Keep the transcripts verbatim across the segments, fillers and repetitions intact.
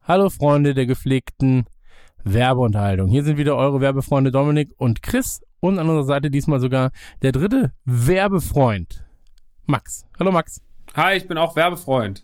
Hallo Freunde der gepflegten Werbeunterhaltung. Hier sind wieder eure Werbefreunde Dominik und Chris und an unserer Seite diesmal sogar der dritte Werbefreund, Max. Hallo Max. Hi, ich bin auch Werbefreund.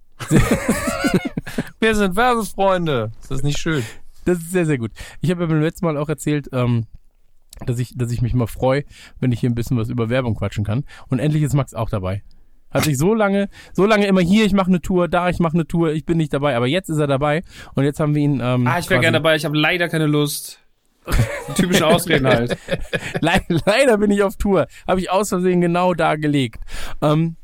Wir sind Werbefreunde. Ist das nicht schön? Das ist sehr, sehr gut. Ich habe ja beim letzten Mal auch erzählt, ähm, dass ich, dass ich mich mal freue, wenn ich hier ein bisschen was über Werbung quatschen kann. Und endlich ist Max auch dabei. Hat sich so lange, so lange immer hier, ich mache eine Tour, da, ich mache eine Tour, ich bin nicht dabei. Aber jetzt ist er dabei und jetzt haben wir ihn... Ähm, ah, ich wäre gerne dabei, ich habe leider keine Lust. Typische Ausreden halt. Le- leider bin ich auf Tour. Habe ich aus Versehen genau da gelegt. Ähm,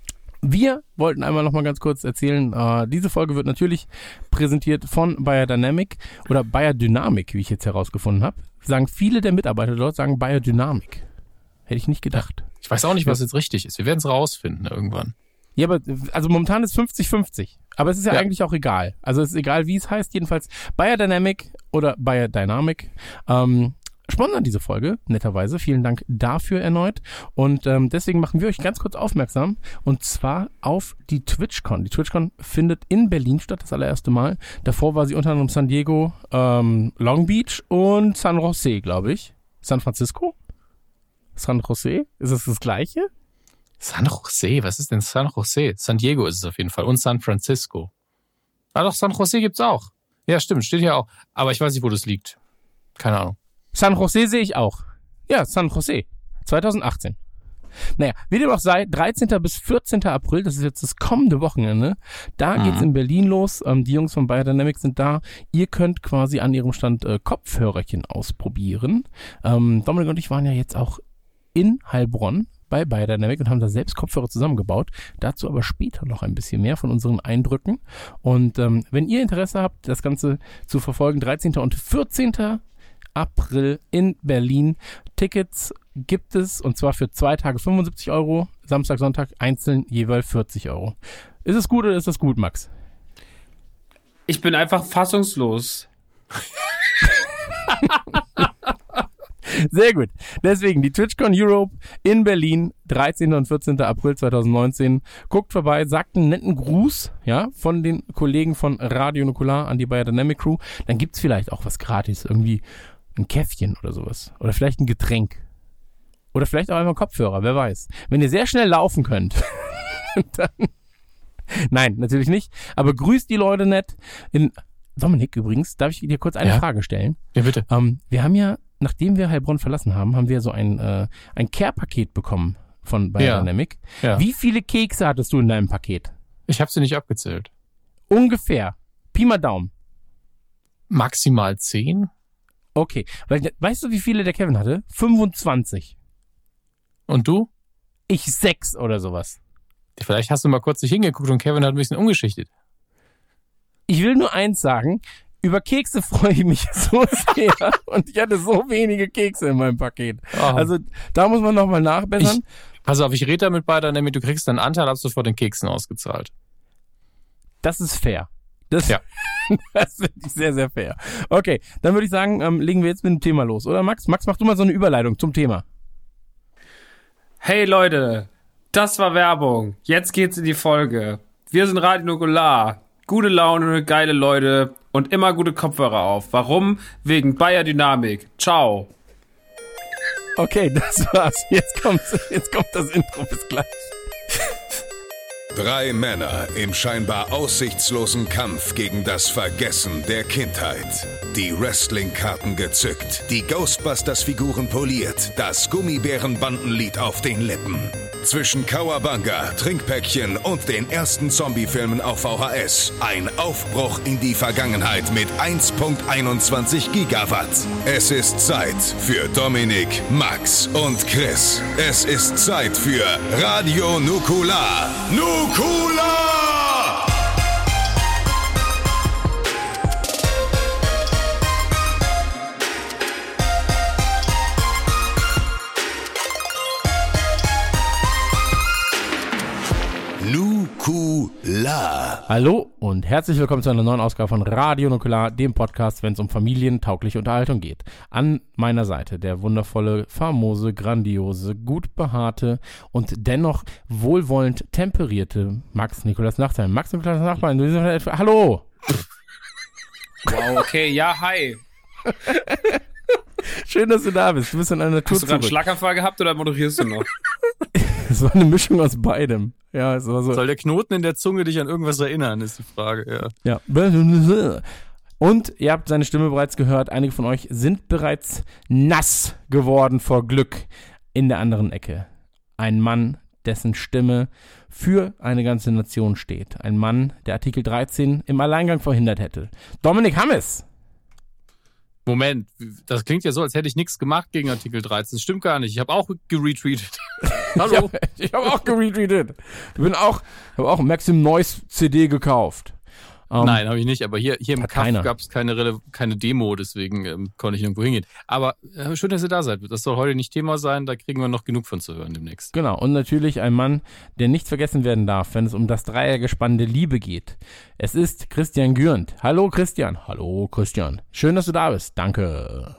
wir wollten einmal noch mal ganz kurz erzählen, äh, diese Folge wird natürlich präsentiert von Biodynamic oder Biodynamic, wie ich jetzt herausgefunden habe. Sagen viele der Mitarbeiter dort, sagen Biodynamic. Hätte ich nicht gedacht. Ich weiß auch nicht, was jetzt richtig ist. Wir werden es rausfinden irgendwann. Ja, aber also momentan ist fünfzig fünfzig. Aber es ist ja, Ja. eigentlich auch egal. Also es ist egal, wie es heißt. Jedenfalls Biodynamic oder Biodynamic ähm, sponsern diese Folge, netterweise. Vielen Dank dafür erneut. Und ähm, deswegen machen wir euch ganz kurz aufmerksam. Und zwar auf die TwitchCon. Die TwitchCon findet in Berlin statt, das allererste Mal. Davor war sie unter anderem San Diego, ähm, Long Beach und San Jose, glaube ich. San Francisco? San Jose? Ist es das Gleiche? San Jose? Was ist denn San Jose? San Diego ist es auf jeden Fall. Und San Francisco. Ah doch, San Jose gibt's auch. Ja, stimmt, steht hier auch. Aber ich weiß nicht, wo das liegt. Keine Ahnung. San Jose sehe ich auch. Ja, San Jose. zwanzig achtzehn. Naja, wie dem auch sei, dreizehnten bis vierzehnten April, das ist jetzt das kommende Wochenende, da Mhm. geht's in Berlin los. Ähm, die Jungs von Biodynamic sind da. Ihr könnt quasi an ihrem Stand äh, Kopfhörerchen ausprobieren. Ähm, Dominik und ich waren ja jetzt auch in Heilbronn bei Biodynamic und haben da selbst Kopfhörer zusammengebaut. Dazu aber später noch ein bisschen mehr von unseren Eindrücken. Und ähm, wenn ihr Interesse habt, das Ganze zu verfolgen, dreizehnten und vierzehnten April in Berlin. Tickets gibt es und zwar für zwei Tage fünfundsiebzig Euro, Samstag, Sonntag einzeln jeweils vierzig Euro. Ist es gut oder ist das gut, Max? Ich bin einfach fassungslos. Sehr gut. Deswegen die TwitchCon Europe in Berlin, dreizehnten und vierzehnten April zweitausendneunzehn. Guckt vorbei, sagt einen netten Gruß, ja, von den Kollegen von Radio Nukular an die Biodynamic Crew. Dann gibt's vielleicht auch was gratis, irgendwie ein Käffchen oder sowas. Oder vielleicht ein Getränk. Oder vielleicht auch einmal Kopfhörer, wer weiß. Wenn ihr sehr schnell laufen könnt, dann... Nein, natürlich nicht. Aber grüßt die Leute nett. In Dominik übrigens, darf ich dir kurz eine Ja? Frage stellen? Ja, bitte. Ähm, wir haben ja, nachdem wir Heilbronn verlassen haben, haben wir so ein, äh, ein Care-Paket bekommen von Biodynamic. Ja. Wie viele Kekse hattest du in deinem Paket? Ich habe sie nicht abgezählt. Ungefähr. Pi mal Daumen. Maximal zehn? Okay. Weil, weißt du, wie viele der Kevin hatte? fünfundzwanzig. Und du? Ich sechs oder sowas. Vielleicht hast du mal kurz nicht hingeguckt und Kevin hat ein bisschen umgeschichtet. Ich will nur eins sagen. Über Kekse freue ich mich so sehr. Und ich hatte so wenige Kekse in meinem Paket. Oh. Also da muss man nochmal nachbessern. Ich, pass auf, ich rede damit bei, damit du kriegst deinen Anteil, hast du vor den Keksen ausgezahlt. Das ist fair. Das, Ja. das finde ich sehr, sehr fair. Okay, dann würde ich sagen, ähm, legen wir jetzt mit dem Thema los, oder Max? Max, mach du mal so eine Überleitung zum Thema. Hey Leute, das war Werbung. Jetzt geht's in die Folge. Wir sind Radio Nukular. Gute Laune, geile Leute und immer gute Kopfhörer auf. Warum? Wegen Biodynamic. Ciao. Okay, das war's. Jetzt kommt, jetzt kommt das Intro. Bis gleich. Drei Männer im scheinbar aussichtslosen Kampf gegen das Vergessen der Kindheit. Die Wrestling-Karten gezückt, die Ghostbusters-Figuren poliert, das Gummibärenbandenlied auf den Lippen. Zwischen Kawabanga, Trinkpäckchen und den ersten Zombie-Filmen auf V H S. Ein Aufbruch in die Vergangenheit mit eins Komma einundzwanzig Gigawatt. Es ist Zeit für Dominik, Max und Chris. Es ist Zeit für Radio Nukular. Nukular! Nukular. Hallo und herzlich willkommen zu einer neuen Ausgabe von Radio Nukular, dem Podcast, wenn es um familientaugliche Unterhaltung geht. An meiner Seite der wundervolle, famose, grandiose, gut behaarte und dennoch wohlwollend temperierte Max Nikolas Nachtsheim. Max Nikolas Nachtsheim, du bist, hallo! Wow, okay, ja, hi. Schön, dass du da bist. Du bist in einer Tour Hast du gerade einen zurück. Schlaganfall gehabt oder moderierst du noch? Es war eine Mischung aus beidem. Ja, es war so. Soll der Knoten in der Zunge dich an irgendwas erinnern, ist die Frage, ja. Ja. Und ihr habt seine Stimme bereits gehört. Einige von euch sind bereits nass geworden vor Glück in der anderen Ecke. Ein Mann, dessen Stimme für eine ganze Nation steht. Ein Mann, der Artikel dreizehn im Alleingang verhindert hätte. Dominik Hammes. Moment, das klingt ja so, als hätte ich nichts gemacht gegen Artikel dreizehn. Das stimmt gar nicht. Ich habe auch geretweetet. Hallo? Ich habe hab auch geretweetet. Ich bin auch, habe auch Maxim Noise C D gekauft. Um, Nein, habe ich nicht, aber hier, hier im Kaff keiner. gab es keine, Rele- keine Demo, deswegen ähm, konnte ich nirgendwo hingehen. Aber äh, schön, dass ihr da seid. Das soll heute nicht Thema sein, da kriegen wir noch genug von zu hören demnächst. Genau, und natürlich ein Mann, der nicht vergessen werden darf, wenn es um das Dreiergespann der Liebe geht. Es ist Christian Gürnt. Hallo Christian. Hallo Christian. Schön, dass du da bist. Danke.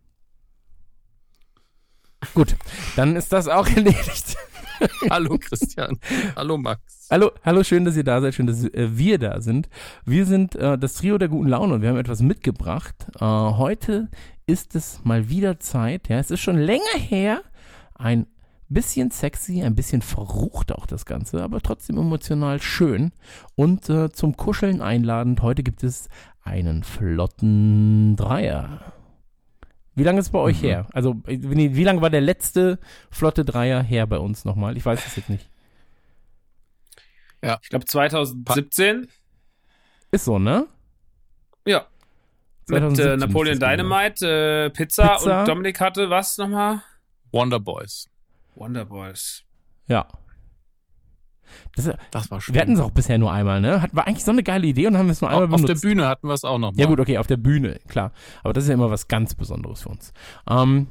Gut, dann ist das auch erledigt. Hallo Christian. Hallo Max. Hallo, hallo, schön, dass ihr da seid, schön, dass äh, wir da sind. Wir sind äh, das Trio der guten Laune und wir haben etwas mitgebracht. Äh, heute ist es mal wieder Zeit, ja, es ist schon länger her, ein bisschen sexy, ein bisschen verrucht auch das Ganze, aber trotzdem emotional schön und äh, zum Kuscheln einladend. Heute gibt es einen flotten Dreier. Wie lange ist es bei euch Mhm. her? Also, wie, wie lange war der letzte flotte Dreier her bei uns nochmal? Ich weiß es jetzt nicht. Ich glaube zwanzig siebzehn. Ist so, ne? Ja. Mit zwanzig siebzehn äh, Napoleon ist das Dynamite, äh, Pizza, Pizza. und Dominik hatte was nochmal? Wonder Boys. Wonder Boys. Ja. Das, Das war schön. wir hatten es auch bisher nur einmal, ne? Hat, war eigentlich so eine geile Idee und haben wir es nur einmal auf, auf benutzt. der Bühne hatten wir es auch noch mal. Ja gut, okay, auf der Bühne, klar. Aber das ist ja immer was ganz Besonderes für uns. Ähm,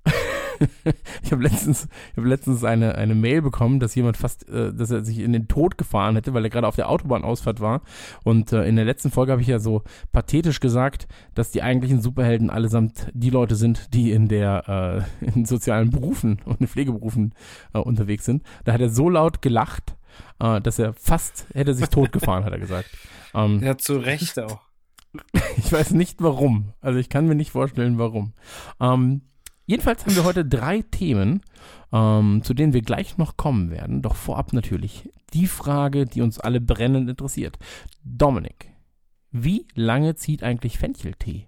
ich habe letztens, ich hab letztens eine, eine Mail bekommen, dass jemand fast, äh, dass er sich in den Tod gefahren hätte, weil er gerade auf der Autobahnausfahrt war. Und äh, in der letzten Folge habe ich ja so pathetisch gesagt, dass die eigentlichen Superhelden allesamt die Leute sind, die in der äh, in sozialen Berufen und in Pflegeberufen äh, unterwegs sind. Da hat er so laut gelacht, äh, dass er fast hätte sich totgefahren, hat er gesagt. Ähm, Ja, zu Recht auch. Ich weiß nicht warum. Also ich kann mir nicht vorstellen, warum. Ähm, jedenfalls haben wir heute drei Themen, ähm, zu denen wir gleich noch kommen werden. Doch vorab natürlich die Frage, die uns alle brennend interessiert. Dominik, wie lange zieht eigentlich Fencheltee?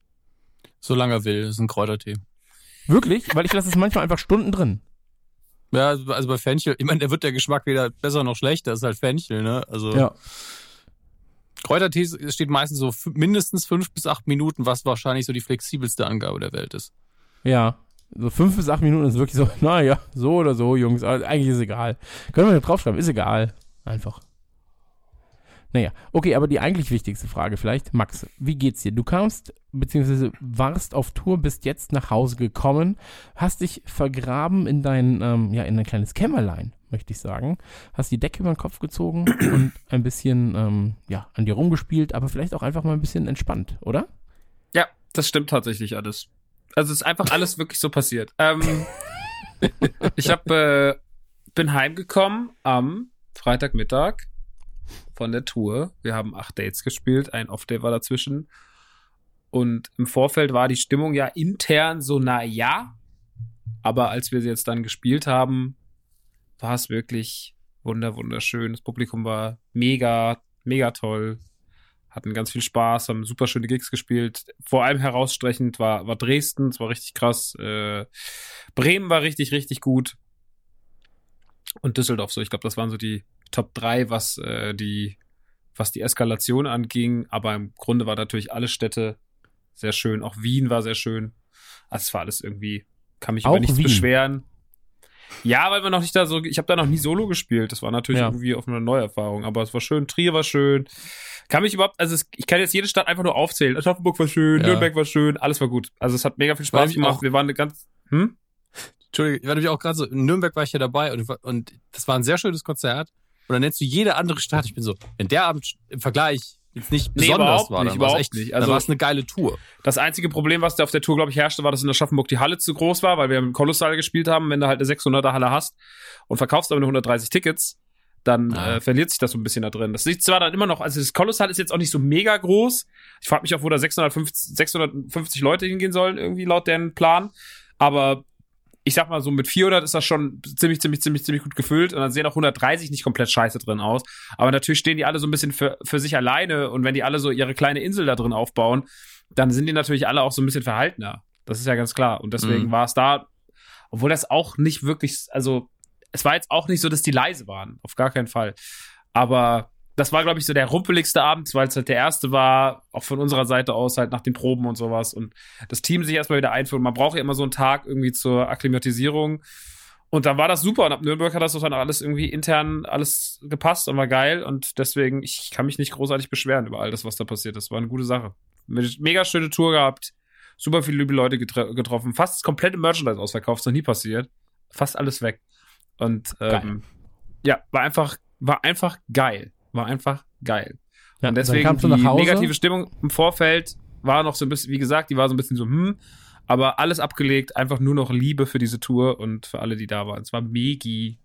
Solange er will, das ist ein Kräutertee. Wirklich? Weil ich lasse es manchmal einfach Stunden drin. Ja, also bei Fenchel, ich meine, da wird der Geschmack weder besser noch schlechter, das ist halt Fenchel, ne? Also Ja. Kräutertee steht meistens so f- mindestens fünf bis acht Minuten, was wahrscheinlich so die flexibelste Angabe der Welt ist. Ja. So fünf bis acht Minuten ist wirklich so, naja, so oder so, Jungs. Also eigentlich ist egal. Können wir hier draufschreiben, ist egal. Einfach. Naja, okay, aber die eigentlich wichtigste Frage vielleicht. Max, wie geht's dir? Du kamst, beziehungsweise warst auf Tour, bist jetzt nach Hause gekommen, hast dich vergraben in dein, ähm, ja, in ein kleines Kämmerlein, möchte ich sagen. Hast die Decke über den Kopf gezogen und ein bisschen, ähm, ja, an dir rumgespielt, aber vielleicht auch einfach mal ein bisschen entspannt, oder? Ja, das stimmt tatsächlich alles. Also es ist einfach alles wirklich so passiert. Ähm, ich hab, äh, bin heimgekommen am Freitagmittag von der Tour. Wir haben acht Dates gespielt, ein Off-Day war dazwischen. Und im Vorfeld war die Stimmung ja intern so, na ja. Aber als wir sie jetzt dann gespielt haben, war es wirklich wunder, wunderschön. Das Publikum war mega, mega toll. Hatten ganz viel Spaß, haben super schöne Gigs gespielt. Vor allem herausstechend war, war Dresden, das war richtig krass. Äh, Bremen war richtig, richtig gut. Und Düsseldorf so. Ich glaube, das waren so die Top drei, was äh, die was die Eskalation anging. Aber im Grunde war natürlich alle Städte sehr schön. Auch Wien war sehr schön. Also es war alles irgendwie, kann mich Auch über nichts Wien? beschweren. Ja, weil wir noch nicht da so, ich habe da noch nie Solo gespielt. Das war natürlich Ja. irgendwie auf eine Neuerfahrung. Aber es war schön. Trier war schön. Kann mich überhaupt, also es, ich kann jetzt jede Stadt einfach nur aufzählen. Aschaffenburg war schön, Ja. Nürnberg war schön, alles war gut. Also es hat mega viel War Spaß nämlich gemacht. auch- Wir waren eine ganz, hm? Entschuldigung, ich war nämlich auch gerade so, in Nürnberg war ich ja dabei und, und das war ein sehr schönes Konzert. Und dann nennst du jede andere Stadt. Ich bin so, wenn der Abend im Vergleich jetzt nicht Nee, besonders überhaupt war, nicht, dann war es überhaupt echt, nicht. dann Also- war es eine geile Tour. Das einzige Problem, was da auf der Tour, glaube ich, herrschte, war, dass in Aschaffenburg die Halle zu groß war, weil wir im Kolossal gespielt haben. Wenn du halt eine sechshunderter Halle hast und verkaufst aber nur hundertdreißig Tickets, dann Ah. äh, verliert sich das so ein bisschen da drin. Das ist zwar dann immer noch, also das Kolossal ist jetzt auch nicht so mega groß. Ich frage mich auch, wo da sechshundertfünfzig, sechshundertfünfzig Leute hingehen sollen, irgendwie laut deren Plan. Aber ich sag mal so, mit vierhundert ist das schon ziemlich, ziemlich, ziemlich, ziemlich gut gefüllt. Und dann sehen auch hundertdreißig nicht komplett scheiße drin aus. Aber natürlich stehen die alle so ein bisschen für, für sich alleine. Und wenn die alle so ihre kleine Insel da drin aufbauen, dann sind die natürlich alle auch so ein bisschen verhaltener. Das ist ja ganz klar. Und deswegen Mhm. war es da, obwohl das auch nicht wirklich, also es war jetzt auch nicht so, dass die leise waren. Auf gar keinen Fall. Aber das war, glaube ich, so der rumpeligste Abend, weil es halt der erste war, auch von unserer Seite aus, halt nach den Proben und sowas. Und das Team sich erstmal wieder einführen. Man braucht ja immer so einen Tag irgendwie zur Akklimatisierung. Und dann war das super. Und ab Nürnberg hat das dann alles irgendwie intern alles gepasst und war geil. Und deswegen, ich kann mich nicht großartig beschweren über all das, was da passiert ist. War eine gute Sache. Mega schöne Tour gehabt. Super viele liebe Leute getre- getroffen. Fast das komplette Merchandise ausverkauft. Ist noch nie passiert. Fast alles weg. Und ähm, ja, war einfach, war einfach geil. War einfach geil. Ja, und dann deswegen kamst du die nach Hause. negative Stimmung im Vorfeld war noch so ein bisschen, wie gesagt, die war so ein bisschen so, hm, aber alles abgelegt, einfach nur noch Liebe für diese Tour und für alle, die da waren. Es war megi.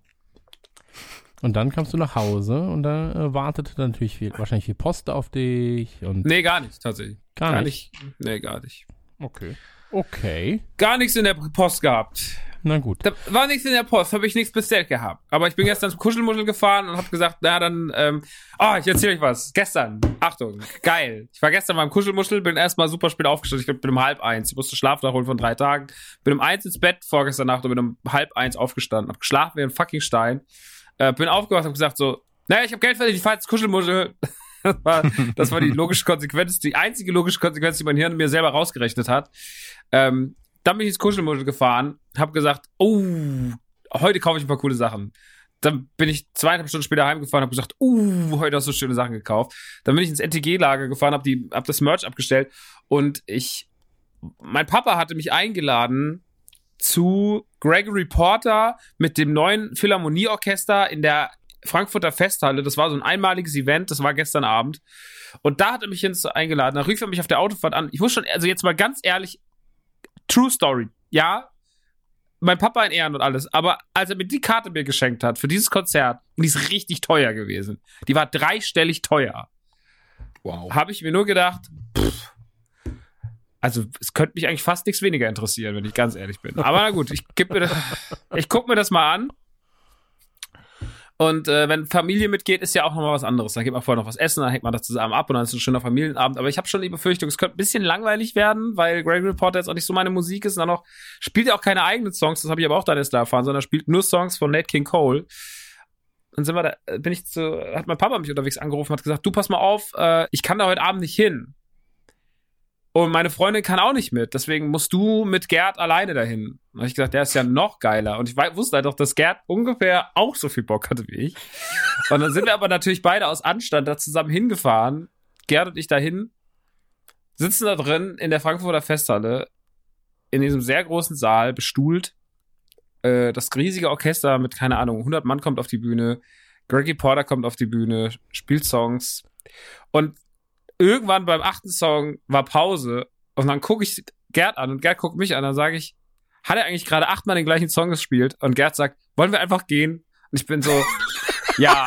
Und dann kamst du nach Hause und da äh, wartete dann natürlich viel, wahrscheinlich viel Post auf dich und Nee, gar nicht, tatsächlich. Gar Gar nicht? nicht. Nee, gar nicht. okay. Okay. Gar nichts in der Post gehabt. Na gut. Da war nichts in der Post, habe ich nichts bestellt gehabt. Aber ich bin gestern zum Kuschelmuschel gefahren und habe gesagt, na dann, ähm, oh, ich erzähle euch was. Gestern, Achtung, geil. Ich war gestern beim Kuschelmuschel, bin erstmal super spät aufgestanden. Ich glaub, bin um halb eins. Ich musste Schlaf nachholen von drei Tagen. Bin um eins ins Bett vorgestern Nacht und bin um halb eins aufgestanden. Hab geschlafen wie ein fucking Stein. Äh, bin aufgewacht und hab gesagt so, naja, ich habe Geld verdient, ich fahr jetzt Kuschelmuschel. Das war, das war die logische Konsequenz, die einzige logische Konsequenz, die mein Hirn mir selber rausgerechnet hat. Ähm, dann bin ich ins Kuschelmuschel gefahren, hab gesagt, oh, heute kaufe ich ein paar coole Sachen. Dann bin ich zweieinhalb Stunden später heimgefahren, hab gesagt, uh, heute hast du schöne Sachen gekauft. Dann bin ich ins N T G-Lager gefahren, hab, die, hab das Merch abgestellt und ich, mein Papa hatte mich eingeladen zu Gregory Porter mit dem neuen Philharmonieorchester in der Frankfurter Festhalle. Das war so ein einmaliges Event, das war gestern Abend. Und da hat er mich hin eingeladen. Da rief er mich auf der Autofahrt an. Ich muss schon, also jetzt mal ganz ehrlich, True Story. Ja, mein Papa in Ehren und alles. Aber als er mir die Karte mir geschenkt hat für dieses Konzert, und die ist richtig teuer gewesen. Die war dreistellig teuer. Wow. Habe ich mir nur gedacht, pff, also es könnte mich eigentlich fast nichts weniger interessieren, wenn ich ganz ehrlich bin. Aber na gut, ich, geb mir das, ich guck mir das mal an. Und äh, wenn Familie mitgeht, ist ja auch nochmal was anderes. Dann geht man vorher noch was essen, dann hängt man das zusammen ab und dann ist es ein schöner Familienabend. Aber ich habe schon die Befürchtung, es könnte ein bisschen langweilig werden, weil Gregory Porter jetzt auch nicht so meine Musik ist. Und dann noch spielt er auch keine eigenen Songs, das habe ich aber auch dann erst da erfahren, sondern er spielt nur Songs von Nat King Cole. Dann sind wir da, bin ich zu, hat mein Papa mich unterwegs angerufen und hat gesagt, du pass mal auf, äh, ich kann da heute Abend nicht hin. Und meine Freundin kann auch nicht mit, deswegen musst du mit Gerd alleine dahin. Und habe ich gesagt, der ist ja noch geiler. Und ich wusste halt auch, dass Gerd ungefähr auch so viel Bock hatte wie ich. Und dann sind wir aber natürlich beide aus Anstand da zusammen hingefahren. Gerd und ich dahin, sitzen da drin in der Frankfurter Festhalle, in diesem sehr großen Saal, bestuhlt. Äh, das riesige Orchester mit, keine Ahnung, hundert Mann kommt auf die Bühne. Gregory Porter kommt auf die Bühne, spielt Songs. Und irgendwann beim achten Song war Pause und dann gucke ich Gerd an und Gerd guckt mich an, dann sage ich, hat er eigentlich gerade achtmal den gleichen Song gespielt? Und Gerd sagt, wollen wir einfach gehen? Und ich bin so, ja.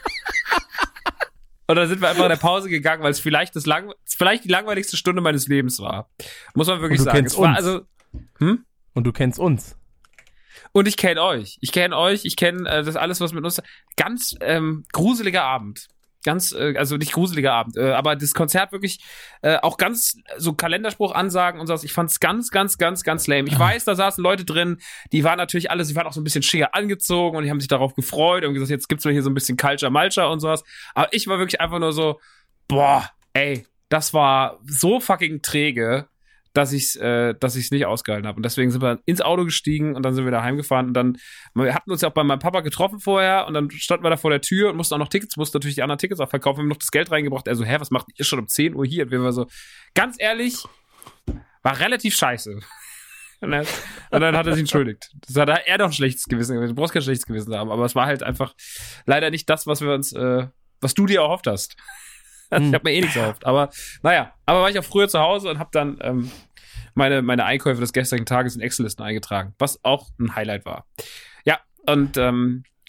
Und dann sind wir einfach in der Pause gegangen, weil es vielleicht das lang, vielleicht die langweiligste Stunde meines Lebens war. Muss man wirklich Und du sagen. kennst Es war uns. also, hm? Und du kennst uns. Und ich kenne euch. Ich kenne euch, ich kenne äh, das alles, was mit uns. Ganz ähm, gruseliger Abend. Ganz, äh, also nicht gruseliger Abend, äh, aber das Konzert wirklich äh, auch ganz so Kalenderspruch ansagen und so. Ich fand's ganz, ganz, ganz, ganz lame. Ich weiß, da saßen Leute drin, die waren natürlich alle, sie waren auch so ein bisschen schier angezogen und die haben sich darauf gefreut und gesagt, jetzt gibt's mal hier so ein bisschen Culture Malcha und sowas. Aber ich war wirklich einfach nur so, boah, ey, das war so fucking träge, dass ich's, äh, dass ich's nicht ausgehalten habe. Und deswegen sind wir ins Auto gestiegen und dann sind wir da heimgefahren und dann, wir hatten uns ja auch bei meinem Papa getroffen vorher und dann standen wir da vor der Tür und mussten auch noch Tickets, mussten natürlich die anderen Tickets auch verkaufen, wir haben noch das Geld reingebracht. Er so, hä, was macht ihr schon um zehn Uhr hier? Und wir waren so, ganz ehrlich, war relativ scheiße. Und dann, und dann hat er sich entschuldigt. Das hat er doch ein schlechtes Gewissen. Du brauchst kein schlechtes Gewissen haben, aber es war halt einfach leider nicht das, was wir uns, äh, was du dir erhofft hast. Also ich habe mir eh nichts erhofft. Aber naja, aber war ich auch früher zu Hause und habe dann ähm, meine, meine Einkäufe des gestrigen Tages in Excel-Listen eingetragen, was auch ein Highlight war. Ja, und ähm,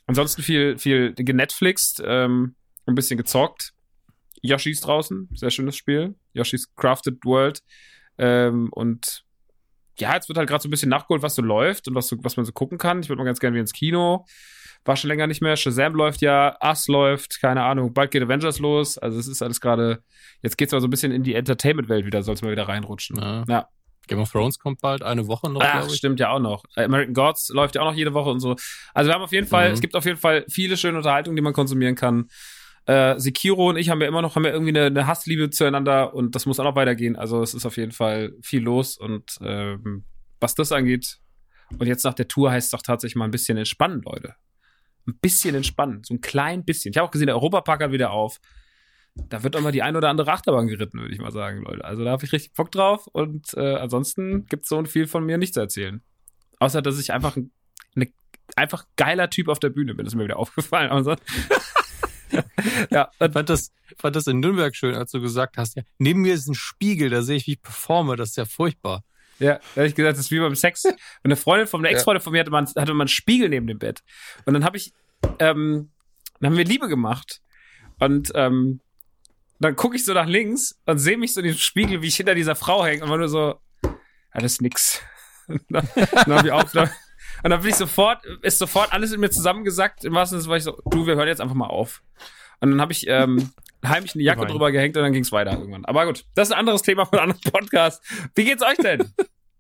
ansonsten viel, viel genetflixt, ähm, ein bisschen gezockt. Yoshi ist draußen, sehr schönes Spiel. Yoshi's Crafted World. Ähm, und ja, jetzt wird halt gerade so ein bisschen nachgeholt, was so läuft und was, so, was man so gucken kann. Ich würde mal ganz gerne wieder ins Kino. War schon länger nicht mehr. Shazam läuft ja, Us läuft, keine Ahnung. Bald geht Avengers los. Also es ist alles gerade, jetzt geht's aber so ein bisschen in die Entertainment-Welt wieder, soll es mal wieder reinrutschen. Ja. Ja. Game of Thrones kommt bald, eine Woche noch, glaube Ach, ich. stimmt ja auch noch. American Gods läuft ja auch noch jede Woche und so. Also wir haben auf jeden Fall, Mhm. es gibt auf jeden Fall viele schöne Unterhaltungen, die man konsumieren kann. Äh, Sekiro und ich haben ja immer noch, haben ja irgendwie eine, eine Hassliebe zueinander und das muss auch noch weitergehen. Also es ist auf jeden Fall viel los und ähm, was das angeht, und jetzt nach der Tour heißt es doch tatsächlich mal ein bisschen entspannen, Leute. Ein bisschen entspannen, so ein klein bisschen. Ich habe auch gesehen, der Europapark hat wieder auf. Da wird auch mal die ein oder andere Achterbahn geritten, würde ich mal sagen, Leute. Also da habe ich richtig Bock drauf und äh, ansonsten gibt's so viel von mir nicht zu erzählen. Außer, dass ich einfach ein eine, einfach geiler Typ auf der Bühne bin, das ist mir wieder aufgefallen. Aber so, ja, Ich fand das, fand das in Nürnberg schön, als du gesagt hast, ja, neben mir ist ein Spiegel, da sehe ich, wie ich performe, das ist ja furchtbar. ja, da habe ich gesagt, das ist wie beim Sex. Und eine Freundin von einer Ex-Freundin von mir hatte man, hatte man einen Spiegel neben dem Bett. Und dann habe ich, ähm, dann haben wir Liebe gemacht. Und ähm, dann gucke ich so nach links und sehe mich so in diesem Spiegel, wie ich hinter dieser Frau hänge und war nur so, alles nix. Und dann, dann habe ich auch, dann, und dann bin ich sofort, ist sofort alles in mir zusammengesackt. Im wahrsten Sinne war ich so, du, wir hören jetzt einfach mal auf. Und dann habe ich ähm, heimlich eine Jacke Gemein. drüber gehängt und dann ging es weiter irgendwann. Aber gut, das ist ein anderes Thema von einem anderen Podcast. Wie geht's euch denn?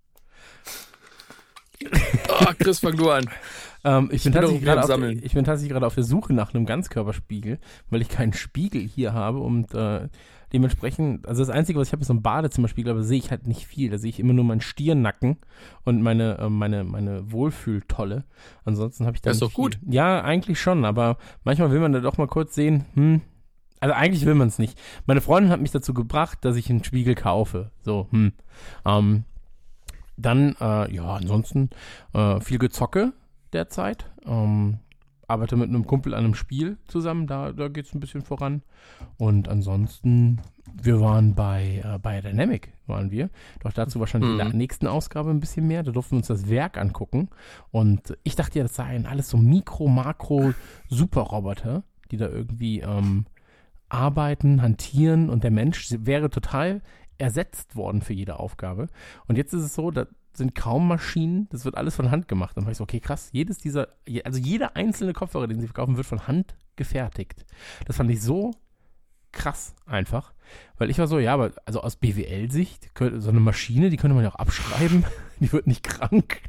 Oh, Chris, fang du an. Ähm, ich, bin bin tatsächlich doch gerade am auf, Sammeln. ich bin tatsächlich gerade auf der Suche nach einem Ganzkörperspiegel, weil ich keinen Spiegel hier habe und äh, dementsprechend, also das Einzige, was ich habe, ist so ein Badezimmerspiegel, aber sehe ich halt nicht viel. Da sehe ich immer nur meinen Stirnnacken und meine, äh, meine, meine Wohlfühltolle. Ansonsten habe ich da Das ist nicht doch gut. viel. Ja, eigentlich schon, aber manchmal will man da doch mal kurz sehen, hm, also eigentlich will man es nicht. Meine Freundin hat mich dazu gebracht, dass ich einen Spiegel kaufe. So, hm. Ähm, dann, äh, ja, ansonsten äh, viel Gezocke derzeit. Ähm, arbeite mit einem Kumpel an einem Spiel zusammen, da, da geht es ein bisschen voran. Und ansonsten, wir waren bei, äh, bei Dynamic, waren wir. Doch dazu wahrscheinlich Mhm. in der nächsten Ausgabe ein bisschen mehr. Da durften wir uns das Werk angucken. Und ich dachte ja, das seien alles so Mikro-, Makro-, Superroboter, die da irgendwie ähm, arbeiten, hantieren und der Mensch wäre total ersetzt worden für jede Aufgabe. Und jetzt ist es so, da sind kaum Maschinen, das wird alles von Hand gemacht. Dann war ich so, okay, krass, jedes dieser, also jeder einzelne Kopfhörer, den sie verkaufen, wird von Hand gefertigt. Das fand ich so krass einfach, weil ich war so, ja, aber also aus B W L-Sicht, könnte- so eine Maschine, die könnte man ja auch abschreiben, die wird nicht krank.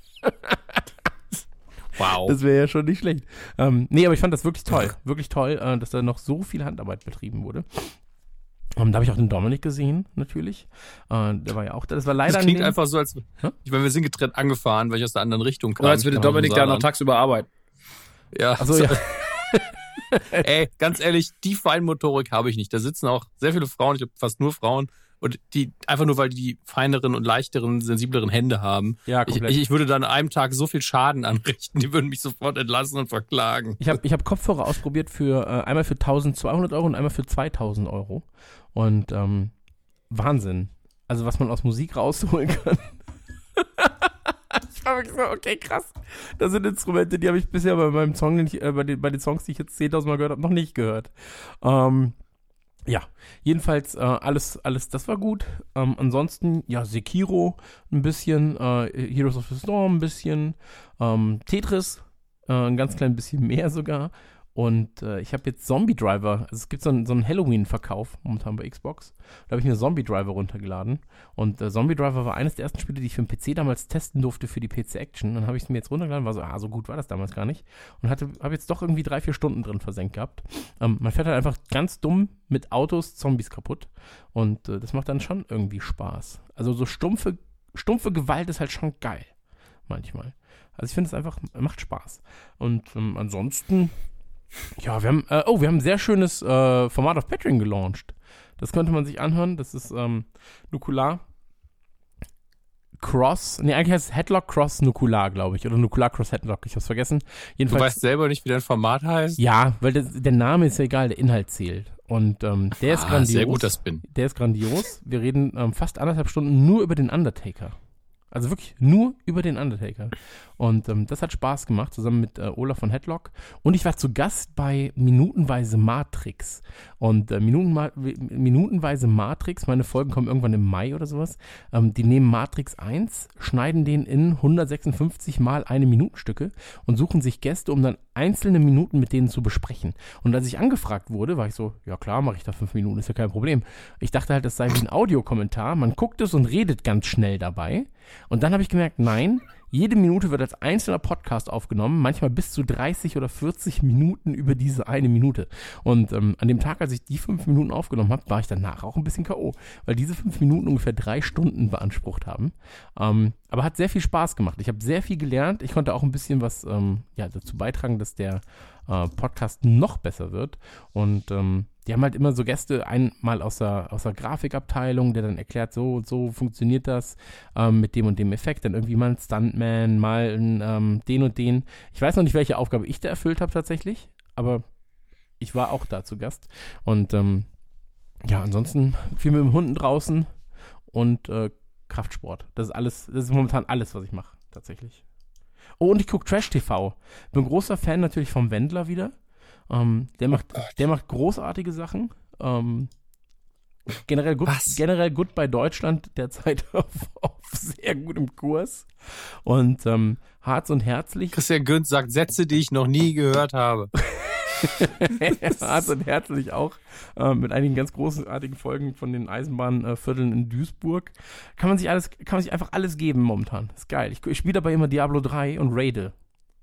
Wow. Das wäre ja schon nicht schlecht. Ähm, nee, aber ich fand das wirklich toll. Wirklich toll, äh, dass da noch so viel Handarbeit betrieben wurde. Und da habe ich auch den Dominik gesehen, natürlich. Äh, der war ja auch da. Das war leider Das klingt in dem- einfach so, als Hä? ich meine, wir sind getrennt angefahren, weil ich aus der anderen Richtung kam. Oder als würde Ich kam aus dem Dominik da noch Saarland. tagsüber arbeiten. Ja, Achso, ja. Ey, ganz ehrlich, die Feinmotorik habe ich nicht. Da sitzen auch sehr viele Frauen, ich glaube fast nur Frauen, und die einfach nur, weil die die feineren und leichteren, sensibleren Hände haben. Ja, Ich, komplett. ich, ich würde dann an einem Tag so viel Schaden anrichten, die würden mich sofort entlassen und verklagen. Ich habe ich hab Kopfhörer ausprobiert für äh, einmal für tausendzweihundert Euro und einmal für zweitausend Euro. Und ähm, Wahnsinn. Also was man aus Musik rausholen kann. Ich war wirklich so, okay, krass. Das sind Instrumente, die habe ich bisher bei meinem Song, den ich, äh, bei, den, bei den Songs, die ich jetzt zehntausend Mal gehört habe, noch nicht gehört. Ähm, ja, jedenfalls äh, alles, alles, das war gut. Ähm, ansonsten, ja, Sekiro ein bisschen, äh, Heroes of the Storm ein bisschen, ähm, Tetris äh, ein ganz klein bisschen mehr sogar. Und äh, ich habe jetzt Zombie Driver, also es gibt so einen, so einen Halloween-Verkauf momentan bei Xbox. Da habe ich mir Zombie Driver runtergeladen. Und äh, Zombie Driver war eines der ersten Spiele, die ich für den P C damals testen durfte für die P C Action. Dann habe ich es mir jetzt runtergeladen, war so, ah, so gut war das damals gar nicht. Und hatte, habe jetzt doch irgendwie drei, vier Stunden drin versenkt gehabt. Ähm, man fährt halt einfach ganz dumm mit Autos Zombies kaputt. Und äh, das macht dann schon irgendwie Spaß. Also so stumpfe, stumpfe Gewalt ist halt schon geil. Manchmal. Also ich finde es einfach, macht Spaß. Und ähm, ansonsten... Ja, wir haben, äh, oh, wir haben ein sehr schönes äh, Format auf Patreon gelauncht. Das könnte man sich anhören. Das ist ähm, Nukular Cross, nee, eigentlich heißt es Headlock Cross Nukular, glaube ich. Oder Nukular Cross Headlock, ich hab's vergessen. Du Jedenfalls, weißt selber nicht, wie dein Format heißt? ja, weil das, der Name ist ja egal, der Inhalt zählt. Und ähm, der ist Ah, grandios. sehr gut, das bin. Der ist grandios. Wir reden ähm, fast anderthalb Stunden nur über den Undertaker. Also wirklich nur über den Undertaker. Und ähm, das hat Spaß gemacht, zusammen mit äh, Olaf von Headlock. Und ich war zu Gast bei Minutenweise Matrix. Und äh, Minuten, Minutenweise Matrix, meine Folgen kommen irgendwann im Mai oder sowas. Ähm, die nehmen Matrix eins, schneiden den in hundertsechsundfünfzig mal eine Minutenstücke und suchen sich Gäste, um dann einzelne Minuten mit denen zu besprechen. Und als ich angefragt wurde, war ich so, ja klar, mache ich da fünf Minuten, ist ja kein Problem. Ich dachte halt, das sei wie ein Audiokommentar. Man guckt es und redet ganz schnell dabei. Und dann habe ich gemerkt, nein, jede Minute wird als einzelner Podcast aufgenommen, manchmal bis zu dreißig oder vierzig Minuten über diese eine Minute. Und ähm, an dem Tag, als ich die fünf Minuten aufgenommen habe, war ich danach auch ein bisschen K O, weil diese fünf Minuten ungefähr drei Stunden beansprucht haben. Ähm, aber hat sehr viel Spaß gemacht. Ich habe sehr viel gelernt. Ich konnte auch ein bisschen was ähm, ja, dazu beitragen, dass der äh, Podcast noch besser wird. Und ähm, die haben halt immer so Gäste, einmal aus der, aus der Grafikabteilung, der dann erklärt, so und so funktioniert das ähm, mit dem und dem Effekt. Dann irgendwie mal ein Stuntman, mal ein, ähm, den und den. Ich weiß noch nicht, welche Aufgabe ich da erfüllt habe tatsächlich, aber ich war auch da zu Gast. Und ähm, ja, ansonsten viel mit dem Hunden draußen und äh, Kraftsport. Das ist alles, das ist momentan alles, was ich mache, tatsächlich. Oh, und ich gucke Trash-T V. Bin großer Fan natürlich vom Wendler wieder. Ähm, der, macht, oh der macht großartige Sachen. Ähm, generell, gut, generell gut bei Deutschland derzeit auf, auf sehr gutem Kurs. Und ähm, Harz und Herzlich. Christian Günz sagt Sätze, die ich noch nie gehört habe. Harz und Herzlich auch. Äh, mit einigen ganz großartigen Folgen von den Eisenbahnvierteln in Duisburg. Kann man sich alles, kann man sich einfach alles geben momentan. Ist geil. Ich, ich spiele dabei immer Diablo drei und raide.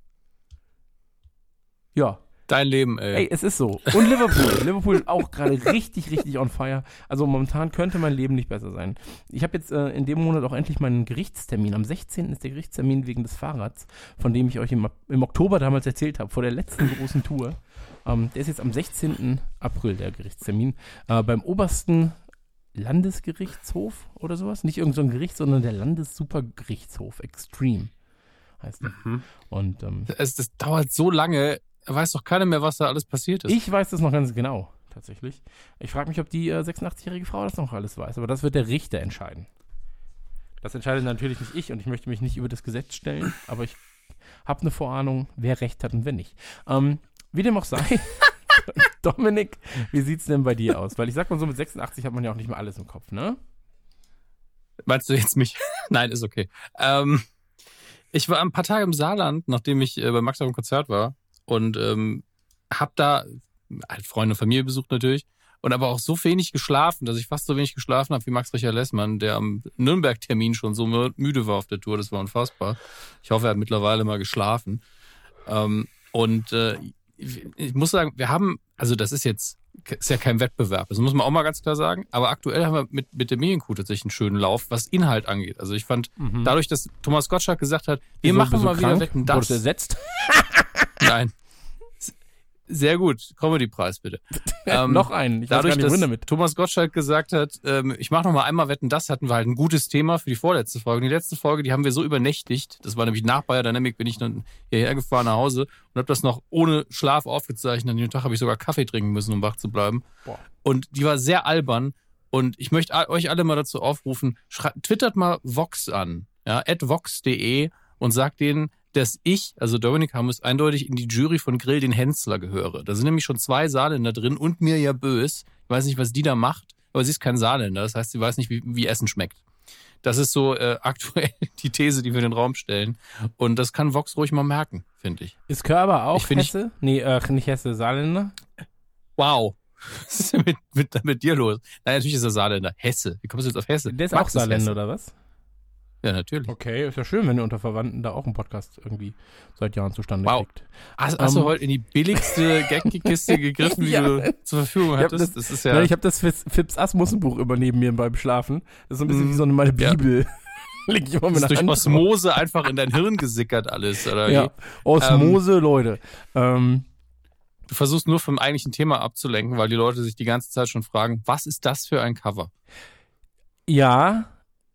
Ja. Dein Leben, ey. Ey, es ist so. Und Liverpool. Liverpool ist auch gerade richtig, richtig on fire. Also momentan könnte mein Leben nicht besser sein. Ich habe jetzt äh, in dem Monat auch endlich meinen Gerichtstermin. Am sechzehnten ist der Gerichtstermin wegen des Fahrrads, von dem ich euch im, im Oktober damals erzählt habe, vor der letzten großen Tour. Ähm, der ist jetzt am sechzehnten April, der Gerichtstermin. Äh, beim obersten Landesgerichtshof oder sowas. Nicht irgendein so Gericht, sondern der Landessupergerichtshof. Extreme heißt der. Mhm. Und ähm, es, das dauert so lange. Weiß doch keiner mehr, was da alles passiert ist. Ich weiß das noch ganz genau, tatsächlich. Ich frage mich, ob die äh, sechsundachtzig-jährige Frau das noch alles weiß. Aber das wird der Richter entscheiden. Das entscheidet natürlich nicht ich und ich möchte mich nicht über das Gesetz stellen. Aber ich habe eine Vorahnung, wer recht hat und wer nicht. Ähm, wie dem auch sei, Dominik, wie sieht's denn bei dir aus? Weil ich sag mal so, mit sechsundachtzig hat man ja auch nicht mehr alles im Kopf, ne? Meinst du jetzt mich? Nein, ist okay. Ähm, ich war ein paar Tage im Saarland, nachdem ich äh, bei Max auf dem Konzert war. Und ähm, hab da halt Freunde und Familie besucht natürlich und aber auch so wenig geschlafen, dass ich fast so wenig geschlafen habe wie Max Richard Lessmann, der am Nürnberg-Termin schon so müde war auf der Tour. Das war unfassbar. Ich hoffe, er hat mittlerweile mal geschlafen. Ähm, und äh, ich muss sagen, wir haben, also das ist jetzt ist ja kein Wettbewerb, das muss man auch mal ganz klar sagen, aber aktuell haben wir mit, mit der Medienkuh tatsächlich einen schönen Lauf, was Inhalt angeht. Also ich fand, mhm. dadurch, dass Thomas Gottschalk gesagt hat, wir so, machen so mal krank? wieder Wetten, das. Wurdest du ersetzt? Nein. Sehr gut. Comedy-Preis bitte. ähm, noch einen. Ich dadurch, weiß gar nicht, dass damit. Thomas Gottschalk gesagt hat, ähm, ich mache noch mal einmal Wetten, das hatten wir halt ein gutes Thema für die vorletzte Folge. Die letzte Folge, die haben wir so übernächtigt. Das war nämlich nach Bayer Dynamic, bin ich dann hierher gefahren nach Hause und habe das noch ohne Schlaf aufgezeichnet. An dem Tag habe ich sogar Kaffee trinken müssen, um wach zu bleiben. Boah. Und die war sehr albern. Und ich möchte euch alle mal dazu aufrufen, twittert mal Vox an, ja, at vox punkt de und sagt denen, dass ich, also Dominik Hammes, eindeutig in die Jury von Grill den Hensler gehöre. Da sind nämlich schon zwei Saarländer drin und Mirja Bös. Ich weiß nicht, was die da macht, aber sie ist kein Saarländer. Das heißt, sie weiß nicht, wie, wie Essen schmeckt. Das ist so äh, aktuell die These, die wir in den Raum stellen. Und das kann Vox ruhig mal merken, finde ich. Ist Körber auch ich Hesse? Ich, nee, äh, nicht Hesse, Saarländer? Wow. Was ist denn mit, mit, mit dir los? Nein, natürlich ist er Saarländer. Hesse. Wie kommst du jetzt auf Hesse? Der ist Max auch Saarländer, oder was? Ja, natürlich. Okay, ist ja schön, wenn ihr unter Verwandten da auch einen Podcast irgendwie seit Jahren zustande wow. kriegt. Hast, hast um, du heute in die billigste Gag-Kiste gegriffen, die ja. du zur Verfügung hattest? Das, das ist ja nein, ich habe das Fips Asmussen-Buch immer neben mir beim Schlafen. Das ist so ein bisschen mm, wie so eine meine Bibel. Ja. Leg ich immer das ist durch Hand Osmose drauf. Einfach in dein Hirn gesickert alles, oder ja. wie? Osmose, ähm, Leute. Ähm, du versuchst nur vom eigentlichen Thema abzulenken, weil die Leute sich die ganze Zeit schon fragen, was ist das für ein Cover? Ja,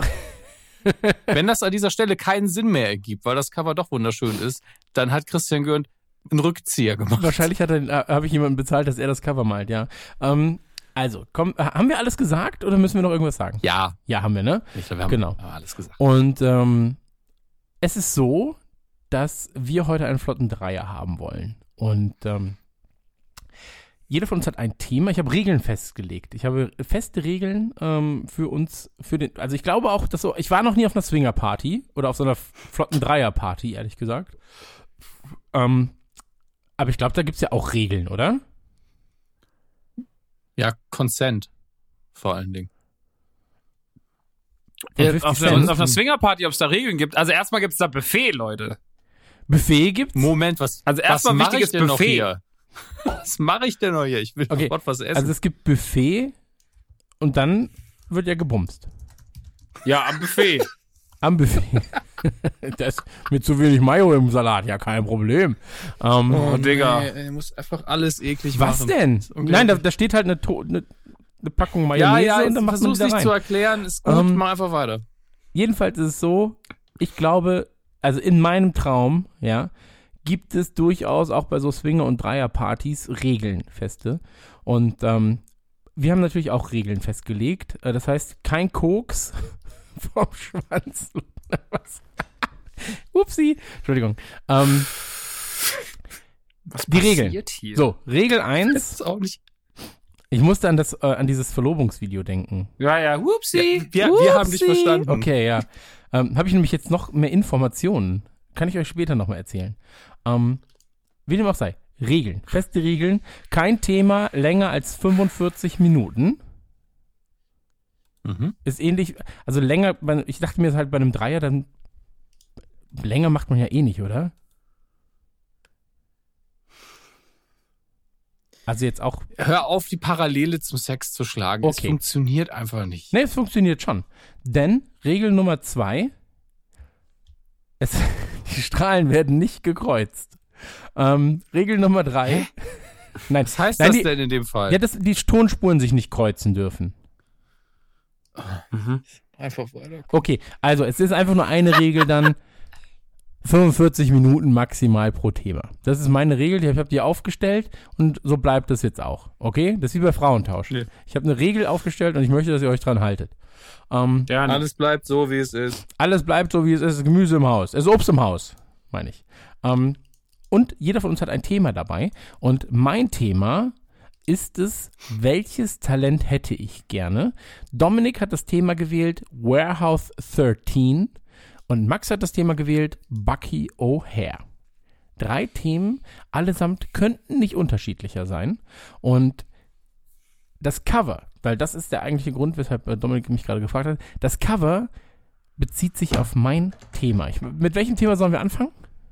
wenn das an dieser Stelle keinen Sinn mehr ergibt, weil das Cover doch wunderschön ist, dann hat Christian Gürnt einen Rückzieher gemacht. Wahrscheinlich hat er, habe ich jemanden bezahlt, dass er das Cover malt, ja. Ähm, also, komm, haben wir alles gesagt oder müssen wir noch irgendwas sagen? Ja. Ja, haben wir, ne? Ich glaube, wir haben genau. alles gesagt. Und ähm, es ist so, dass wir heute einen flotten Dreier haben wollen. Und ähm, jeder von uns hat ein Thema. Ich habe Regeln festgelegt. Ich habe feste Regeln ähm, für uns, für den, also ich glaube auch, dass so, ich war noch nie auf einer Swinger-Party oder auf so einer flotten Dreier-Party, ehrlich gesagt. Ähm, aber ich glaube, da gibt es ja auch Regeln, oder? Ja, Consent vor allen Dingen. Ja, auf, der, auf einer Swingerparty, ob es da Regeln gibt. Also erstmal gibt es da Buffet, Leute. Buffet gibt's? Moment, was, also erstmal was wichtiges denn Buffet. Noch hier? Was mache ich denn noch hier? Ich will okay. sofort was essen. Also es gibt Buffet und dann wird ja gebumst. Ja, am Buffet. Am Buffet. Das mit zu wenig Mayo im Salat, ja, kein Problem. Ähm, oh, Digga. Nee, muss einfach alles eklig was machen. denn? Okay. Nein, da, da steht halt eine, to- eine, eine Packung Mayonnaise ja, ja, und dann macht man versuch's die da nicht rein. zu erklären, ist gut, Ähm, mach einfach weiter. Jedenfalls ist es so, ich glaube, also in meinem Traum, ja, gibt es durchaus auch bei so Swinger- und Dreier-Partys Regeln feste. Und ähm, wir haben natürlich auch Regeln festgelegt. Äh, das heißt, kein Koks vom Schwanz. Was? Upsi. Entschuldigung. Ähm, Was die Regeln. hier? So, Regel Das eins. ist auch nicht. Ich musste an, das, äh, an dieses Verlobungsvideo denken. Ja, ja, whoopsie. Wir, wir haben dich Upsi. verstanden. Okay, ja. Ähm, Habe ich nämlich jetzt noch mehr Informationen. Kann ich euch später nochmal erzählen. Ähm, wie dem auch sei. Regeln. Feste Regeln. Kein Thema länger als fünfundvierzig Minuten. Mhm. Ist ähnlich, also länger, ich dachte mir halt bei einem Dreier, dann länger macht man ja eh nicht, oder? Also jetzt auch. Hör auf, die Parallele zum Sex zu schlagen. Es Okay. funktioniert einfach nicht. Ne, es funktioniert schon. Denn Regel Nummer zwei, es, die Strahlen werden nicht gekreuzt. Ähm, Regel Nummer drei. Hä? Nein, Was heißt nein, das die, denn in dem Fall? Ja, dass die Tonspuren sich nicht kreuzen dürfen. Mhm. Einfach weiter. Okay, also es ist einfach nur eine Regel dann. fünfundvierzig Minuten maximal pro Thema. Das ist meine Regel, ich habe die aufgestellt und so bleibt das jetzt auch. Okay? Das ist wie bei Frauentausch. Nee. Ich habe eine Regel aufgestellt und ich möchte, dass ihr euch dran haltet. Ähm, Ja, Alles bleibt so, wie es ist. alles bleibt so, wie es ist. Gemüse im Haus. Es ist Obst im Haus, meine ich. Ähm, und jeder von uns hat ein Thema dabei. Und mein Thema ist es, welches Talent hätte ich gerne? Dominik hat das Thema gewählt, Warehouse dreizehn. Und Max hat das Thema gewählt, Bucky O'Hare. Drei Themen, allesamt könnten nicht unterschiedlicher sein. Und das Cover, weil das ist der eigentliche Grund, weshalb Dominik mich gerade gefragt hat, das Cover bezieht sich auf mein Thema. Ich, mit welchem Thema sollen wir anfangen?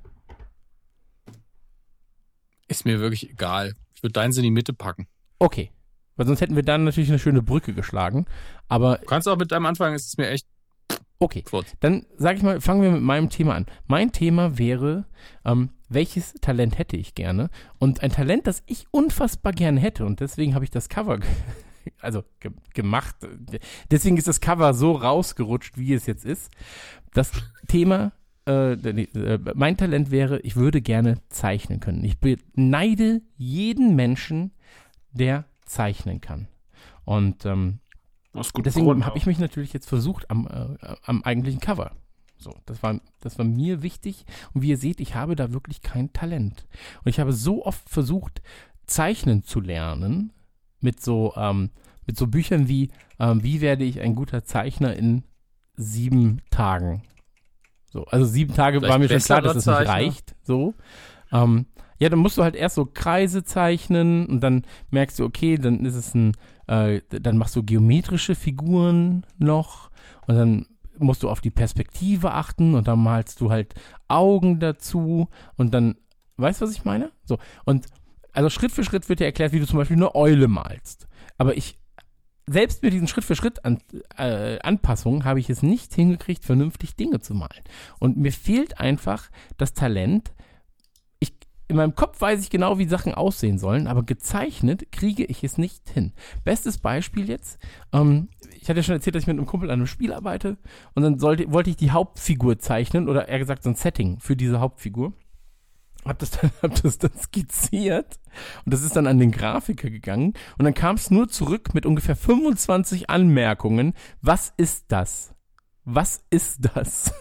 Ist mir wirklich egal. Ich würde deins in die Mitte packen. Okay, weil sonst hätten wir dann natürlich eine schöne Brücke geschlagen. Aber Du kannst auch mit deinem anfangen, es ist mir echt okay, kurz. dann sage ich mal, fangen wir mit meinem Thema an. Mein Thema wäre, ähm, welches Talent hätte ich gerne? Und ein Talent, das ich unfassbar gerne hätte, und deswegen habe ich das Cover ge- also ge- gemacht. Deswegen ist das Cover so rausgerutscht, wie es jetzt ist. Das Thema, äh, äh, mein Talent wäre, ich würde gerne zeichnen können. Ich beneide jeden Menschen, der zeichnen kann. Und ähm, Aus gutem deswegen Grund habe auch. ich mich natürlich jetzt versucht am, äh, am eigentlichen Cover. So, das war, das war mir wichtig. Und wie ihr seht, ich habe da wirklich kein Talent. Und ich habe so oft versucht, zeichnen zu lernen mit so, ähm, mit so Büchern wie ähm, Wie werde ich ein guter Zeichner in sieben Tagen? So, also sieben Tage Vielleicht war mir schon klar, dass besserer das nicht Zeichner. reicht. So. Ähm, ja, dann musst du halt erst so Kreise zeichnen und dann merkst du, okay, dann ist es ein, äh, dann machst du geometrische Figuren noch und dann musst du auf die Perspektive achten und dann malst du halt Augen dazu und dann, weißt du, was ich meine? So, und also Schritt für Schritt wird dir erklärt, wie du zum Beispiel eine Eule malst. Aber ich, selbst mit diesen Schritt für Schritt an, äh, Anpassungen habe ich es nicht hingekriegt, vernünftig Dinge zu malen. Und mir fehlt einfach das Talent. Ich, in meinem Kopf weiß ich genau, wie Sachen aussehen sollen, aber gezeichnet kriege ich es nicht hin. Bestes Beispiel jetzt, ähm, ich hatte ja schon erzählt, dass ich mit einem Kumpel an einem Spiel arbeite und dann sollte, wollte ich die Hauptfigur zeichnen oder eher gesagt so ein Setting für diese Hauptfigur. Hab das dann, hab das dann skizziert und das ist dann an den Grafiker gegangen und dann kam es nur zurück mit ungefähr fünfundzwanzig Anmerkungen. Was ist das? Was ist das?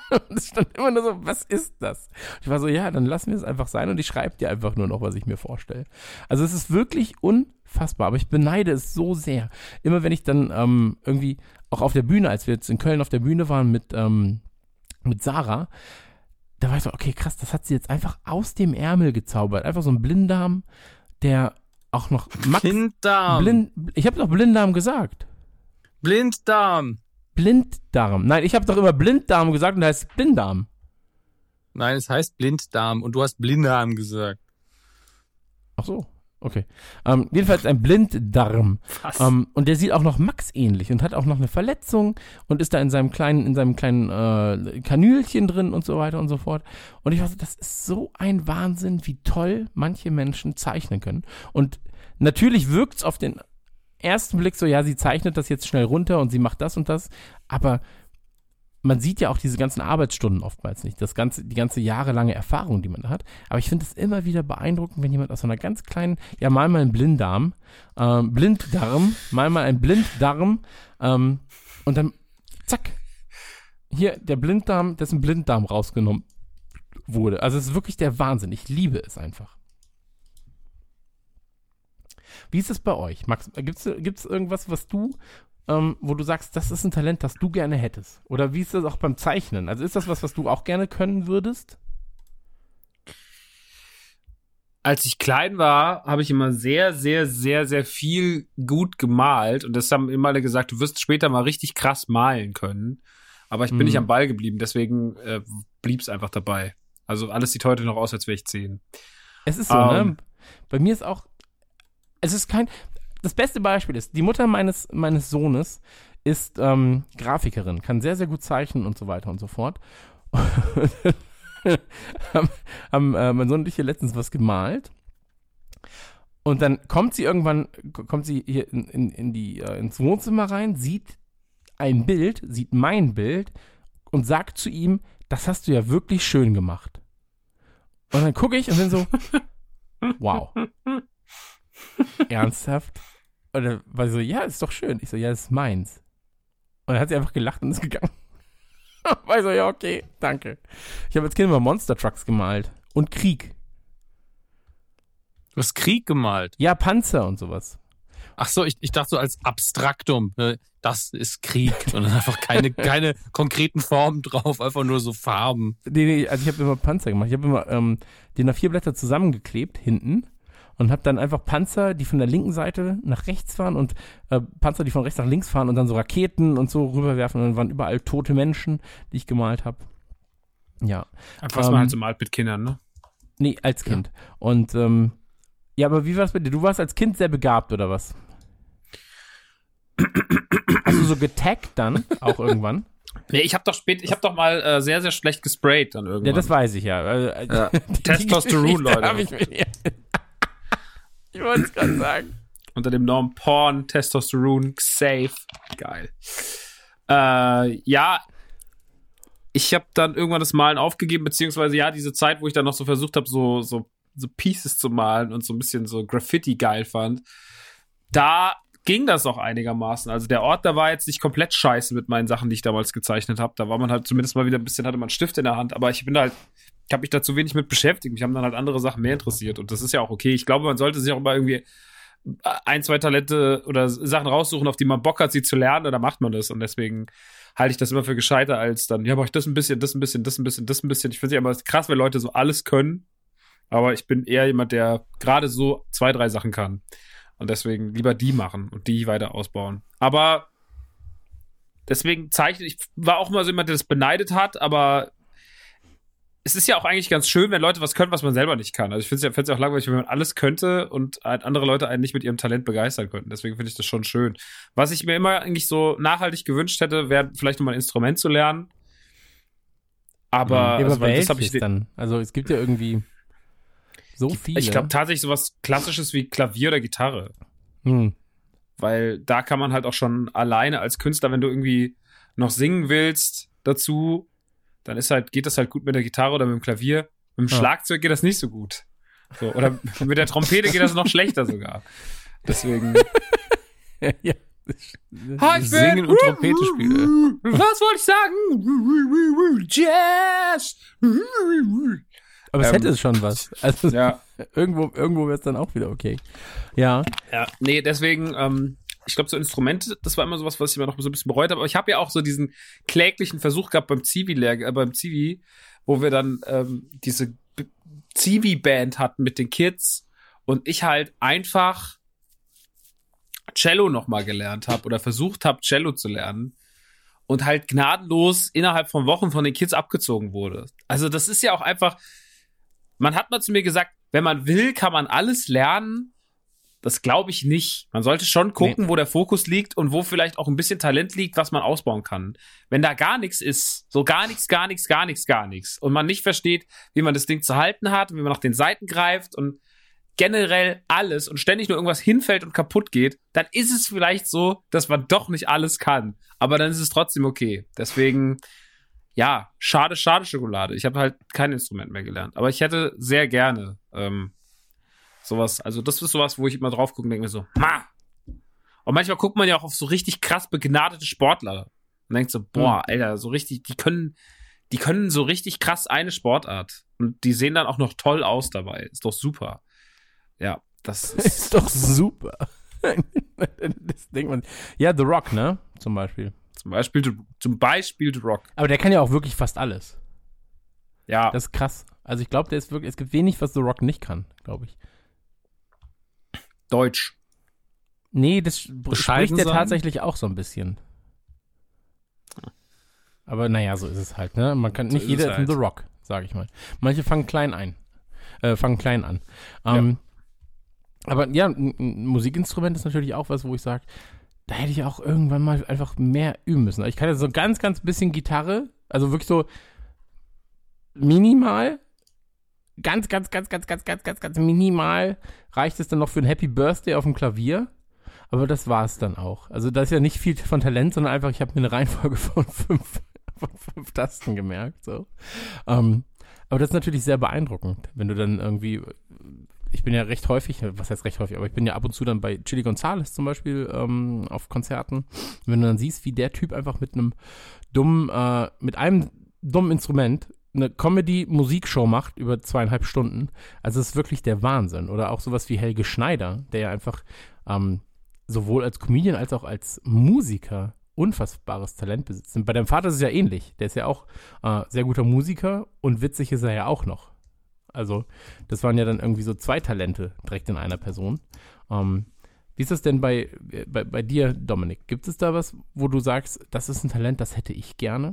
Und es stand immer nur so, was ist das? Ich war so, ja, dann lassen wir es einfach sein und ich schreibe dir einfach nur noch, was ich mir vorstelle. Also es ist wirklich unfassbar, aber ich beneide es so sehr. Immer wenn ich dann ähm, irgendwie, auch auf der Bühne, als wir jetzt in Köln auf der Bühne waren mit, ähm, mit Sarah, da war ich so, okay, krass, das hat sie jetzt einfach aus dem Ärmel gezaubert. Einfach so ein Blinddarm, der auch noch Max... Blinddarm. Blind, ich habe doch Blinddarm gesagt. Blinddarm. Blinddarm. Nein, ich habe doch immer Blinddarm gesagt und da heißt Blinddarm. Nein, es heißt Blinddarm und du hast Blinddarm gesagt. Ach so, okay. Ähm, jedenfalls ein Blinddarm. Was? Ähm, und der sieht auch noch Max ähnlich und hat auch noch eine Verletzung und ist da in seinem kleinen, in seinem kleinen äh, Kanülchen drin und so weiter und so fort. Und ich war so, das ist so ein Wahnsinn, wie toll manche Menschen zeichnen können. Und natürlich wirkt's auf den ersten Blick so, ja, sie zeichnet das jetzt schnell runter und sie macht das und das, aber man sieht ja auch diese ganzen Arbeitsstunden oftmals nicht, das ganze, die ganze jahrelange Erfahrung, die man da hat, aber ich finde es immer wieder beeindruckend, wenn jemand aus so einer ganz kleinen, ja, mal mal ein Blinddarm, ähm, Blinddarm, mal mal ein Blinddarm, ähm, und dann, zack, hier, der Blinddarm, dessen Blinddarm rausgenommen wurde. Also es ist wirklich der Wahnsinn, ich liebe es einfach. Wie ist es bei euch, Max? Gibt es irgendwas, was du, ähm, wo du sagst, das ist ein Talent, das du gerne hättest? Oder wie ist das auch beim Zeichnen? Also ist das was, was du auch gerne können würdest? Als ich klein war, habe ich immer sehr, sehr, sehr, sehr viel gut gemalt. Und das haben immer alle gesagt, du wirst später mal richtig krass malen können. Aber ich bin Mhm. nicht am Ball geblieben, deswegen äh, blieb es einfach dabei. Also alles sieht heute noch aus, als wäre ich zehn. Es ist so, Ähm. ne? Bei mir ist auch, es ist kein, das beste Beispiel ist, die Mutter meines, meines Sohnes ist ähm, Grafikerin, kann sehr, sehr gut zeichnen und so weiter und so fort. haben haben äh, mein Sohn und ich hier letztens was gemalt. Und dann kommt sie irgendwann, kommt sie hier in, in, in die, äh, ins Wohnzimmer rein, sieht ein Bild, sieht mein Bild und sagt zu ihm, das hast du ja wirklich schön gemacht. Und dann gucke ich und bin so, wow. Ernsthaft? Und dann war sie so, ja, ist doch schön. Ich so, ja, das ist meins. Und dann hat sie einfach gelacht und ist gegangen. War ich so, ja, okay, danke. Ich habe als Kind immer Monster Trucks gemalt. Und Krieg. Du hast Krieg gemalt. Ja, Panzer und sowas. Ach so, ich, ich dachte so als Abstraktum, ne, das ist Krieg und dann einfach keine, keine konkreten Formen drauf, einfach nur so Farben. Nee, nee, also ich habe immer Panzer gemacht. Ich habe immer ähm, die A vier Blätter zusammengeklebt, hinten. Und habe dann einfach Panzer, die von der linken Seite nach rechts fahren und äh, Panzer, die von rechts nach links fahren und dann so Raketen und so rüberwerfen. Und dann waren überall tote Menschen, die ich gemalt habe. Ja. Einfach was Ähm, man halt so malt mit Kindern, ne? Nee, als Kind. Und ähm, ja, aber wie war es bei dir? Du warst als Kind sehr begabt, oder was? Hast du so getaggt dann auch irgendwann? Nee, ich habe doch spät, ich habe doch mal äh, sehr, sehr schlecht gesprayt dann irgendwann. Ja, das weiß ich ja. Äh, Ja. die Testosteron, Geschichte Leute. hab Ich, mir- ich wollte es gerade sagen. Unter dem Namen Porn, Testosteron, safe. Geil. Äh, ja, ich habe dann irgendwann das Malen aufgegeben, beziehungsweise ja, diese Zeit, wo ich dann noch so versucht habe, so, so, so Pieces zu malen und so ein bisschen so Graffiti geil fand, da ging das auch einigermaßen. Also der Ort, da war jetzt nicht komplett scheiße mit meinen Sachen, die ich damals gezeichnet habe. Da war man halt zumindest mal wieder ein bisschen, hatte man einen Stift in der Hand, aber ich bin halt, ich habe mich da zu wenig mit beschäftigt. Mich haben dann halt andere Sachen mehr interessiert und das ist ja auch okay. Ich glaube, man sollte sich auch immer irgendwie ein, zwei Talente oder Sachen raussuchen, auf die man Bock hat, sie zu lernen, und dann macht man das. Und deswegen halte ich das immer für gescheiter als dann, ja, mach ich das ein bisschen, das ein bisschen, das ein bisschen, das ein bisschen. Ich finde es ja immer krass, wenn Leute so alles können, aber ich bin eher jemand, der gerade so zwei, drei Sachen kann. Und deswegen lieber die machen und die weiter ausbauen. Aber deswegen zeichne ich, war auch immer so jemand, der das beneidet hat, aber es ist ja auch eigentlich ganz schön, wenn Leute was können, was man selber nicht kann. Also ich finde es ja, ja auch langweilig, wenn man alles könnte und andere Leute einen nicht mit ihrem Talent begeistern könnten. Deswegen finde ich das schon schön. Was ich mir immer eigentlich so nachhaltig gewünscht hätte, wäre vielleicht nochmal ein Instrument zu lernen. Aber, Ja, also, aber weil das hab welches ich dann? Also es gibt ja irgendwie so viele. Ich glaube tatsächlich sowas Klassisches wie Klavier oder Gitarre. Hm. Weil da kann man halt auch schon alleine als Künstler, wenn du irgendwie noch singen willst dazu, dann ist halt, geht das halt gut mit der Gitarre oder mit dem Klavier. Mit dem Ja. Schlagzeug geht das nicht so gut. So, oder mit der Trompete geht das noch schlechter sogar. Deswegen, ja. Ha, ich Singen bin- und Trompete spielen. Was wollte ich sagen? Jazz! Aber es Ähm, hätte schon was. Also Ja. irgendwo, irgendwo wäre es dann auch wieder okay. Ja. Ja, nee, deswegen, ähm, ich glaube, so Instrumente, das war immer sowas, was ich immer noch so ein bisschen bereut habe. Aber ich habe ja auch so diesen kläglichen Versuch gehabt beim Zivi, äh, beim Zivi, wo wir dann ähm, diese B- Zivi-Band hatten mit den Kids und ich halt einfach Cello nochmal gelernt habe oder versucht habe, Cello zu lernen und halt gnadenlos innerhalb von Wochen von den Kids abgezogen wurde. Also das ist ja auch einfach, man hat mal zu mir gesagt, wenn man will, kann man alles lernen. Das glaube ich nicht. Man sollte schon gucken, Nee. wo der Fokus liegt und wo vielleicht auch ein bisschen Talent liegt, was man ausbauen kann. Wenn da gar nichts ist, so gar nichts, gar nichts, gar nichts, gar nichts und man nicht versteht, wie man das Ding zu halten hat, wie man nach den Seiten greift und generell alles und ständig nur irgendwas hinfällt und kaputt geht, dann ist es vielleicht so, dass man doch nicht alles kann. Aber dann ist es trotzdem okay. Deswegen, ja, schade, schade Schokolade. Ich habe halt kein Instrument mehr gelernt. Aber ich hätte sehr gerne ähm, sowas, also das ist sowas, wo ich immer drauf gucke und denke mir so, ma! Und manchmal guckt man ja auch auf so richtig krass begnadete Sportler und denkt so, boah, Alter, so richtig, die können, die können so richtig krass eine Sportart. Und die sehen dann auch noch toll aus dabei. Ist doch super. Ja, das ist, Ist doch super. Das denkt man. Ja, The Rock, ne? Zum Beispiel. zum Beispiel, zum Beispiel The Rock. Aber der kann ja auch wirklich fast alles. Ja, Das ist krass. Also ich glaube, der ist wirklich, es gibt wenig, was The Rock nicht kann, glaube ich. Deutsch. Nee, das sp- Bescheiden spricht er sein? tatsächlich auch so ein bisschen. Aber naja, so ist es halt, ne? Man kann, So nicht ist jeder es ist ein halt. The Rock, sage ich mal. Manche fangen klein ein. Äh, fangen klein an. Ähm, Aber ja, ein, ein Musikinstrument ist natürlich auch was, wo ich sage, da hätte ich auch irgendwann mal einfach mehr üben müssen. Ich kann ja so ganz, ganz bisschen Gitarre, also wirklich so minimal, ganz, ganz, ganz, ganz, ganz, ganz, ganz, ganz minimal reicht es dann noch für ein Happy Birthday auf dem Klavier. Aber das war es dann auch. Also da ist ja nicht viel von Talent, sondern einfach, ich habe mir eine Reihenfolge von fünf, von fünf Tasten gemerkt. So. Ähm, aber das ist natürlich sehr beeindruckend, wenn du dann irgendwie, ich bin ja recht häufig, was heißt recht häufig, aber ich bin ja ab und zu dann bei Chili Gonzales zum Beispiel ähm, auf Konzerten. Wenn du dann siehst, wie der Typ einfach mit einem dummen, äh, mit einem dummen Instrument eine Comedy-Musikshow macht über zweieinhalb Stunden. Also es ist wirklich der Wahnsinn. Oder auch sowas wie Helge Schneider, der ja einfach ähm, sowohl als Comedian als auch als Musiker unfassbares Talent besitzt. Und bei deinem Vater ist es ja ähnlich. Der ist ja auch äh, sehr guter Musiker und witzig ist er ja auch noch. Also das waren ja dann irgendwie so zwei Talente direkt in einer Person. Ähm, wie ist das denn bei, bei, bei dir, Dominik? Gibt es da was, wo du sagst, das ist ein Talent, das hätte ich gerne?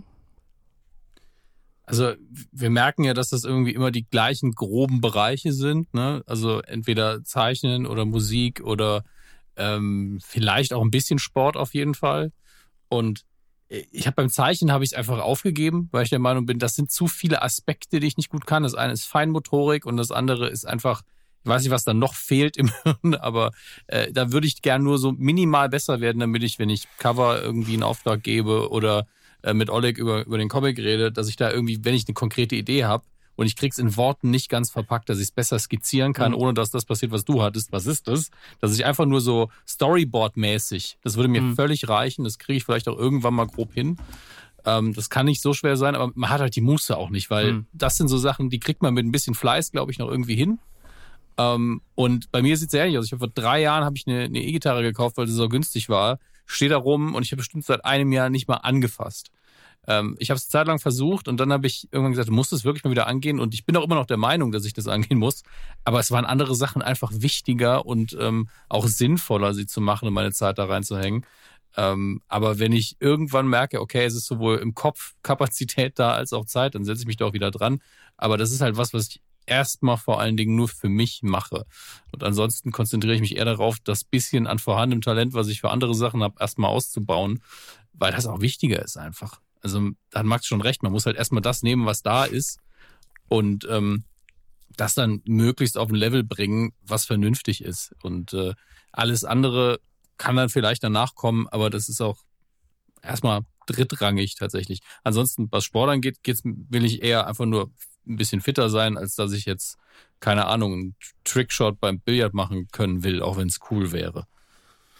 Also wir merken ja, dass das irgendwie immer die gleichen groben Bereiche sind, ne? Also entweder Zeichnen oder Musik oder ähm, vielleicht auch ein bisschen Sport auf jeden Fall. Und ich habe beim Zeichnen habe ich es einfach aufgegeben, weil ich der Meinung bin, das sind zu viele Aspekte, die ich nicht gut kann. Das eine ist Feinmotorik und das andere ist einfach, ich weiß nicht, was da noch fehlt im Hirn, aber äh, da würde ich gern nur so minimal besser werden, damit ich, wenn ich Cover irgendwie einen Auftrag gebe oder äh, mit Oleg über, über den Comic rede, dass ich da irgendwie, wenn ich eine konkrete Idee habe und ich krieg's in Worten nicht ganz verpackt, dass ich es besser skizzieren kann, Mhm. ohne dass das passiert, was du hattest. Was ist das? Dass ich einfach nur so Storyboard-mäßig, das würde mir Mhm. völlig reichen, das kriege ich vielleicht auch irgendwann mal grob hin. Ähm, das kann nicht so schwer sein, aber man hat halt die Muße auch nicht, weil Mhm. das sind so Sachen, die kriegt man mit ein bisschen Fleiß, glaube ich, noch irgendwie hin. Ähm, und bei mir sieht's ja ähnlich aus. Ich habe vor drei Jahren habe ich eine eine E-Gitarre gekauft, weil sie so günstig war. Stehe da rum und ich habe bestimmt seit einem Jahr nicht mal angefasst. Ähm, ich habe es eine Zeit lang versucht und dann habe ich irgendwann gesagt, du musst es wirklich mal wieder angehen. Und ich bin auch immer noch der Meinung, dass ich das angehen muss. Aber es waren andere Sachen einfach wichtiger und ähm, auch sinnvoller, sie zu machen und meine Zeit da reinzuhängen. Ähm, aber wenn ich irgendwann merke, okay, es ist sowohl im Kopf Kapazität da als auch Zeit, dann setze ich mich da auch wieder dran. Aber das ist halt was, was ich erstmal vor allen Dingen nur für mich mache. Und ansonsten konzentriere ich mich eher darauf, das bisschen an vorhandenem Talent, was ich für andere Sachen habe, erstmal auszubauen, weil das auch wichtiger ist einfach. Also dann Max schon recht, man muss halt erstmal das nehmen, was da ist und ähm, das dann möglichst auf ein Level bringen, was vernünftig ist. Und äh, alles andere kann dann vielleicht danach kommen, aber das ist auch erstmal drittrangig tatsächlich. Ansonsten, was Sport angeht, geht's, will ich eher einfach nur ein bisschen fitter sein, als dass ich jetzt, keine Ahnung, einen Trickshot beim Billard machen können will, auch wenn es cool wäre.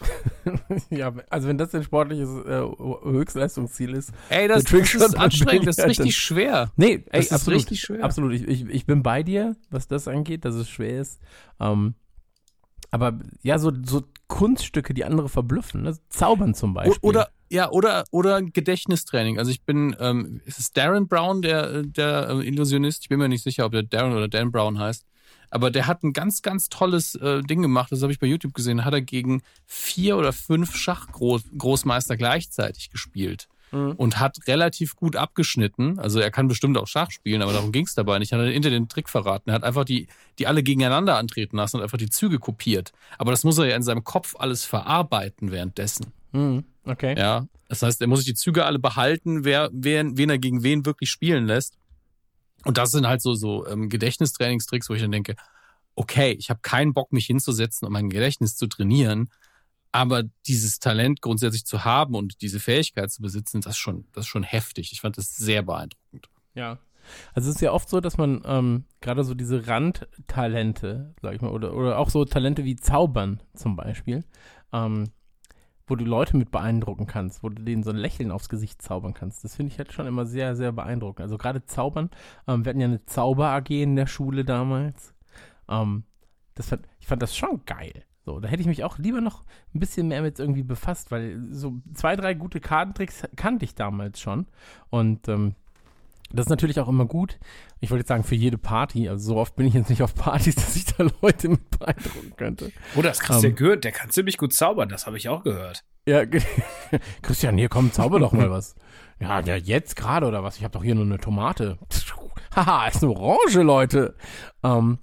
Ja, also wenn das dein sportliches äh, Höchstleistungsziel ist. Ey, das, der das Trickshot ist anstrengend, das ist dann- richtig schwer. Nee, ey, Das ist absolut, richtig schwer. absolut. Ich, ich, ich bin bei dir, was das angeht, dass es schwer ist. Ähm, aber ja, so, so Kunststücke, die andere verblüffen, ne? Zaubern zum Beispiel. Oder, ja, oder, oder Gedächtnistraining. Also ich bin, ähm, ist es Darren Brown, der, der äh, Illusionist? Ich bin mir nicht sicher, ob der Darren oder Dan Brown heißt. Aber der hat ein ganz, ganz tolles äh, Ding gemacht, das habe ich bei YouTube gesehen, hat er gegen vier oder fünf Schachgroßmeister gleichzeitig gespielt mhm. und hat relativ gut abgeschnitten. Also er kann bestimmt auch Schach spielen, aber darum ging es dabei nicht. Er hat hinter den Trick verraten. Er hat einfach die, die alle gegeneinander antreten lassen und einfach die Züge kopiert. Aber das muss er ja in seinem Kopf alles verarbeiten währenddessen. Mhm. Okay. Ja, das heißt, er muss sich die Züge alle behalten, wer, wer, wen er gegen wen wirklich spielen lässt. Und das sind halt so, so ähm, Gedächtnistrainingstricks, wo ich dann denke, okay, ich habe keinen Bock, mich hinzusetzen, um mein Gedächtnis zu trainieren, aber dieses Talent grundsätzlich zu haben und diese Fähigkeit zu besitzen, das ist schon, das ist schon heftig. Ich fand das sehr beeindruckend. Ja. Also es ist ja oft so, dass man ähm, gerade so diese Randtalente, sag ich mal, oder, oder auch so Talente wie Zaubern zum Beispiel, ähm, wo du Leute mit beeindrucken kannst, wo du denen so ein Lächeln aufs Gesicht zaubern kannst. Das finde ich halt schon immer sehr, sehr beeindruckend. Also gerade Zaubern, ähm, wir hatten ja eine Zauber-A G in der Schule damals. Ähm, das fand, ich fand das schon geil. So, da hätte ich mich auch lieber noch ein bisschen mehr mit irgendwie befasst, weil so zwei, drei gute Kartentricks kannte ich damals schon. Und ähm, das ist natürlich auch immer gut. Ich wollte jetzt sagen, für jede Party. Also so oft bin ich jetzt nicht auf Partys, dass ich da Leute mit beeindrucken könnte. Oh, das Christian Ähm. Goeth, der kann ziemlich gut zaubern, das habe ich auch gehört. Ja, Christian, hier komm, zauber doch mal was. Ja, ja, jetzt gerade oder was? Ich habe doch hier nur eine Tomate. Haha, ist eine Orange, Leute. Ähm,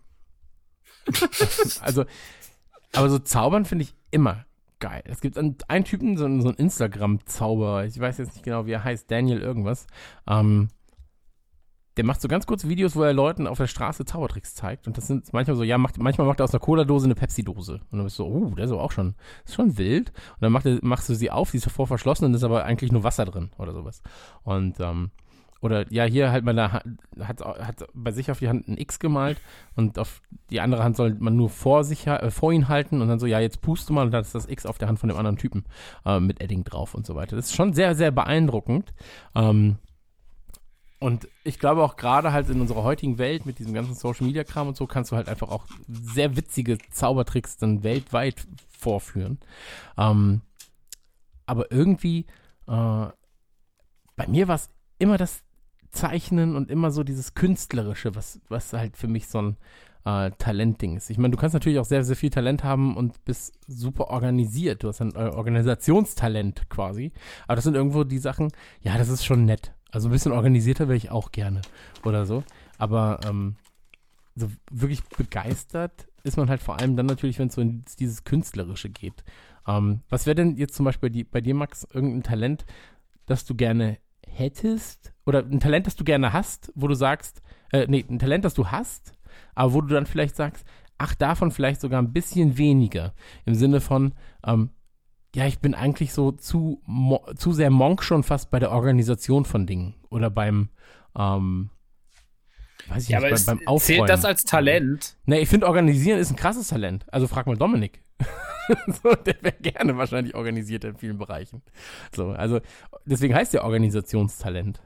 also, aber so zaubern finde ich immer geil. Es gibt einen, einen Typen, so, einen- so einen Instagram-Zauberer, ich weiß jetzt nicht genau, wie er heißt, Daniel irgendwas. Ähm, der macht so ganz kurze Videos, wo er Leuten auf der Straße Zaubertricks zeigt. Und das sind manchmal so, ja, macht, manchmal macht er aus einer Cola-Dose eine Pepsi-Dose. Und dann bist du so, oh, der ist aber auch schon, ist schon wild. Und dann macht er, machst du sie auf, die ist davor verschlossen und ist aber eigentlich nur Wasser drin oder sowas. Und, ähm, oder ja, hier halt mal da hat, hat bei sich auf die Hand ein X gemalt und auf die andere Hand soll man nur vor sich äh, vor ihn halten und dann so, ja, jetzt puste mal und dann ist das X auf der Hand von dem anderen Typen äh, mit Edding drauf und so weiter. Das ist schon sehr, sehr beeindruckend. Ähm, Und ich glaube auch gerade halt in unserer heutigen Welt mit diesem ganzen Social-Media-Kram und so kannst du halt einfach auch sehr witzige Zaubertricks dann weltweit vorführen. Ähm, aber irgendwie, äh, bei mir war es immer das Zeichnen und immer so dieses Künstlerische, was, was halt für mich so ein äh, Talentding ist. Ich meine, du kannst natürlich auch sehr, sehr viel Talent haben und bist super organisiert. Du hast ein äh, Organisationstalent quasi. Aber das sind irgendwo die Sachen, ja, das ist schon nett. Also ein bisschen organisierter wäre ich auch gerne oder so. Aber ähm, so wirklich begeistert ist man halt vor allem dann natürlich, wenn es so in dieses Künstlerische geht. Ähm, was wäre denn jetzt zum Beispiel bei, die, bei dir, Max, irgendein Talent, das du gerne hättest? Oder ein Talent, das du gerne hast, wo du sagst, äh, nee, ein Talent, das du hast, aber wo du dann vielleicht sagst, ach, davon vielleicht sogar ein bisschen weniger. Im Sinne von, ähm, ja, ich bin eigentlich so zu, mo- zu sehr Monk schon fast bei der Organisation von Dingen oder beim, ähm, weiß ich Ja, nicht, aber beim, es, beim Aufräumen. zählt das als Talent? Nee, ich finde, organisieren ist ein krasses Talent. Also frag mal Dominik. So, der wäre gerne wahrscheinlich organisiert in vielen Bereichen. So, also deswegen heißt der Organisationstalent.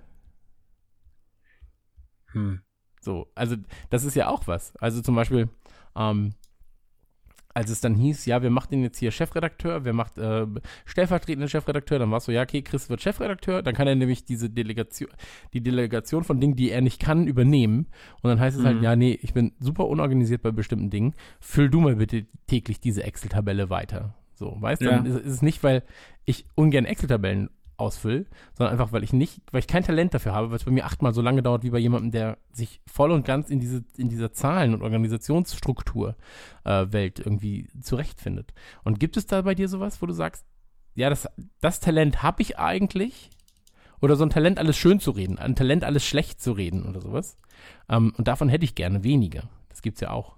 Hm. So, also das ist ja auch was. Also zum Beispiel, ähm, als es dann hieß, ja, wer macht den jetzt hier Chefredakteur, wer macht äh, stellvertretenden Chefredakteur, dann war es so, ja, okay, Chris wird Chefredakteur, dann kann er nämlich diese Delegation, die Delegation von Dingen, die er nicht kann, übernehmen. Und dann heißt es halt, Mhm. ja, nee, ich bin super unorganisiert bei bestimmten Dingen, füll du mal bitte täglich diese Excel-Tabelle weiter. So, weißt du, Ja. dann ist, ist es nicht, weil ich ungern Excel-Tabellen ausfülle, sondern einfach, weil ich nicht, weil ich kein Talent dafür habe, weil es bei mir achtmal so lange dauert wie bei jemandem, der sich voll und ganz in diese, in dieser Zahlen- und Organisationsstruktur äh, Welt irgendwie zurechtfindet. Und gibt es da bei dir sowas, wo du sagst, ja, das, das Talent habe ich eigentlich? Oder so ein Talent, alles schön zu reden, ein Talent, alles schlecht zu reden oder sowas. Ähm, und davon hätte ich gerne weniger. Das gibt's ja auch.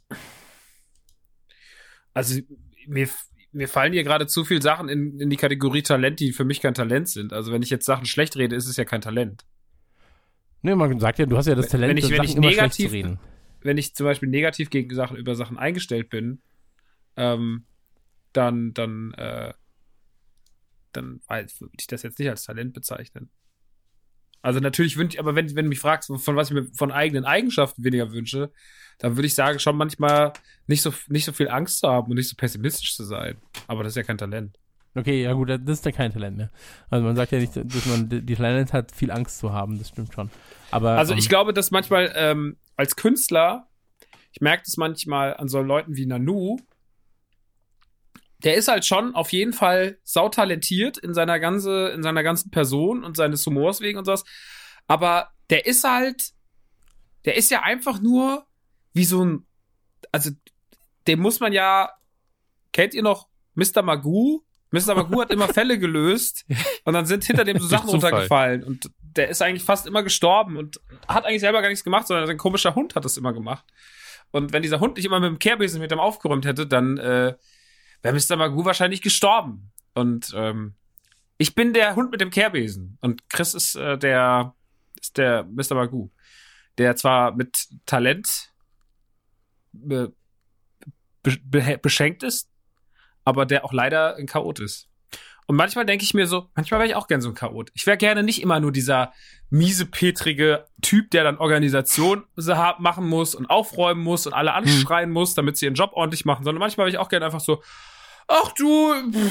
Also mir, mir fallen hier gerade zu viele Sachen in, in die Kategorie Talent, die für mich kein Talent sind. Also wenn ich jetzt Sachen schlecht rede, ist es ja kein Talent. Nee, man sagt ja, du hast ja das Talent, Wenn ich- das wenn Sachen ich immer schlecht negativ- zu reden. Wenn ich zum Beispiel negativ gegen Sachen über Sachen eingestellt bin, ähm, dann, dann, äh, dann würde ich das jetzt nicht als Talent bezeichnen. Also natürlich wünsche ich, aber wenn, wenn du mich fragst, von was ich mir von eigenen Eigenschaften weniger wünsche, dann würde ich sagen, schon manchmal nicht so, nicht so viel Angst zu haben und nicht so pessimistisch zu sein. Aber das ist ja kein Talent. Okay, ja gut, das ist ja kein Talent mehr. Also man sagt ja nicht, dass man die Talent hat, viel Angst zu haben, das stimmt schon. Aber, also ähm, ich glaube, dass manchmal ähm, als Künstler, ich merke das manchmal an so Leuten wie Nanu, der ist halt schon auf jeden Fall sautalentiert in seiner ganze, in seiner ganzen Person und seines Humors wegen und sowas. Aber der ist halt, der ist ja einfach nur wie so ein, also dem muss man ja, kennt ihr noch Mister Magoo? Mister Magoo hat immer Fälle gelöst und dann sind hinter dem so Sachen runtergefallen und der ist eigentlich fast immer gestorben und hat eigentlich selber gar nichts gemacht, sondern sein komischer Hund hat das immer gemacht. Und wenn dieser Hund nicht immer mit dem Kehrbesen mit dem aufgeräumt hätte, dann äh, wäre Mister Magoo wahrscheinlich gestorben. Und ähm, ich bin der Hund mit dem Kehrbesen und Chris ist äh, der ist der Mister Magoo, der zwar mit Talent be, be, beschenkt ist, aber der auch leider ein Chaot ist. Und manchmal denke ich mir so, manchmal wäre ich auch gern so ein Chaot. Ich wäre gerne nicht immer nur dieser miesepetrige Typ, der dann Organisation machen muss und aufräumen muss und alle anschreien hm. muss, damit sie ihren Job ordentlich machen, sondern manchmal wäre ich auch gerne einfach so, ach du,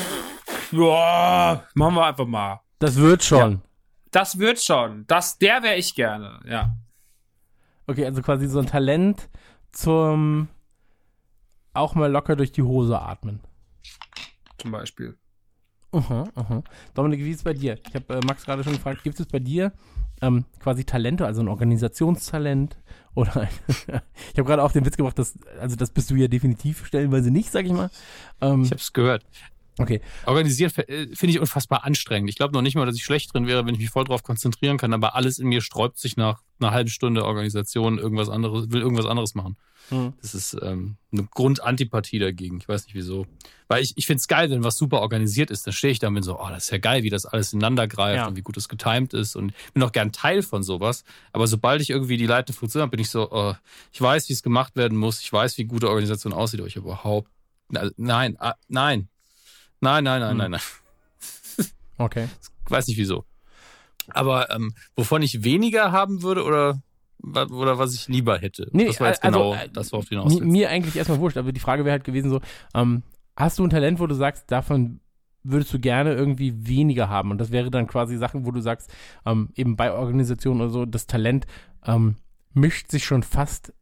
ja, machen wir einfach mal. Das wird schon. Ja, das wird schon. Das, der wäre ich gerne, ja. Okay, also quasi so ein Talent zum auch mal locker durch die Hose atmen. Zum Beispiel. Aha, aha. Dominik, wie ist es bei dir? Ich habe äh, Max gerade schon gefragt, gibt es bei dir ähm, quasi Talente, also ein Organisationstalent oder ein ich habe gerade auch den Witz gebracht, dass, also das bist du ja definitiv stellenweise nicht, sag ich mal. Ähm, ich habe es gehört. Okay. Organisieren finde ich unfassbar anstrengend. Ich glaube noch nicht mal, dass ich schlecht drin wäre, wenn ich mich voll drauf konzentrieren kann, aber alles in mir sträubt sich nach einer halben Stunde Organisation, irgendwas anderes, will irgendwas anderes machen. Hm. Das ist ähm, eine Grundantipathie dagegen. Ich weiß nicht wieso. Weil ich, ich finde es geil, wenn was super organisiert ist, dann stehe ich da und bin so, oh, das ist ja geil, wie das alles ineinander greift ja. und wie gut es getimed ist und bin auch gern Teil von sowas. Aber sobald ich irgendwie die leitende Funktion habe, bin ich so, oh, ich weiß, wie es gemacht werden muss, ich weiß, wie gute Organisation aussieht, aber ich überhaupt, nein, ah, nein. Nein, nein, nein, hm. nein, nein. Okay. Ich weiß nicht wieso. Aber ähm, wovon ich weniger haben würde oder, oder was ich lieber hätte. Nee, das war jetzt also, genau äh, das, worauf du hinaus willst. Mir eigentlich erstmal wurscht, aber die Frage wäre halt gewesen so, ähm, hast du ein Talent, wo du sagst, davon würdest du gerne irgendwie weniger haben? Und das wäre dann quasi Sachen, wo du sagst, ähm, eben bei Organisationen oder so, das Talent ähm, mischt sich schon fast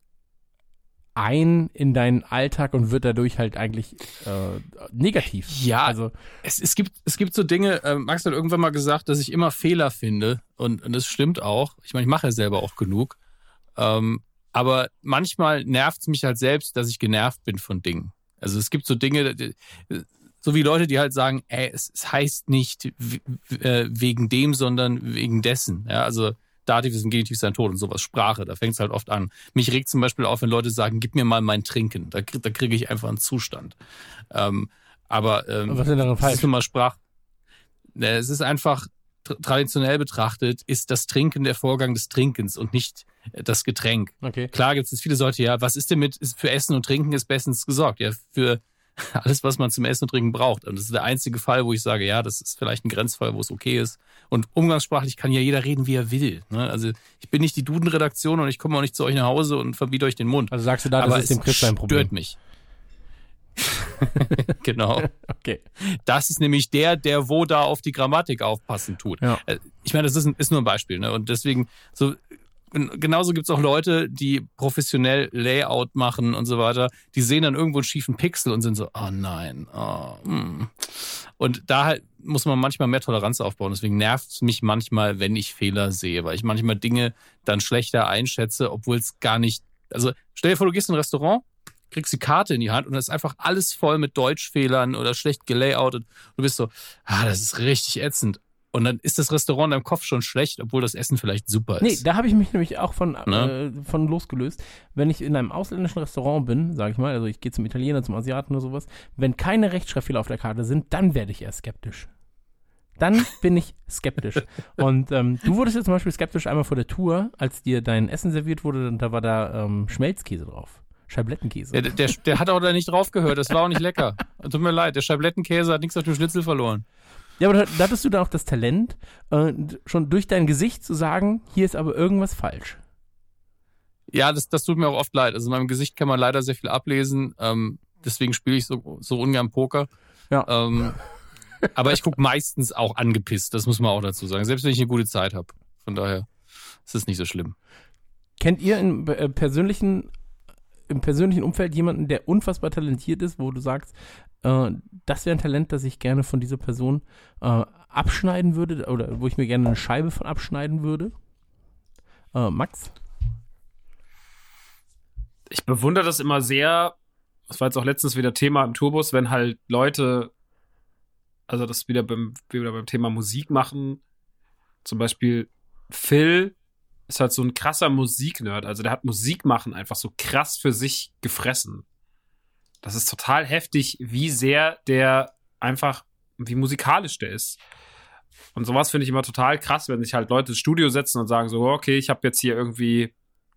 ein in deinen Alltag und wird dadurch halt eigentlich äh, negativ. Ja, also es, es, gibt, es gibt so Dinge, äh, Max hat irgendwann mal gesagt, dass ich immer Fehler finde und, und das stimmt auch. Ich meine, ich mache ja selber auch genug. Ähm, aber manchmal nervt es mich halt selbst, dass ich genervt bin von Dingen. Also es gibt so Dinge, die, so wie Leute, die halt sagen, ey, es, es heißt nicht w- w- wegen dem, sondern wegen dessen. Ja, also Dativ ist ein Genitiv sein Tod und sowas, Sprache, da fängt es halt oft an. Mich regt zum Beispiel auf, wenn Leute sagen, gib mir mal mein Trinken. Da, da kriege ich einfach einen Zustand. Ähm, aber ähm, was ist denn daran falsch? Das ist nun mal Sprach. Es ist einfach, tra- traditionell betrachtet, ist das Trinken der Vorgang des Trinkens und nicht das Getränk. Okay. Klar gibt es jetzt viele Leute, ja, was ist denn mit, ist für Essen und Trinken ist bestens gesorgt. Ja, für alles, was man zum Essen und Trinken braucht. Und das ist der einzige Fall, wo ich sage, ja, das ist vielleicht ein Grenzfall, wo es okay ist. Und umgangssprachlich kann ja jeder reden, wie er will. Ne? Also ich bin nicht die Duden-Redaktion und ich komme auch nicht zu euch nach Hause und verbiete euch den Mund. Also sagst du da, aber das ist dem Chris dein Problem. Stört mich. Genau. Okay. Das ist nämlich der, der wo da auf die Grammatik aufpassen tut. Ja. Ich meine, das ist, ein, ist nur ein Beispiel. Ne? Und deswegen, so genauso gibt es auch Leute, die professionell Layout machen und so weiter. Die sehen dann irgendwo einen schiefen Pixel und sind so, oh nein. Oh, mm. Und da halt muss man manchmal mehr Toleranz aufbauen. Deswegen nervt es mich manchmal, wenn ich Fehler sehe, weil ich manchmal Dinge dann schlechter einschätze, obwohl es gar nicht... Also stell dir vor, du gehst in ein Restaurant, kriegst die Karte in die Hand und da ist einfach alles voll mit Deutschfehlern oder schlecht gelayoutet. Du bist so, ah, das ist richtig ätzend. Und dann ist das Restaurant in deinem Kopf schon schlecht, obwohl das Essen vielleicht super ist. Nee, da habe ich mich nämlich auch von, ne? äh, von losgelöst. Wenn ich in einem ausländischen Restaurant bin, sage ich mal, also ich gehe zum Italiener, zum Asiaten oder sowas, wenn keine Rechtschreibfehler auf der Karte sind, dann werde ich eher skeptisch. Dann bin ich skeptisch. Und ähm, du wurdest jetzt zum Beispiel skeptisch einmal vor der Tour, als dir dein Essen serviert wurde, und da war da ähm, Schmelzkäse drauf. Scheiblettenkäse. Der, der, der hat auch da nicht drauf gehört, das war auch nicht lecker. Tut mir leid, der Scheiblettenkäse hat nichts auf dem Schnitzel verloren. Ja, aber da, da hattest du dann auch das Talent, äh, schon durch dein Gesicht zu sagen, hier ist aber irgendwas falsch. Ja, das, das tut mir auch oft leid. Also in meinem Gesicht kann man leider sehr viel ablesen. Ähm, deswegen spiele ich so, so ungern Poker. Ja. Ähm, aber ich gucke meistens auch angepisst, das muss man auch dazu sagen. Selbst wenn ich eine gute Zeit habe. Von daher ist es nicht so schlimm. Kennt ihr im, äh, persönlichen, im persönlichen Umfeld jemanden, der unfassbar talentiert ist, wo du sagst, äh, das wäre ein Talent, das ich gerne von dieser Person äh, abschneiden würde oder wo ich mir gerne eine Scheibe von abschneiden würde? Äh, Max? Ich bewundere das immer sehr, das war jetzt auch letztens wieder Thema im Tourbus, wenn halt Leute, also das wieder beim, wieder beim Thema Musik machen, zum Beispiel Phil ist halt so ein krasser Musiknerd, also der hat Musik machen einfach so krass für sich gefressen. Das ist total heftig, wie sehr der einfach, wie musikalisch der ist. Und sowas finde ich immer total krass, wenn sich halt Leute ins Studio setzen und sagen so, okay, ich habe jetzt hier irgendwie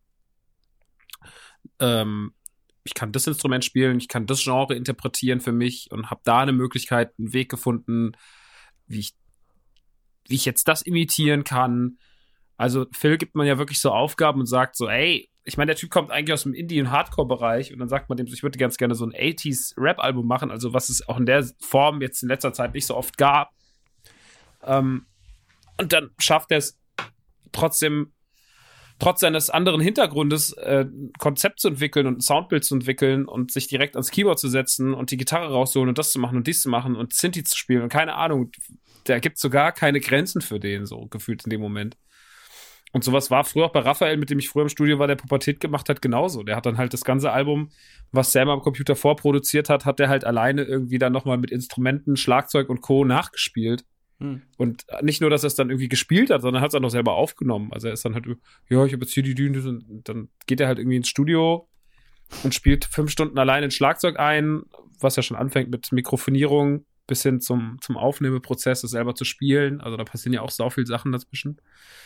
ähm, ich kann das Instrument spielen, ich kann das Genre interpretieren für mich und habe da eine Möglichkeit, einen Weg gefunden, wie ich, wie ich jetzt das imitieren kann. Also Phil gibt man ja wirklich so Aufgaben und sagt so, ey, ich meine, der Typ kommt eigentlich aus dem Indie- und Hardcore-Bereich und dann sagt man dem so, ich würde ganz gerne so ein achtziger-Rap-Album machen, also was es auch in der Form jetzt in letzter Zeit nicht so oft gab. Ähm, und dann schafft er es trotzdem, trotz seines anderen Hintergrundes äh, ein Konzept zu entwickeln und ein Soundbild zu entwickeln und sich direkt ans Keyboard zu setzen und die Gitarre rauszuholen und das zu machen und dies zu machen und Synthi zu spielen und keine Ahnung, da gibt es sogar keine Grenzen für den, so gefühlt in dem Moment. Und sowas war früher auch bei Raphael, mit dem ich früher im Studio war, der Pubertät gemacht hat, genauso. Der hat dann halt das ganze Album, was Sam am Computer vorproduziert hat, hat der halt alleine irgendwie dann nochmal mit Instrumenten, Schlagzeug und Co. nachgespielt. Hm. Und nicht nur, dass er es dann irgendwie gespielt hat, sondern hat es auch noch selber aufgenommen. Also er ist dann halt, ja, ich habe jetzt hier die Düne und dann geht er halt irgendwie ins Studio und spielt fünf Stunden alleine ein Schlagzeug ein, was ja schon anfängt mit Mikrofonierung bis hin zum, zum Aufnahmeprozess, das selber zu spielen. Also da passieren ja auch so viele Sachen dazwischen.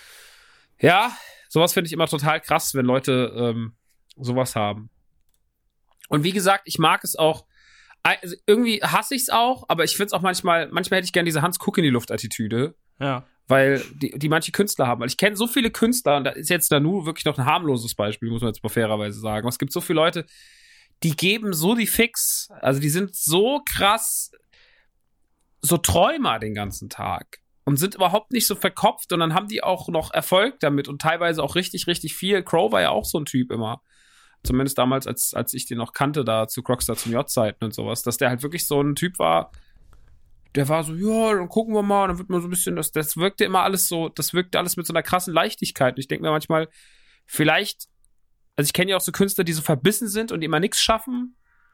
Ja, sowas finde ich immer total krass, wenn Leute ähm, sowas haben. Und wie gesagt, ich mag es auch, also irgendwie hasse ich es auch, aber ich finde es auch manchmal, manchmal hätte ich gerne diese Hans-Guck-in-die-Luft-Attitüde. Ja. Weil die, die manche Künstler haben. Weil ich kenne so viele Künstler, und da ist jetzt Nanu wirklich noch ein harmloses Beispiel, muss man jetzt mal fairerweise sagen. Aber es gibt so viele Leute, die geben so die Fix. Also die sind so krass, so Träumer den ganzen Tag. Und sind überhaupt nicht so verkopft und dann haben die auch noch Erfolg damit und teilweise auch richtig, richtig viel. Crow war ja auch so ein Typ immer. Zumindest damals, als, als ich den noch kannte, da zu Crockstar zum J-Zeiten und sowas, dass der halt wirklich so ein Typ war, der war so, ja, dann gucken wir mal, und dann wird man so ein bisschen, das, das wirkte immer alles so, das wirkte alles mit so einer krassen Leichtigkeit. Und ich denke mir manchmal, vielleicht, also ich kenne ja auch so Künstler, die so verbissen sind und immer nichts schaffen.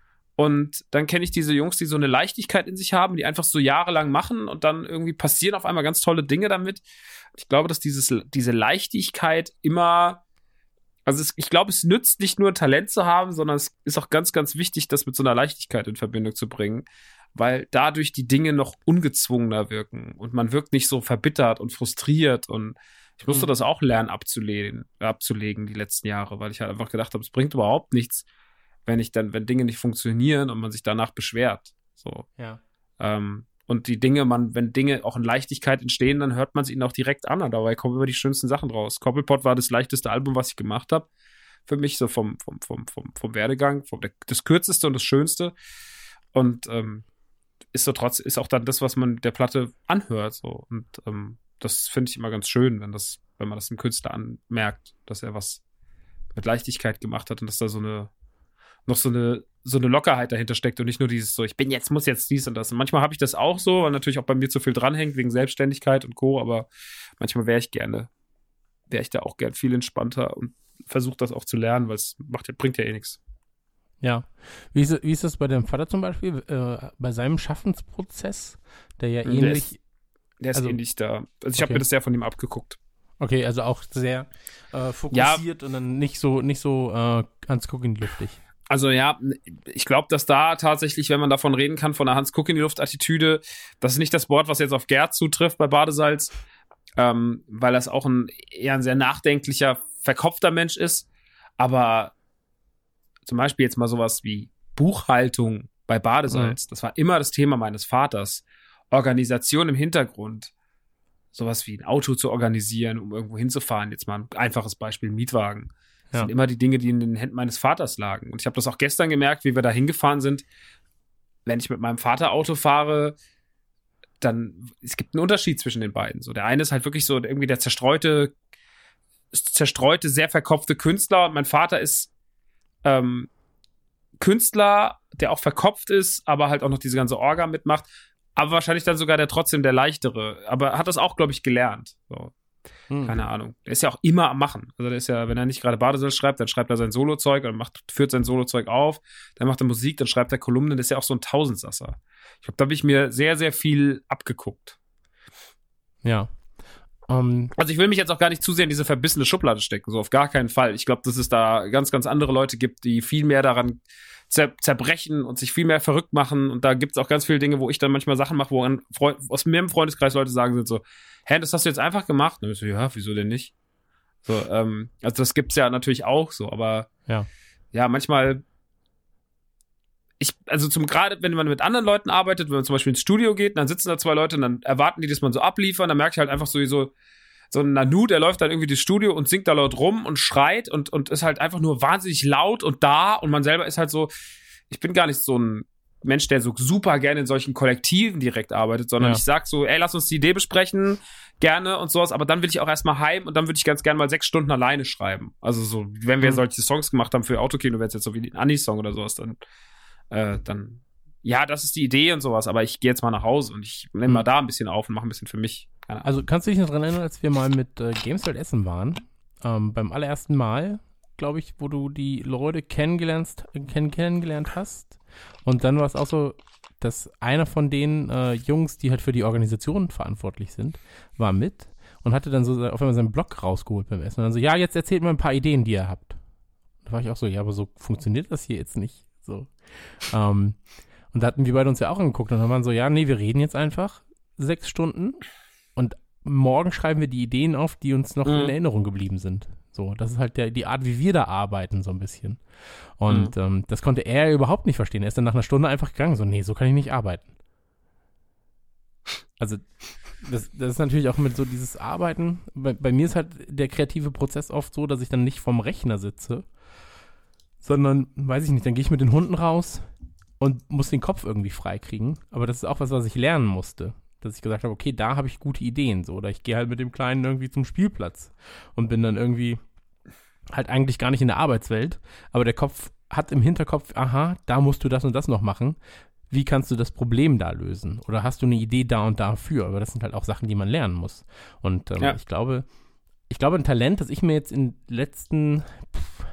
Und dann kenne ich diese Jungs, die so eine Leichtigkeit in sich haben, die einfach so jahrelang machen und dann irgendwie passieren auf einmal ganz tolle Dinge damit. Ich glaube, dass dieses, diese Leichtigkeit immer, also es, ich glaube, es nützt nicht nur Talent zu haben, sondern es ist auch ganz, ganz wichtig, das mit so einer Leichtigkeit in Verbindung zu bringen, weil dadurch die Dinge noch ungezwungener wirken und man wirkt nicht so verbittert und frustriert und ich musste mhm. das auch lernen abzulegen, abzulegen die letzten Jahre, weil ich halt einfach gedacht habe, es bringt überhaupt nichts, wenn ich dann, wenn Dinge nicht funktionieren und man sich danach beschwert. So. Ja. Ähm, und die Dinge, man, wenn Dinge auch in Leichtigkeit entstehen, dann hört man es ihnen auch direkt an. Und dabei kommen immer die schönsten Sachen raus. Koppelpot war das leichteste Album, was ich gemacht habe. Für mich, so vom, vom, vom, vom, vom Werdegang, vom, das kürzeste und das schönste. Und ähm, ist so trotz, ist auch dann das, was man der Platte anhört. So. Und ähm, das finde ich immer ganz schön, wenn das, wenn man das dem Künstler anmerkt, dass er was mit Leichtigkeit gemacht hat und dass da so eine noch so eine so eine Lockerheit dahinter steckt und nicht nur dieses so, ich bin jetzt, muss jetzt dies und das. Und manchmal habe ich das auch so, weil natürlich auch bei mir zu viel dranhängt wegen Selbstständigkeit und Co., aber manchmal wäre ich gerne, wäre ich da auch gern viel entspannter und versuche das auch zu lernen, weil es macht, bringt ja eh nichts. Ja. Wie ist, wie ist das bei deinem Vater zum Beispiel, äh, bei seinem Schaffensprozess, der ja ähnlich... Der ist, der ist also, ähnlich da. Also ich okay. habe mir das sehr von ihm abgeguckt. Okay, also auch sehr äh, fokussiert ja. Und dann nicht so, nicht so äh, ans Gucken luftig. Also ja, ich glaube, dass da tatsächlich, wenn man davon reden kann, von der Hans-Guck-in-die-Luft-Attitüde, das ist nicht das Wort, was jetzt auf Gerd zutrifft bei Badesalz, ähm, weil das auch ein eher ein sehr nachdenklicher, verkopfter Mensch ist, aber zum Beispiel jetzt mal sowas wie Buchhaltung bei Badesalz, mhm. das war immer das Thema meines Vaters. Organisation im Hintergrund. Sowas wie ein Auto zu organisieren, um irgendwo hinzufahren. Jetzt mal ein einfaches Beispiel, ein Mietwagen. Das ja. sind immer die Dinge, die in den Händen meines Vaters lagen. Und ich habe das auch gestern gemerkt, wie wir da hingefahren sind. Wenn ich mit meinem Vater Auto fahre, dann, es gibt einen Unterschied zwischen den beiden. So, der eine ist halt wirklich so irgendwie der zerstreute, zerstreute, sehr verkopfte Künstler. Und mein Vater ist ähm, Künstler, der auch verkopft ist, aber halt auch noch diese ganze Orga mitmacht. Aber wahrscheinlich dann sogar der trotzdem der leichtere. Aber hat das auch, glaube ich, gelernt. So. Hm. Keine Ahnung. Der ist ja auch immer am Machen. Also der ist ja, wenn er nicht gerade Badesalz schreibt, dann schreibt er sein Solozeug und macht, führt sein Solozeug auf. Dann macht er Musik, dann schreibt er Kolumnen. Das ist ja auch so ein Tausendsasser. Ich glaube, da habe ich mir sehr, sehr viel abgeguckt. Ja. Um, also ich will mich jetzt auch gar nicht zu sehr in diese verbissene Schublade stecken. So auf gar keinen Fall. Ich glaube, dass es da ganz, ganz andere Leute gibt, die viel mehr daran zer- zerbrechen und sich viel mehr verrückt machen. Und da gibt es auch ganz viele Dinge, wo ich dann manchmal Sachen mache, wo an Freund- aus mir im Freundeskreis Leute sagen sind so, hä, das hast du jetzt einfach gemacht? Und ich so, ja, wieso denn nicht? So, ähm, also das gibt's ja natürlich auch so, aber ja, ja manchmal ich, also zum gerade, wenn man mit anderen Leuten arbeitet, wenn man zum Beispiel ins Studio geht, dann sitzen da zwei Leute und dann erwarten die, dass man so abliefern, dann merke ich halt einfach sowieso, so ein Nanu, der läuft dann irgendwie das Studio und singt da laut rum und schreit und, und ist halt einfach nur wahnsinnig laut und da und man selber ist halt so, ich bin gar nicht so ein Mensch, der so super gerne in solchen Kollektiven direkt arbeitet, sondern ja. ich sag so, ey, lass uns die Idee besprechen, gerne und sowas, aber dann will ich auch erstmal heim und dann würde ich ganz gerne mal sechs Stunden alleine schreiben. Also so, wenn wir mhm. solche Songs gemacht haben für Autokino, wäre es jetzt so wie ein Anni-Song oder sowas, dann Äh, dann, ja, das ist die Idee und sowas, aber ich gehe jetzt mal nach Hause und ich nehme mal da ein bisschen auf und mache ein bisschen für mich. Also kannst du dich noch dran erinnern, als wir mal mit äh, Gameswelt Essen waren, ähm, beim allerersten Mal, glaube ich, wo du die Leute kennengelernt, kenn, kennengelernt hast und dann war es auch so, dass einer von den äh, Jungs, die halt für die Organisation verantwortlich sind, war mit und hatte dann so auf einmal seinen Blog rausgeholt beim Essen und dann so, ja, jetzt erzählt mal ein paar Ideen, die ihr habt. Da war ich auch so, ja, aber so funktioniert das hier jetzt nicht. So. Um, und da hatten wir beide uns ja auch angeguckt und dann waren so, ja, nee, wir reden jetzt einfach sechs Stunden und morgen schreiben wir die Ideen auf, die uns noch mhm. in Erinnerung geblieben sind. So, das ist halt der, die Art, wie wir da arbeiten, so ein bisschen. Und mhm. ähm, das konnte er überhaupt nicht verstehen. Er ist dann nach einer Stunde einfach gegangen, so, nee, so kann ich nicht arbeiten. Also, das, das ist natürlich auch mit so dieses Arbeiten, bei, bei mir ist halt der kreative Prozess oft so, dass ich dann nicht vorm Rechner sitze, sondern, weiß ich nicht, dann gehe ich mit den Hunden raus und muss den Kopf irgendwie freikriegen. Aber das ist auch was, was ich lernen musste. Dass ich gesagt habe, okay, da habe ich gute Ideen. So. Oder ich gehe halt mit dem Kleinen irgendwie zum Spielplatz und bin dann irgendwie halt eigentlich gar nicht in der Arbeitswelt. Aber der Kopf hat im Hinterkopf, aha, da musst du das und das noch machen. Wie kannst du das Problem da lösen? Oder hast du eine Idee da und dafür? Aber das sind halt auch Sachen, die man lernen muss. Und ähm, ja. ich glaube, ich glaube, ein Talent, das ich mir jetzt in den letzten pff,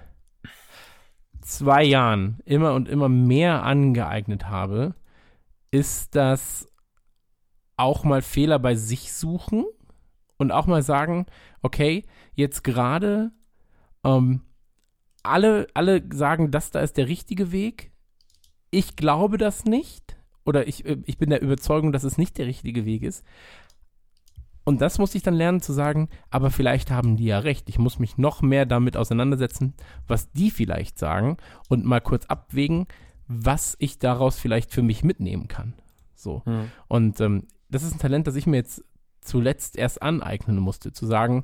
zwei Jahren immer und immer mehr angeeignet habe, ist das auch mal Fehler bei sich suchen und auch mal sagen, okay, jetzt gerade ähm, alle, alle sagen, das da ist der richtige Weg. Ich glaube das nicht oder ich, ich bin der Überzeugung, dass es nicht der richtige Weg ist. Und das muss ich dann lernen zu sagen, aber vielleicht haben die ja recht. Ich muss mich noch mehr damit auseinandersetzen, was die vielleicht sagen und mal kurz abwägen, was ich daraus vielleicht für mich mitnehmen kann. So. Mhm. Und ähm, das ist ein Talent, das ich mir jetzt zuletzt erst aneignen musste, zu sagen,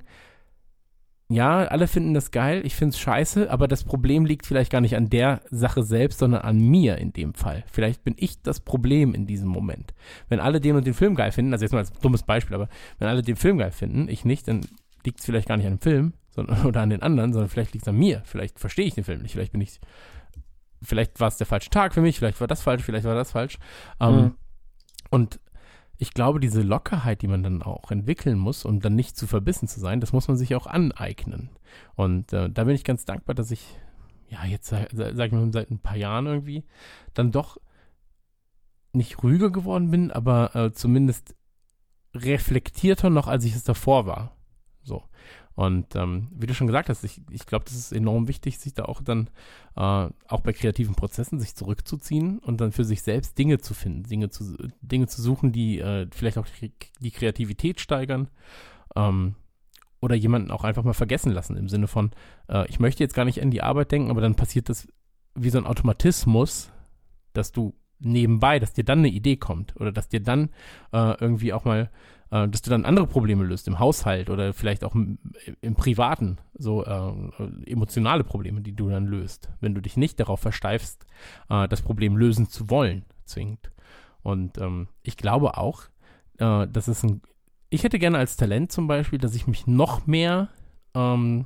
ja, alle finden das geil, ich finde es scheiße, aber das Problem liegt vielleicht gar nicht an der Sache selbst, sondern an mir in dem Fall. Vielleicht bin ich das Problem in diesem Moment. Wenn alle den und den Film geil finden, also jetzt mal als dummes Beispiel, aber wenn alle den Film geil finden, ich nicht, dann liegt es vielleicht gar nicht an dem Film sondern, oder an den anderen, sondern vielleicht liegt es an mir. Vielleicht verstehe ich den Film nicht, vielleicht bin ich, vielleicht war es der falsche Tag für mich, vielleicht war das falsch, vielleicht war das falsch. Mhm. Um, und ich glaube, diese Lockerheit, die man dann auch entwickeln muss, um dann nicht zu verbissen zu sein, das muss man sich auch aneignen. Und äh, da bin ich ganz dankbar, dass ich, ja, jetzt sag ich mal, seit ein paar Jahren irgendwie, dann doch nicht ruhiger geworden bin, aber äh, zumindest reflektierter noch, als ich es davor war. So. Und ähm, wie du schon gesagt hast, ich, ich glaube, das ist enorm wichtig, sich da auch dann, äh, auch bei kreativen Prozessen, sich zurückzuziehen und dann für sich selbst Dinge zu finden, Dinge zu, Dinge zu suchen, die äh, vielleicht auch die, die Kreativität steigern ähm, oder jemanden auch einfach mal vergessen lassen, im Sinne von, äh, ich möchte jetzt gar nicht an die Arbeit denken, aber dann passiert das wie so ein Automatismus, dass du nebenbei, dass dir dann eine Idee kommt oder dass dir dann äh, irgendwie auch mal, äh, dass du dann andere Probleme löst im Haushalt oder vielleicht auch im, im Privaten, so äh, emotionale Probleme, die du dann löst, wenn du dich nicht darauf versteifst, äh, das Problem lösen zu wollen, zwingend. Und ähm, ich glaube auch, äh, dass es ein, ich hätte gerne als Talent zum Beispiel, dass ich mich noch mehr, ähm,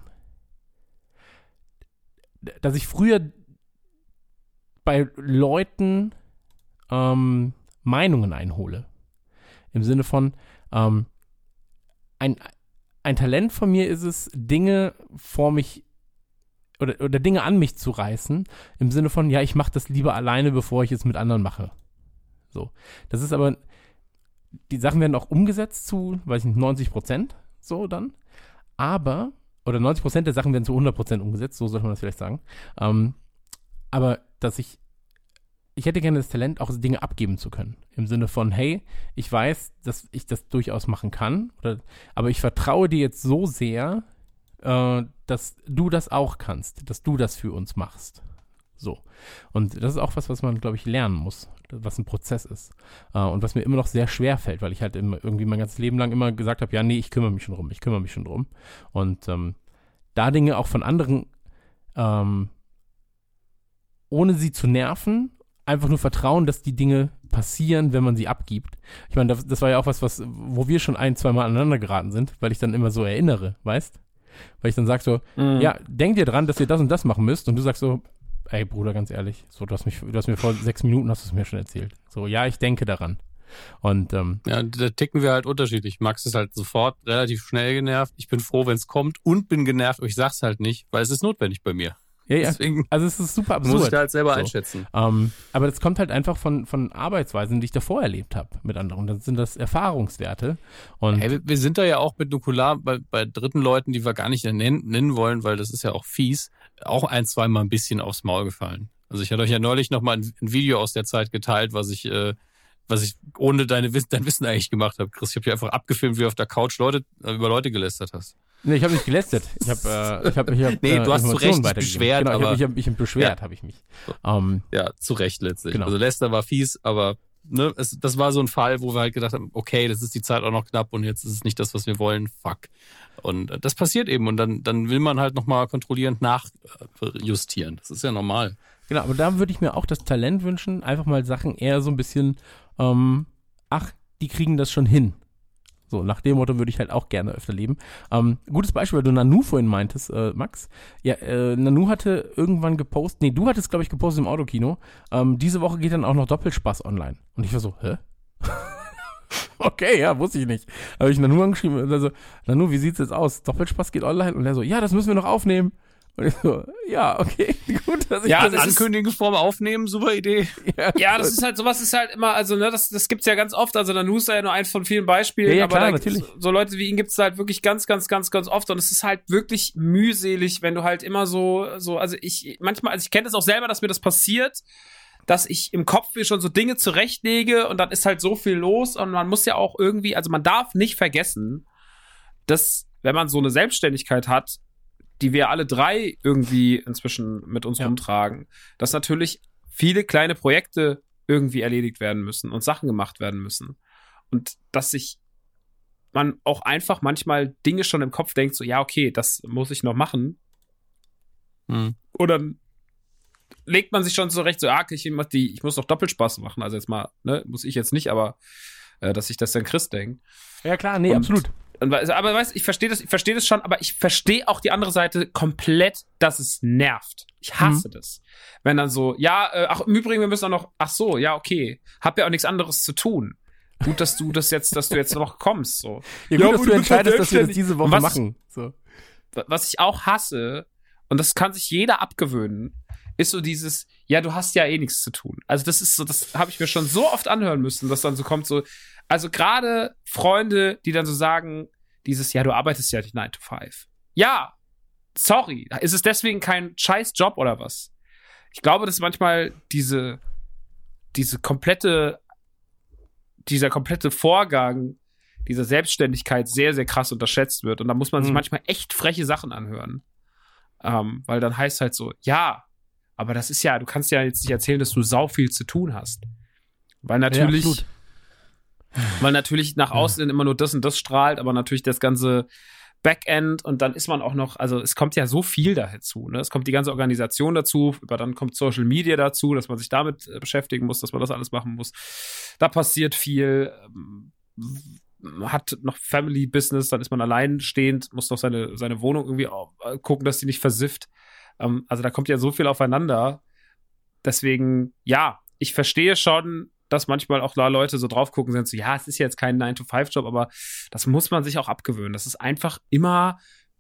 dass ich früher bei Leuten ähm, Meinungen einhole. Im Sinne von, ähm, ein, ein Talent von mir ist es, Dinge vor mich oder, oder Dinge an mich zu reißen, im Sinne von, ja, ich mache das lieber alleine, bevor ich es mit anderen mache. So. Das ist aber, die Sachen werden auch umgesetzt zu, weiß ich nicht, neunzig Prozent, so dann, aber, oder neunzig Prozent der Sachen werden zu hundert Prozent umgesetzt, so sollte man das vielleicht sagen, ähm, aber dass ich, ich hätte gerne das Talent, auch Dinge abgeben zu können. Im Sinne von, hey, ich weiß, dass ich das durchaus machen kann, oder, aber ich vertraue dir jetzt so sehr, äh, dass du das auch kannst, dass du das für uns machst. So. Und das ist auch was, was man, glaube ich, lernen muss, was ein Prozess ist. Äh, und was mir immer noch sehr schwer fällt, weil ich halt immer, irgendwie mein ganzes Leben lang immer gesagt habe, ja, nee, ich kümmere mich schon drum, ich kümmere mich schon drum. Und ähm, da Dinge auch von anderen ähm, ohne sie zu nerven, einfach nur vertrauen, dass die Dinge passieren, wenn man sie abgibt. Ich meine, das, das war ja auch was, was, wo wir schon ein, zwei Mal aneinander geraten sind, weil ich dann immer so erinnere, weißt? Weil ich dann sag so, mhm. ja, denk dir dran, dass ihr das und das machen müsst und du sagst so, ey Bruder, ganz ehrlich, so, du hast mich, du hast mir vor sechs Minuten hast du es mir schon erzählt. So, ja, ich denke daran. Und ähm, ja, da ticken wir halt unterschiedlich. Max ist halt sofort relativ schnell genervt. Ich bin froh, wenn es kommt und bin genervt, aber ich sag's halt nicht, weil es ist notwendig bei mir. Ja, ja. Deswegen also es ist super absurd. Muss ich da halt selber so. einschätzen. Ähm, aber das kommt halt einfach von, von Arbeitsweisen, die ich davor erlebt habe mit anderen. Dann sind das Erfahrungswerte. Und hey, wir, wir sind da ja auch mit Nukular bei, bei dritten Leuten, die wir gar nicht nennen, nennen wollen, weil das ist ja auch fies, auch ein, zwei Mal ein bisschen aufs Maul gefallen. Also ich hatte euch ja neulich nochmal ein, ein Video aus der Zeit geteilt, was ich, äh, was ich ohne deine Wissen, dein Wissen eigentlich gemacht habe, Chris. Ich habe hier einfach abgefilmt, wie du auf der Couch Leute, äh, über Leute gelästert hast. Nee, ich habe nicht gelästert. Ich habe, äh, ich habe, ich hab, nee, äh, du hast zu Recht dich beschwert, genau, aber ich habe mich hab beschwert, ja. habe ich mich. So. Um, ja, zu Recht letztlich. Genau. Also Lästern war fies, aber ne, es, das war so ein Fall, wo wir halt gedacht haben, okay, das ist die Zeit auch noch knapp und jetzt ist es nicht das, was wir wollen. Fuck. Und äh, das passiert eben und dann, dann will man halt nochmal kontrollierend nachjustieren. Das ist ja normal. Genau, aber da würde ich mir auch das Talent wünschen, einfach mal Sachen eher so ein bisschen, ähm, ach, die kriegen das schon hin. So, nach dem Motto würde ich halt auch gerne öfter leben. Ähm, gutes Beispiel, weil du Nanu vorhin meintest, äh, Max. Ja, äh, Nanu hatte irgendwann gepostet, nee, du hattest, glaube ich, gepostet im Autokino, ähm, diese Woche geht dann auch noch Doppelspaß online. Und ich war so, hä? Okay, ja, wusste ich nicht. Habe ich Nanu angeschrieben, und er so, Nanu, wie sieht's jetzt aus? Doppelspaß geht online? Und er so, ja, das müssen wir noch aufnehmen. Und ich so, ja, okay, gut, dass ich ja, das Ankündigungsform aufnehmen, super Idee. Ja, ja, das ist halt, sowas ist halt immer, also, ne, das, das gibt's ja ganz oft, also Nanu ist ja nur eins von vielen Beispielen, ja, ja, aber klar, da, natürlich. so Leute wie ihn gibt's halt wirklich ganz, ganz, ganz, ganz oft und es ist halt wirklich mühselig, wenn du halt immer so, so, also ich, manchmal, also ich kenne das auch selber, dass mir das passiert, dass ich im Kopf mir schon so Dinge zurechtlege und dann ist halt so viel los und man muss ja auch irgendwie, also man darf nicht vergessen, dass, wenn man so eine Selbstständigkeit hat, die wir alle drei irgendwie inzwischen mit uns ja. rumtragen, dass natürlich viele kleine Projekte irgendwie erledigt werden müssen und Sachen gemacht werden müssen. Und dass sich man auch einfach manchmal Dinge schon im Kopf denkt, so, ja, okay, das muss ich noch machen. Hm. Und dann legt man sich schon zurecht, so, ah, ich, die, ich muss noch Doppelspaß machen. Also jetzt mal, ne, muss ich jetzt nicht, aber äh, dass sich das dann Chris denkt. Ja, klar, nee, und, absolut. Und, aber weißt, ich verstehe das, ich verstehe das schon, aber ich verstehe auch die andere Seite komplett, dass es nervt. Ich hasse mhm. das. Wenn dann so, ja, äh, ach, im Übrigen, wir müssen auch noch, ach so, ja, okay, hab ja auch nichts anderes zu tun. Gut, dass du das jetzt, dass du jetzt noch kommst, so. Ja, gut, ja, dass du entscheidest, dass wir das diese Woche was, machen. So. Was ich auch hasse, und das kann sich jeder abgewöhnen, ist so dieses, ja, du hast ja eh nichts zu tun. Also das ist so, das habe ich mir schon so oft anhören müssen, dass dann so kommt so, also gerade Freunde, die dann so sagen, dieses, ja, du arbeitest ja nicht nine to five. Ja, sorry, ist es deswegen kein scheiß Job oder was? Ich glaube, dass manchmal diese, diese komplette, dieser komplette Vorgang dieser Selbstständigkeit sehr, sehr krass unterschätzt wird. Und da muss man sich mhm. manchmal echt freche Sachen anhören. Ähm, weil dann heißt halt so, ja, Aber das ist ja, du kannst ja jetzt nicht erzählen, dass du sau viel zu tun hast. Weil natürlich, Ja, weil natürlich nach außen immer nur das und das strahlt, aber natürlich das ganze Backend und dann ist man auch noch, also es kommt ja so viel dazu, ne? Es kommt die ganze Organisation dazu, aber dann kommt Social Media dazu, dass man sich damit äh, beschäftigen muss, dass man das alles machen muss. Da passiert viel, ähm, hat noch Family Business, dann ist man alleinstehend, muss noch seine, seine Wohnung irgendwie auch, äh, gucken, dass die nicht versifft. Ähm, also da kommt ja so viel aufeinander. Deswegen, ja, ich verstehe schon, dass manchmal auch da Leute so drauf gucken sind, so, ja, es ist jetzt kein nine to five Job, aber das muss man sich auch abgewöhnen. Das ist einfach immer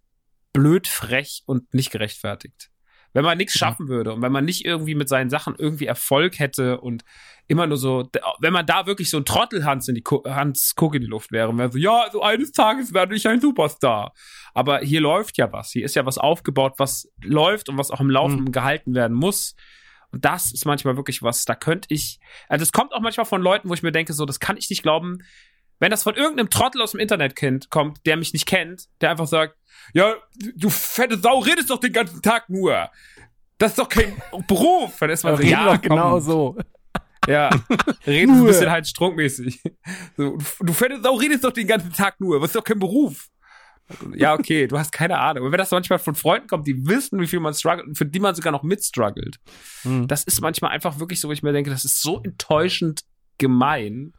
blöd, frech und nicht gerechtfertigt. Wenn man nichts schaffen würde und wenn man nicht irgendwie mit seinen Sachen irgendwie Erfolg hätte und immer nur so, wenn man da wirklich so ein Trottelhans in die Hans Kuck in die Luft wäre, wäre so, ja, so eines Tages werde ich ein Superstar. Aber hier läuft ja was. Hier ist ja was aufgebaut, was läuft und was auch im Laufen mhm. gehalten werden muss. Und das ist manchmal wirklich was, da könnte ich, also es kommt auch manchmal von Leuten, wo ich mir denke, so, das kann ich nicht glauben, wenn das von irgendeinem Trottel aus dem Internet kennt, kommt, der mich nicht kennt, der einfach sagt, ja, du fette Sau, redest doch den ganzen Tag nur. Das ist doch kein Beruf. Dann ist man so, ja, doch genau so. Ja, redest ein bisschen halt strunkmäßig. So, du fette Sau, redest doch den ganzen Tag nur, was ist doch kein Beruf. Ja, okay, du hast keine Ahnung. Und wenn das manchmal von Freunden kommt, die wissen, wie viel man struggelt und für die man sogar noch mitstruggelt, mhm. das ist manchmal einfach wirklich so, wo ich mir denke, das ist so enttäuschend gemein.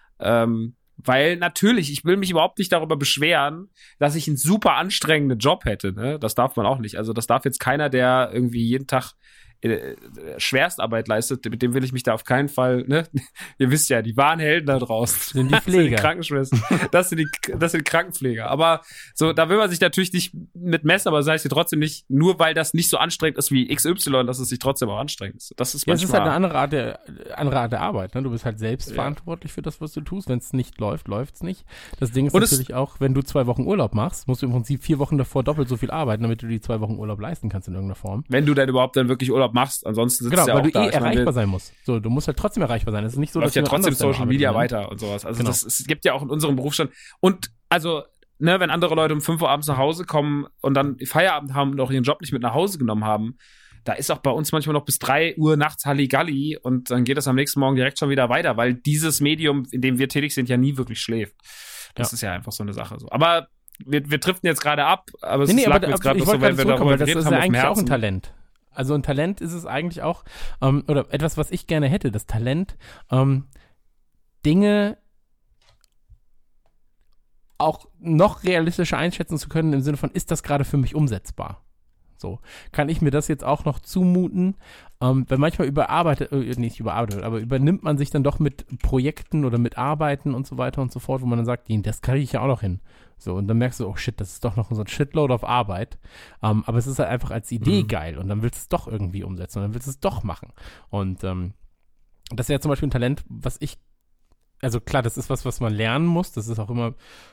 Ähm, weil natürlich, ich will mich überhaupt nicht darüber beschweren, dass ich einen super anstrengenden Job hätte. Ne? Das darf man auch nicht. Also das darf jetzt keiner, der irgendwie jeden Tag äh, Schwerstarbeit leistet, mit dem will ich mich da auf keinen Fall, ne? Ihr wisst ja, die wahren Helden da draußen sind die Pfleger. Das sind die Krankenschwestern. Das sind die, das sind die Krankenpfleger. Aber so, da will man sich natürlich nicht mit messen, aber das heißt ja trotzdem nicht, nur weil das nicht so anstrengend ist wie X Y, dass es sich trotzdem auch anstrengend ist. Das ist ja, manchmal. es ist halt eine andere Art der, andere Art der Arbeit, ne? Du bist halt selbst ja. verantwortlich für das, was du tust. Wenn es nicht läuft, läuft's nicht. Das Ding ist Und natürlich auch, wenn du zwei Wochen Urlaub machst, musst du im Prinzip vier Wochen davor doppelt so viel arbeiten, damit du die zwei Wochen Urlaub leisten kannst in irgendeiner Form. Wenn du denn überhaupt dann wirklich Urlaub machst, ansonsten sitzt genau, ja weil auch du da. eh Ich erreichbar meine, sein musst. So, du musst halt trotzdem erreichbar sein. Es ist nicht so, dass läuft ja du trotzdem Social Media Arbeit, weiter und sowas. Also genau. das, es gibt ja auch in unserem Berufsstand und also ne, wenn andere Leute um fünf Uhr abends nach Hause kommen und dann Feierabend haben und auch ihren Job nicht mit nach Hause genommen haben, da ist auch bei uns manchmal noch bis drei Uhr nachts Halligalli und dann geht das am nächsten Morgen direkt schon wieder weiter, weil dieses Medium, in dem wir tätig sind, ja nie wirklich schläft. Das ja. ist ja einfach so eine Sache so. Aber wir, wir driften jetzt gerade ab, aber es nee, nee, lag aber, mir jetzt gerade ich noch so, wenn wir darüber das geredet ist haben, ja auf dem eigentlich auch ein Herzen. Talent. Also ein Talent ist es eigentlich auch, ähm, oder etwas, was ich gerne hätte, das Talent, ähm, Dinge auch noch realistischer einschätzen zu können, im Sinne von, ist das gerade für mich umsetzbar? So, kann ich mir das jetzt auch noch zumuten? Ähm, weil manchmal überarbeitet, äh, nicht überarbeitet, aber übernimmt man sich dann doch mit Projekten oder mit Arbeiten und so weiter und so fort, wo man dann sagt, das kriege ich ja auch noch hin. So, und dann merkst du, oh shit, das ist doch noch so ein Shitload auf Arbeit. Ähm, aber es ist halt einfach als Idee mhm. geil und dann willst du es doch irgendwie umsetzen und dann willst du es doch machen. Und ähm, das ist ja zum Beispiel ein Talent, was ich, also klar, das ist was, was man lernen muss. Das ist auch immer,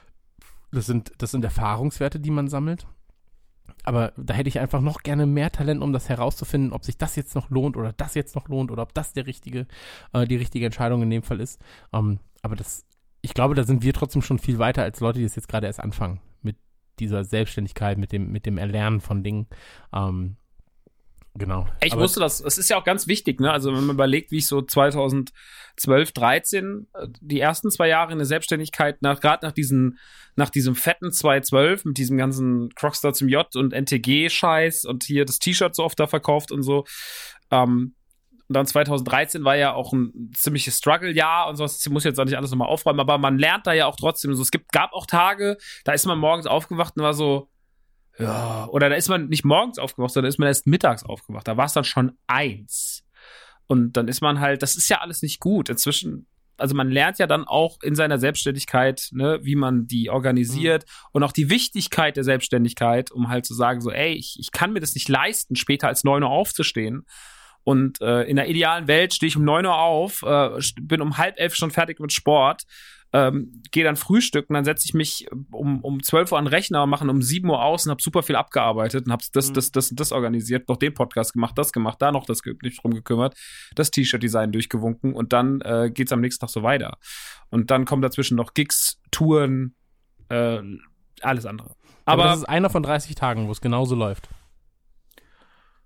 das sind, das sind Erfahrungswerte, die man sammelt. Aber da hätte ich einfach noch gerne mehr Talent, um das herauszufinden, ob sich das jetzt noch lohnt oder das jetzt noch lohnt oder ob das der richtige, äh, die richtige Entscheidung in dem Fall ist. Ähm, aber das, ich glaube, da sind wir trotzdem schon viel weiter als Leute, die es jetzt gerade erst anfangen mit dieser Selbstständigkeit, mit dem, mit dem Erlernen von Dingen. Ähm, genau. Ich aber wusste das. Es ist ja auch ganz wichtig, ne? Also wenn man überlegt, wie ich so zweitausendzwölf, dreizehn die ersten zwei Jahre in der Selbstständigkeit, nach gerade nach diesen, nach diesem fetten zweitausendzwölf mit diesem ganzen Crockstar zum J und N T G-Scheiß und hier das T-Shirt so oft da verkauft und so. Ähm, und dann zweitausenddreizehn war ja auch ein ziemliches Struggle-Jahr und sowas. Ich muss jetzt auch nicht alles nochmal aufräumen, aber man lernt da ja auch trotzdem. So, es gibt, gab auch Tage, da ist man morgens aufgewacht und war so, ja, oder da ist man nicht morgens aufgewacht, sondern ist man erst mittags aufgewacht. Da war es dann schon eins. Und dann ist man halt, das ist ja alles nicht gut. Inzwischen, also man lernt ja dann auch in seiner Selbstständigkeit, ne, wie man die organisiert mhm. und auch die Wichtigkeit der Selbstständigkeit, um halt zu sagen, so, ey, ich, ich kann mir das nicht leisten, später als neun Uhr aufzustehen. Und äh, in der idealen Welt stehe ich um neun Uhr auf, äh, bin um halb elf schon fertig mit Sport, ähm, gehe dann frühstücken, dann setze ich mich um, um zwölf Uhr an den Rechner, mache um sieben Uhr aus und habe super viel abgearbeitet und habe das, das, das, das organisiert, noch den Podcast gemacht, das gemacht, da noch das nicht drum gekümmert, das T-Shirt-Design durchgewunken und dann äh, geht's am nächsten Tag so weiter. Und dann kommen dazwischen noch Gigs, Touren, äh, alles andere. Aber, Aber das ist einer von dreißig Tagen, wo es genauso läuft.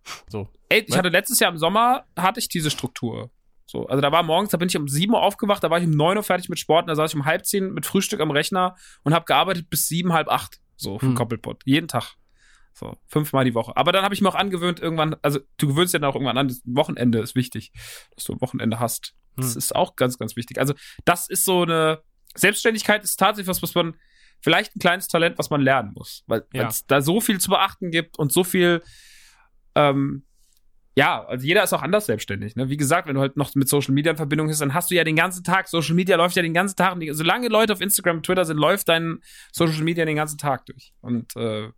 So. Ey, ich hatte letztes Jahr im Sommer, hatte ich diese Struktur. So, also da war morgens, da bin ich um sieben Uhr aufgewacht, da war ich um neun Uhr fertig mit Sport, und da saß ich um halb zehn mit Frühstück am Rechner und habe gearbeitet bis sieben, halb acht. So, für den Hm. Koppelpott. Jeden Tag. So, fünfmal die Woche. Aber dann habe ich mir auch angewöhnt, irgendwann, also du gewöhnst ja dann auch irgendwann an, das Wochenende ist wichtig, dass du ein Wochenende hast. Das Hm. ist auch ganz, ganz wichtig. Also das ist so eine, Selbstständigkeit ist tatsächlich was, was man, vielleicht ein kleines Talent, was man lernen muss. Weil Ja. es da so viel zu beachten gibt und so viel, ähm, ja, also jeder ist auch anders selbstständig. Ne? Wie gesagt, wenn du halt noch mit Social Media in Verbindung bist, dann hast du ja den ganzen Tag, Social Media läuft ja den ganzen Tag, und die, solange Leute auf Instagram und Twitter sind, läuft dein Social Media den ganzen Tag durch. Und äh,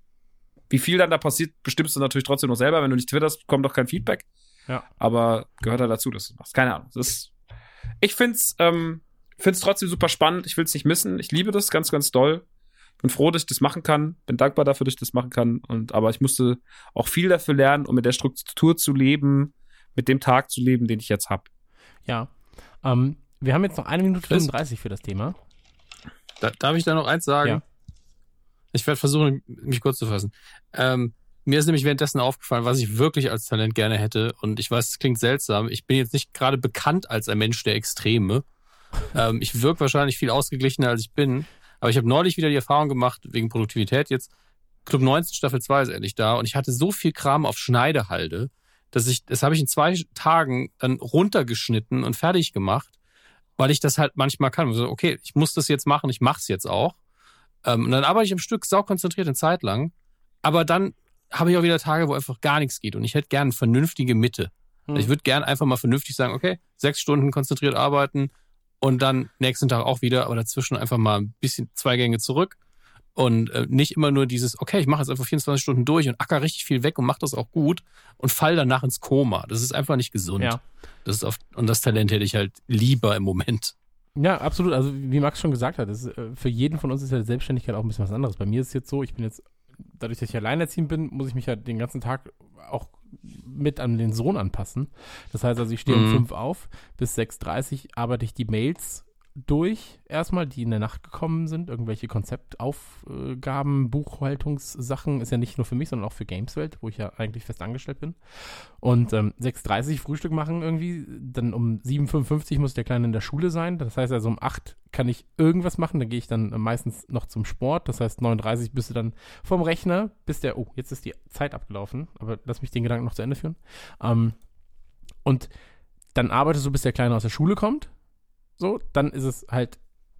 wie viel dann da passiert, bestimmst du natürlich trotzdem noch selber. Wenn du nicht twitterst, kommt doch kein Feedback. Ja. Aber gehört halt dazu, dass du machst. Keine Ahnung. Das ist, ich find's, ähm, find's trotzdem super spannend. Ich will's nicht missen. Ich liebe das ganz, ganz doll. Bin froh, dass ich das machen kann. Bin dankbar dafür, dass ich das machen kann. Und, aber ich musste auch viel dafür lernen, um mit der Struktur zu leben, mit dem Tag zu leben, den ich jetzt habe. Ja. Ähm, wir haben jetzt noch eine Minute fünfunddreißig für das Thema. Da, darf ich da noch eins sagen? Ja. Ich werde versuchen, mich kurz zu fassen. Ähm, mir ist nämlich währenddessen aufgefallen, was ich wirklich als Talent gerne hätte. Und ich weiß, es klingt seltsam. Ich bin jetzt nicht gerade bekannt als ein Mensch der Extreme. ähm, ich wirke wahrscheinlich viel ausgeglichener, als ich bin. Aber ich habe neulich wieder die Erfahrung gemacht, wegen Produktivität jetzt, Club neunzehn Staffel zwei ist endlich da. Und ich hatte so viel Kram auf Schneidehalde, dass ich, das habe ich in zwei Tagen dann runtergeschnitten und fertig gemacht, weil ich das halt manchmal kann. Also, okay, ich muss das jetzt machen, ich mache es jetzt auch. Ähm, und dann arbeite ich am Stück saukonzentriert eine Zeit lang. Aber dann habe ich auch wieder Tage, wo einfach gar nichts geht. Und ich hätte gerne eine vernünftige Mitte. Hm. Ich würde gerne einfach mal vernünftig sagen, okay, sechs Stunden konzentriert arbeiten und dann nächsten Tag auch wieder, aber dazwischen einfach mal ein bisschen zwei Gänge zurück. Und äh, nicht immer nur dieses, okay, ich mache jetzt einfach vierundzwanzig Stunden durch und acker richtig viel weg und mache das auch gut und fall danach ins Koma. Das ist einfach nicht gesund. Ja. Das ist oft, und das Talent hätte ich halt lieber im Moment. Ja, absolut. Also wie Max schon gesagt hat, das ist, äh, für jeden von uns ist ja Selbstständigkeit auch ein bisschen was anderes. Bei mir ist es jetzt so, ich bin jetzt, dadurch, dass ich alleinerziehend bin, muss ich mich ja den ganzen Tag auch mit an den Sohn anpassen. Das heißt also, ich stehe Mhm. um fünf auf, bis sechs Uhr dreißig arbeite ich die Mails durch, erstmal, die in der Nacht gekommen sind, irgendwelche Konzeptaufgaben, Buchhaltungssachen, ist ja nicht nur für mich, sondern auch für Gameswelt, wo ich ja eigentlich fest angestellt bin. Und ähm, sechs Uhr dreißig Frühstück machen irgendwie, dann um sieben Uhr fünfundfünfzig muss der Kleine in der Schule sein, das heißt also um acht kann ich irgendwas machen, dann gehe ich dann meistens noch zum Sport, das heißt neun Uhr dreißig bist du dann vom Rechner, bis der, oh, jetzt ist die Zeit abgelaufen, aber lass mich den Gedanken noch zu Ende führen. Ähm, und dann arbeitest du, bis der Kleine aus der Schule kommt. So, dann ist es halt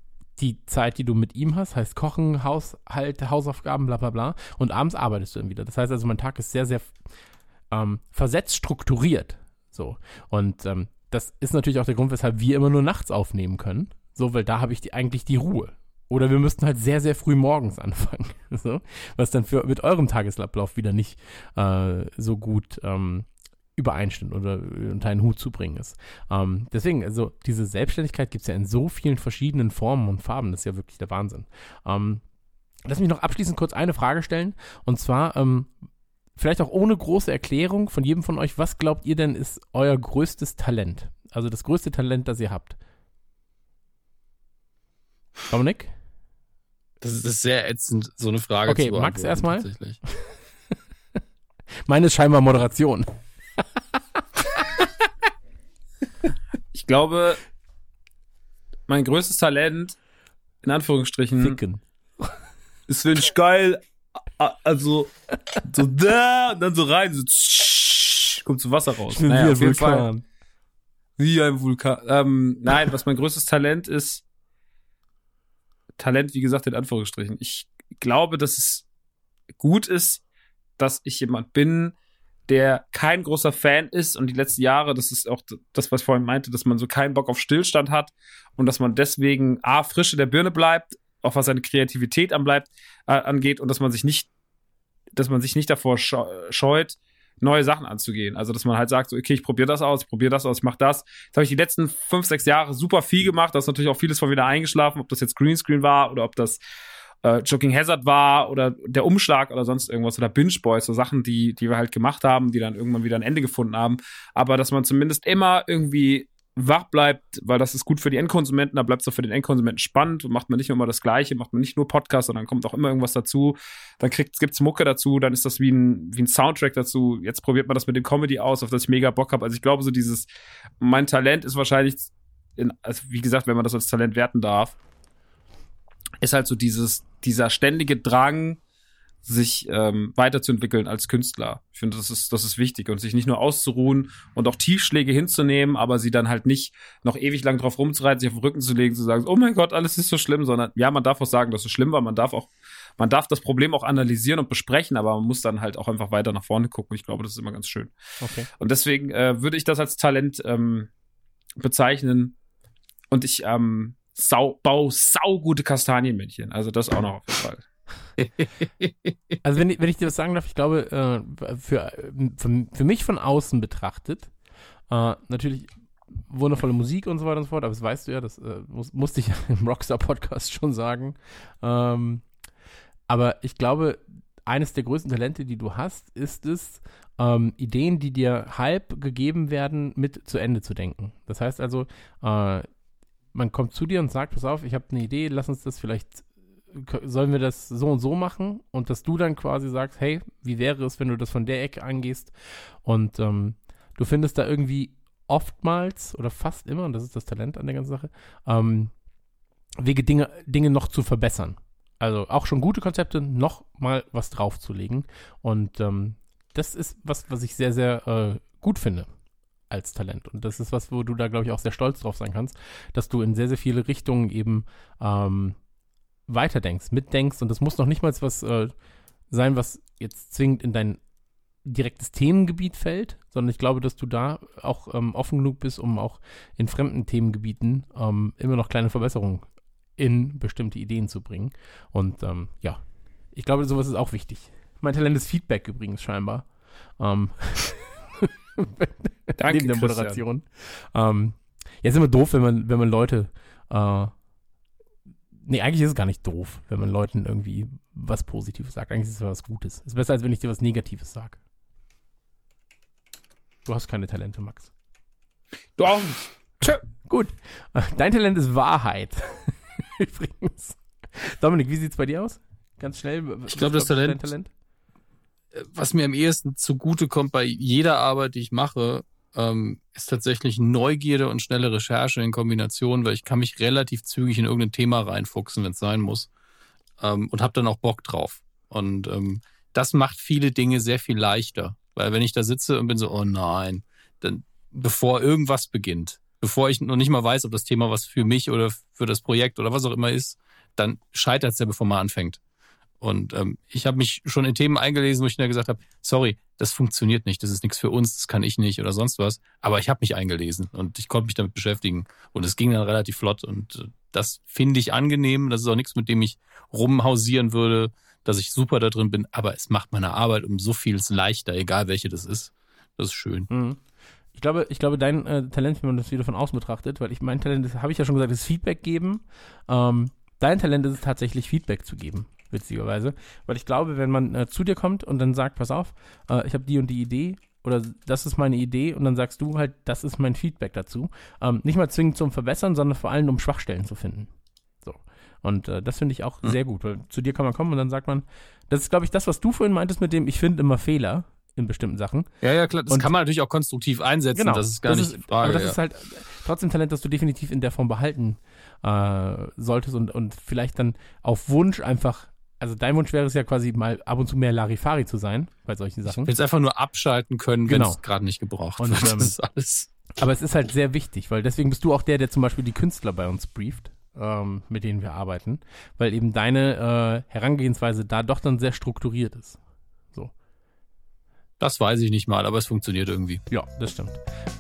die Zeit, die du mit ihm hast, heißt Kochen, Haushalt, Hausaufgaben, bla bla bla. Und abends arbeitest du dann wieder. Das heißt also, mein Tag ist sehr, sehr ähm, versetzt strukturiert. So. Und ähm, das ist natürlich auch der Grund, weshalb wir immer nur nachts aufnehmen können. So, weil da habe ich die, eigentlich die Ruhe. Oder wir müssten halt sehr, sehr früh morgens anfangen. So, was dann für mit eurem Tagesablauf wieder nicht äh, so gut ähm, übereinstimmt oder unter einen Hut zu bringen ist. Ähm, deswegen, also diese Selbstständigkeit gibt es ja in so vielen verschiedenen Formen und Farben, das ist ja wirklich der Wahnsinn. Ähm, lass mich noch abschließend kurz eine Frage stellen, und zwar, ähm, vielleicht auch ohne große Erklärung von jedem von euch, was glaubt ihr denn ist euer größtes Talent? Also das größte Talent, das ihr habt? Dominik? Das ist, das ist sehr ätzend, so eine Frage Okay, zu beantworten. Max erstmal. Tatsächlich. Meine ist scheinbar Moderation. Ich glaube, mein größtes Talent, in Anführungsstrichen, Ficken. ist, wenn ich geil, also so da und dann so rein, so kommt so Wasser raus. Naja, auf jeden Fall. Wie ein Vulkan. Ähm, nein, was mein größtes Talent ist, Talent, wie gesagt, in Anführungsstrichen. Ich glaube, dass es gut ist, dass ich jemand bin, der kein großer Fan ist, und die letzten Jahre, das ist auch das, was ich vorhin meinte, dass man so keinen Bock auf Stillstand hat und dass man deswegen A, frische der Birne bleibt, auch was seine Kreativität anbleibt, äh, angeht, und dass man sich nicht, dass man sich nicht davor scheut, neue Sachen anzugehen. Also, dass man halt sagt, so, okay, ich probiere das aus, ich probiere das aus, ich mache das. Jetzt habe ich die letzten fünf, sechs Jahre super viel gemacht, da ist natürlich auch vieles von wieder eingeschlafen, ob das jetzt Greenscreen war oder ob das äh, Joking Hazard war oder der Umschlag oder sonst irgendwas oder Binge Boys, so Sachen, die, die wir halt gemacht haben, die dann irgendwann wieder ein Ende gefunden haben. Aber dass man zumindest immer irgendwie wach bleibt, weil das ist gut für die Endkonsumenten, da bleibt es auch für den Endkonsumenten spannend und macht man nicht immer das Gleiche, macht man nicht nur Podcasts, sondern kommt auch immer irgendwas dazu, dann gibt es Mucke dazu, dann ist das wie ein, wie ein Soundtrack dazu, jetzt probiert man das mit dem Comedy aus, auf das ich mega Bock habe, also ich glaube so dieses, mein Talent ist wahrscheinlich, in, also wie gesagt, wenn man das als Talent werten darf, ist halt so dieses, dieser ständige Drang, sich ähm, weiterzuentwickeln als Künstler. Ich finde, das ist, das ist wichtig und sich nicht nur auszuruhen und auch Tiefschläge hinzunehmen, aber sie dann halt nicht noch ewig lang drauf rumzureiten, sich auf den Rücken zu legen, zu sagen, oh mein Gott, alles ist so schlimm, sondern ja, man darf auch sagen, dass es schlimm war, man darf auch, man darf das Problem auch analysieren und besprechen, aber man muss dann halt auch einfach weiter nach vorne gucken. Ich glaube, das ist immer ganz schön. Okay. Und deswegen äh, würde ich das als Talent ähm, bezeichnen und ich ähm, sau, baue saugute Kastanienmännchen. Also das auch noch auf jeden Fall. Also wenn ich, wenn ich dir was sagen darf, ich glaube, äh, für, für, für mich von außen betrachtet, äh, natürlich wundervolle Musik und so weiter und so fort, aber das weißt du ja, das äh, muss, musste ich im Rockstar-Podcast schon sagen. Ähm, aber ich glaube, eines der größten Talente, die du hast, ist es, ähm, Ideen, die dir halb gegeben werden, mit zu Ende zu denken. Das heißt also, äh, man kommt zu dir und sagt, pass auf, ich habe eine Idee, lass uns das vielleicht sollen wir das so und so machen und dass du dann quasi sagst, hey, wie wäre es, wenn du das von der Ecke angehst und ähm, du findest da irgendwie oftmals oder fast immer, und das ist das Talent an der ganzen Sache, ähm, Wege, Dinge, Dinge noch zu verbessern. Also auch schon gute Konzepte, noch mal was draufzulegen und ähm, das ist was, was ich sehr, sehr äh, gut finde als Talent und das ist was, wo du da, glaube ich, auch sehr stolz drauf sein kannst, dass du in sehr, sehr viele Richtungen eben ähm, weiterdenkst, mitdenkst und das muss noch nicht mal was äh, sein, was jetzt zwingend in dein direktes Themengebiet fällt, sondern ich glaube, dass du da auch ähm, offen genug bist, um auch in fremden Themengebieten ähm, immer noch kleine Verbesserungen in bestimmte Ideen zu bringen und ähm, ja, ich glaube, sowas ist auch wichtig. Mein Talent ist Feedback übrigens scheinbar. Ähm, Danke, neben der Moderation. Ähm, ja, ist immer doof, wenn man, wenn man Leute äh, Nee, eigentlich ist es gar nicht doof, wenn man Leuten irgendwie was Positives sagt. Eigentlich ist es was Gutes. Es ist besser, als wenn ich dir was Negatives sage. Du hast keine Talente, Max. Du auch nicht. Tschö. Gut. Dein Talent ist Wahrheit. Übrigens. Dominik, wie sieht's bei dir aus? Ganz schnell. Ich glaube, das Talent, Talent, was mir am ehesten zugute kommt bei jeder Arbeit, die ich mache, Ähm, ist tatsächlich Neugierde und schnelle Recherche in Kombination, weil ich kann mich relativ zügig in irgendein Thema reinfuchsen, wenn es sein muss. Ähm, und habe dann auch Bock drauf. Und ähm, das macht viele Dinge sehr viel leichter. Weil wenn ich da sitze und bin so, oh nein, dann bevor irgendwas beginnt, bevor ich noch nicht mal weiß, ob das Thema was für mich oder für das Projekt oder was auch immer ist, dann scheitert es ja, bevor man anfängt. Und ähm, ich habe mich schon in Themen eingelesen, wo ich dann gesagt habe, sorry, das funktioniert nicht, das ist nichts für uns, das kann ich nicht oder sonst was. Aber ich habe mich eingelesen und ich konnte mich damit beschäftigen. Und es ging dann relativ flott. Und äh, das finde ich angenehm. Das ist auch nichts, mit dem ich rumhausieren würde, dass ich super da drin bin. Aber es macht meine Arbeit um so vieles leichter, egal welche das ist. Das ist schön. Mhm. Ich glaube, ich glaube, dein äh, Talent, wenn man das wieder von außen betrachtet, weil ich mein Talent, habe ich ja schon gesagt, ist Feedback geben. Ähm, dein Talent ist es tatsächlich, Feedback zu geben. Witzigerweise, weil ich glaube, wenn man äh, zu dir kommt und dann sagt, pass auf, äh, ich habe die und die Idee oder das ist meine Idee und dann sagst du halt, das ist mein Feedback dazu. Ähm, nicht mal zwingend zum Verbessern, sondern vor allem um Schwachstellen zu finden. So. Und äh, das finde ich auch mhm. sehr gut, weil zu dir kann man kommen und dann sagt man, das ist, glaube ich, das, was du vorhin meintest mit dem, ich finde immer Fehler in bestimmten Sachen. Ja, ja, klar, das und, kann man natürlich auch konstruktiv einsetzen, genau, das ist gar das nicht ist, Frage. Aber das ja. ist halt trotzdem Talent, das du definitiv in der Form behalten äh, solltest und, und vielleicht dann auf Wunsch einfach. Also dein Wunsch wäre es ja quasi mal ab und zu mehr Larifari zu sein bei solchen Sachen. Ich will es einfach nur abschalten können, wenn es gerade nicht gebraucht und, wird. Ähm, das ist alles. Aber es ist halt sehr wichtig, weil deswegen bist du auch der, der zum Beispiel die Künstler bei uns brieft, ähm, mit denen wir arbeiten, weil eben deine äh, Herangehensweise da doch dann sehr strukturiert ist. So. Das weiß ich nicht mal, aber es funktioniert irgendwie. Ja, das stimmt.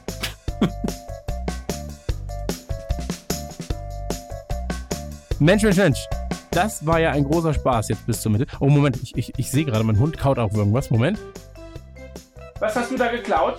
Mensch, Mensch, Mensch. Das war ja ein großer Spaß jetzt bis zur Mitte. Oh, Moment, ich, ich, ich sehe gerade, mein Hund kaut auf irgendwas. Moment. Was hast du da geklaut?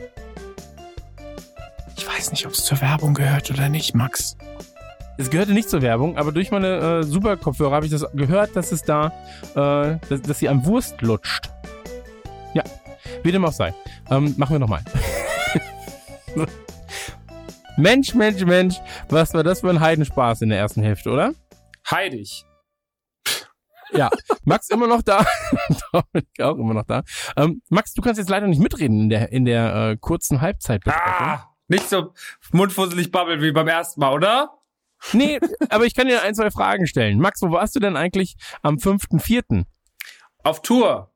Ich weiß nicht, ob es zur Werbung gehört oder nicht, Max. Es gehörte nicht zur Werbung, aber durch meine äh, Super-Kopfhörer habe ich das gehört, dass es da, äh, dass, dass sie am Wurst lutscht. Ja, wie dem auch sei. Ähm, machen wir nochmal. Mensch, Mensch, Mensch, was war das für ein Heidenspaß in der ersten Hälfte, oder? Heidig. Ja, Max immer noch da. Dominik auch immer noch da. Ähm, Max, du kannst jetzt leider nicht mitreden in der, in der äh, kurzen Halbzeitbesprechung. Ah, nicht so mundfusselig babbeln wie beim ersten Mal, oder? Nee, aber ich kann dir ein, zwei Fragen stellen. Max, wo warst du denn eigentlich am fünften vierten? Auf Tour.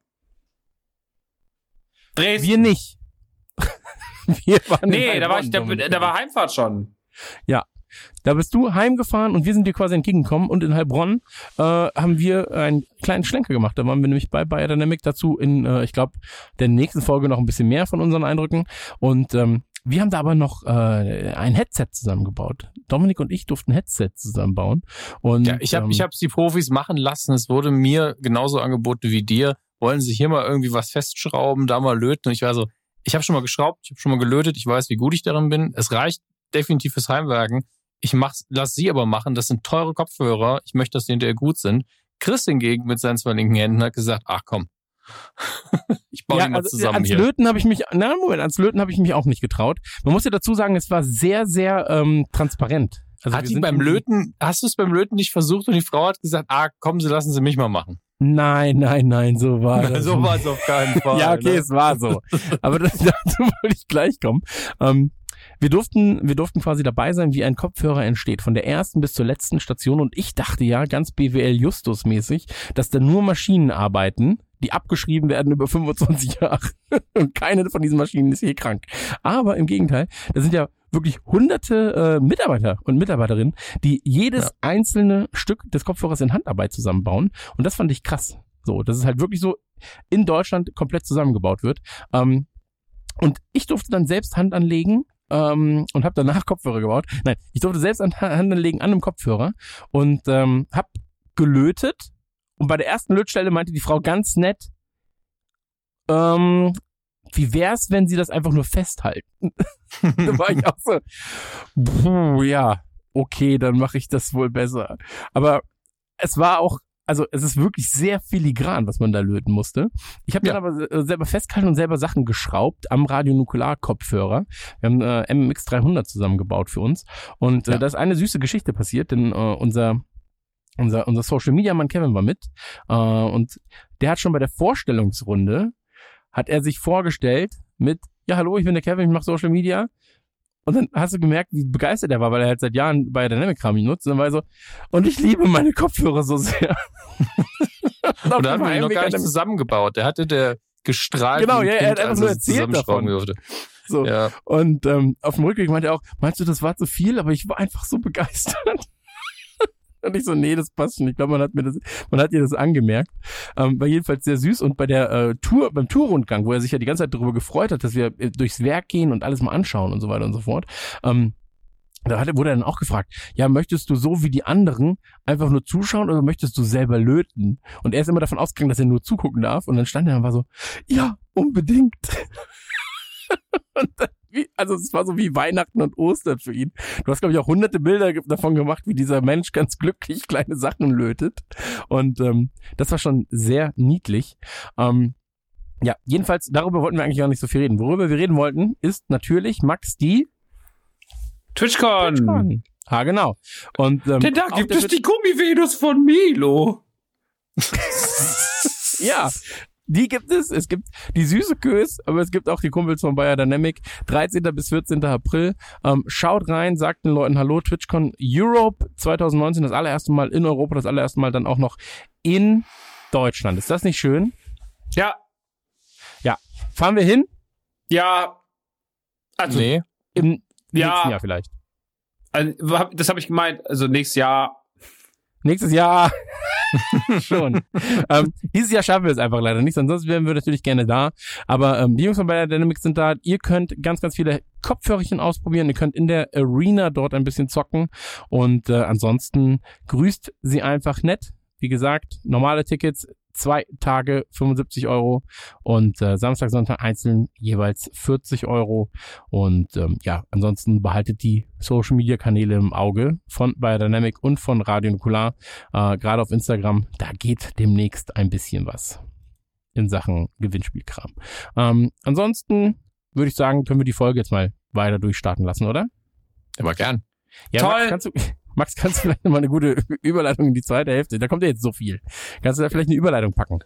Dresden. Wir nicht. Wir waren Nee, in da war ich, da, Heilbronn, da war Heimfahrt schon. Ja, da bist du heimgefahren und wir sind dir quasi entgegengekommen und in Heilbronn äh, haben wir einen kleinen Schlenker gemacht. Da waren wir nämlich bei Bayer Dynamic, dazu in, äh, ich glaube, der nächsten Folge noch ein bisschen mehr von unseren Eindrücken und ähm, wir haben da aber noch äh, ein Headset zusammengebaut. Dominik und ich durften ein Headset zusammenbauen. Und, Ja, ich habe ähm, ich hab's die Profis machen lassen. Es wurde mir genauso angeboten wie dir. Wollen sie hier mal irgendwie was festschrauben, da mal löten? Und ich war so, ich habe schon mal geschraubt, ich habe schon mal gelötet, ich weiß, wie gut ich darin bin. Es reicht definitiv fürs Heimwerken. Ich mach's, lass sie aber machen. Das sind teure Kopfhörer. Ich möchte, dass die hinterher gut sind. Chris hingegen mit seinen zwei linken Händen hat gesagt, ach komm, ich baue ja, die mal also, zusammen ans hier. Löten habe ich mich, na Moment, ans Löten habe ich mich auch nicht getraut. Man muss ja dazu sagen, es war sehr, sehr ähm, transparent. Also Hat wir die sind beim irgendwie- Löten, hast du es beim Löten nicht versucht und die Frau hat gesagt, ah, kommen Sie, lassen Sie mich mal machen. Nein, nein, nein, so war das. So war es auf keinen Fall. Ja, okay, ne? es war so. Aber das, dazu wollte ich gleich kommen. Ähm, wir durften, wir durften quasi dabei sein, wie ein Kopfhörer entsteht, von der ersten bis zur letzten Station. Und ich dachte ja, ganz B W L Justus-mäßig, dass da nur Maschinen arbeiten, die abgeschrieben werden über fünfundzwanzig Jahre. Und keine von diesen Maschinen ist je krank. Aber im Gegenteil, da sind ja wirklich hunderte äh, Mitarbeiter und Mitarbeiterinnen, die jedes Ja. einzelne Stück des Kopfhörers in Handarbeit zusammenbauen. Und das fand ich krass. So, dass es halt wirklich so in Deutschland komplett zusammengebaut wird. Ähm, und ich durfte dann selbst Hand anlegen ähm, und habe danach Kopfhörer gebaut. Nein, ich durfte selbst an, Hand anlegen an einem Kopfhörer und ähm, habe gelötet. Und bei der ersten Lötstelle meinte die Frau ganz nett, ähm, wie wär's, wenn Sie das einfach nur festhalten? Da war ich auch so, puh, ja, okay, dann mache ich das wohl besser. Aber es war auch, also es ist wirklich sehr filigran, was man da löten musste. Ich habe Ja. dann aber äh, selber festgehalten und selber Sachen geschraubt am Radionukular-Kopfhörer. Wir haben äh, M M X dreihundert zusammengebaut für uns. Und äh, Ja. da ist eine süße Geschichte passiert, denn äh, unser unser unser Social-Media-Mann Kevin war mit äh, und der hat schon bei der Vorstellungsrunde, hat er sich vorgestellt mit, ja hallo, ich bin der Kevin, ich mache Social Media. Und dann hast du gemerkt, wie begeistert er war, weil er halt seit Jahren bei Dynamic-Kram nutzt. Und dann war er so, und ich liebe meine Kopfhörer so sehr. Und da haben wir ihn noch gar nicht zusammengebaut. Der hatte der gestrahlt. Genau, wie ein ja, er Kind, hat einfach als nur es erzählt zusammenschrauben davon. durfte. So. Ja. Und ähm, auf dem Rückweg meinte er auch, meinst du, das war zu viel? Aber ich war einfach so begeistert. Und ich so, nee, das passt schon. Ich glaube, man hat mir das, man hat ihr das angemerkt. Ähm, war jedenfalls sehr süß. Und bei der äh, Tour, beim Tourrundgang, wo er sich ja die ganze Zeit darüber gefreut hat, dass wir äh, durchs Werk gehen und alles mal anschauen und so weiter und so fort, ähm, da hat, wurde er dann auch gefragt, ja, möchtest du so wie die anderen einfach nur zuschauen oder möchtest du selber löten? Und er ist immer davon ausgegangen, dass er nur zugucken darf. Und dann stand er und war so, ja, unbedingt. Und dann, wie, also es war so wie Weihnachten und Ostern für ihn. Du hast, glaube ich, auch hunderte Bilder ge- davon gemacht, wie dieser Mensch ganz glücklich kleine Sachen lötet. Und ähm, das war schon sehr niedlich. Ähm, ja, jedenfalls, darüber wollten wir eigentlich gar nicht so viel reden. Worüber wir reden wollten, ist natürlich, Max, die TwitchCon. TwitchCon. Ah, genau. Und ähm, Denn da auf gibt der es die Gummivenus von Milo. Ja, die gibt es. Es gibt die süße Kös, aber es gibt auch die Kumpels von Bayer Dynamic. dreizehnten bis vierzehnten April. Ähm, schaut rein, sagt den Leuten Hallo. TwitchCon Europe zwanzig neunzehn, das allererste Mal in Europa, das allererste Mal dann auch noch in Deutschland. Ist das nicht schön? Ja, Ja. Fahren wir hin? ja. Also, Nee. Im Ja. nächsten Jahr vielleicht. also, das habe ich gemeint. Also nächstes Jahr. Nächstes Jahr schon. ähm, dieses Jahr schaffen wir es einfach leider nicht, ansonsten wären wir natürlich gerne da. Aber ähm, die Jungs von Bayer Dynamic sind da. Ihr könnt ganz, ganz viele Kopfhörerchen ausprobieren. Ihr könnt in der Arena dort ein bisschen zocken. Und äh, ansonsten grüßt sie einfach nett. Wie gesagt, normale Tickets, zwei Tage fünfundsiebzig Euro und äh, Samstag, Sonntag einzeln jeweils vierzig Euro. Und ähm, ja, ansonsten behaltet die Social-Media-Kanäle im Auge von Bayer Dynamic und von Radio Nukular. Äh, gerade auf Instagram, da geht demnächst ein bisschen was in Sachen Gewinnspielkram. Ähm, ansonsten würde ich sagen, können wir die Folge jetzt mal weiter durchstarten lassen, oder? Aber gern. Ja, Toll. Max, kannst du, Max, kannst du vielleicht nochmal eine gute Überleitung in die zweite Hälfte? Da kommt ja jetzt so viel. Kannst du da vielleicht eine Überleitung packen?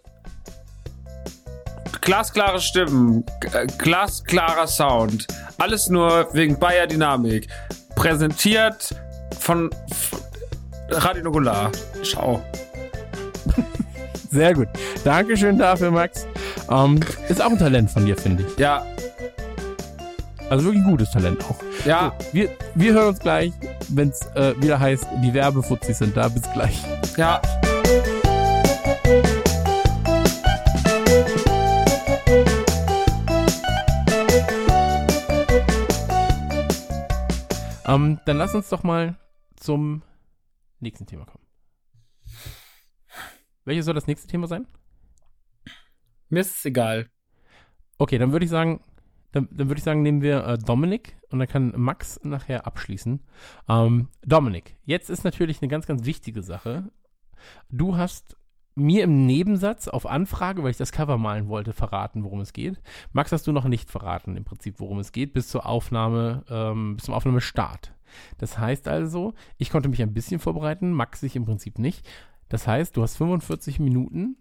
Glasklare Stimmen, g- glasklarer Sound. Alles nur wegen Bayer Dynamik. Präsentiert von, von Radio Nukular. Ciao. Sehr gut. Dankeschön dafür, Max. Ähm, ist auch ein Talent von dir, finde ich. Ja, Also wirklich ein gutes Talent auch. ja, So, wir, wir hören uns gleich, wenn es äh, wieder heißt, die Werbefuzis sind da. Bis gleich. ja. Ähm, dann lass uns doch mal zum nächsten Thema kommen. Welches soll das nächste Thema sein? Mir ist es egal. Okay, dann würde ich sagen, dann, dann würde ich sagen, nehmen wir äh, Dominik und dann kann Max nachher abschließen. Ähm, Dominik, jetzt ist natürlich eine ganz, ganz wichtige Sache. Du hast mir im Nebensatz auf Anfrage, weil ich das Cover malen wollte, verraten, worum es geht. Max, hast du noch nicht verraten, im Prinzip, worum es geht, bis zur Aufnahme, ähm, bis zum Aufnahmestart. Das heißt also, ich konnte mich ein bisschen vorbereiten, Max sich im Prinzip nicht. Das heißt, du hast fünfundvierzig Minuten,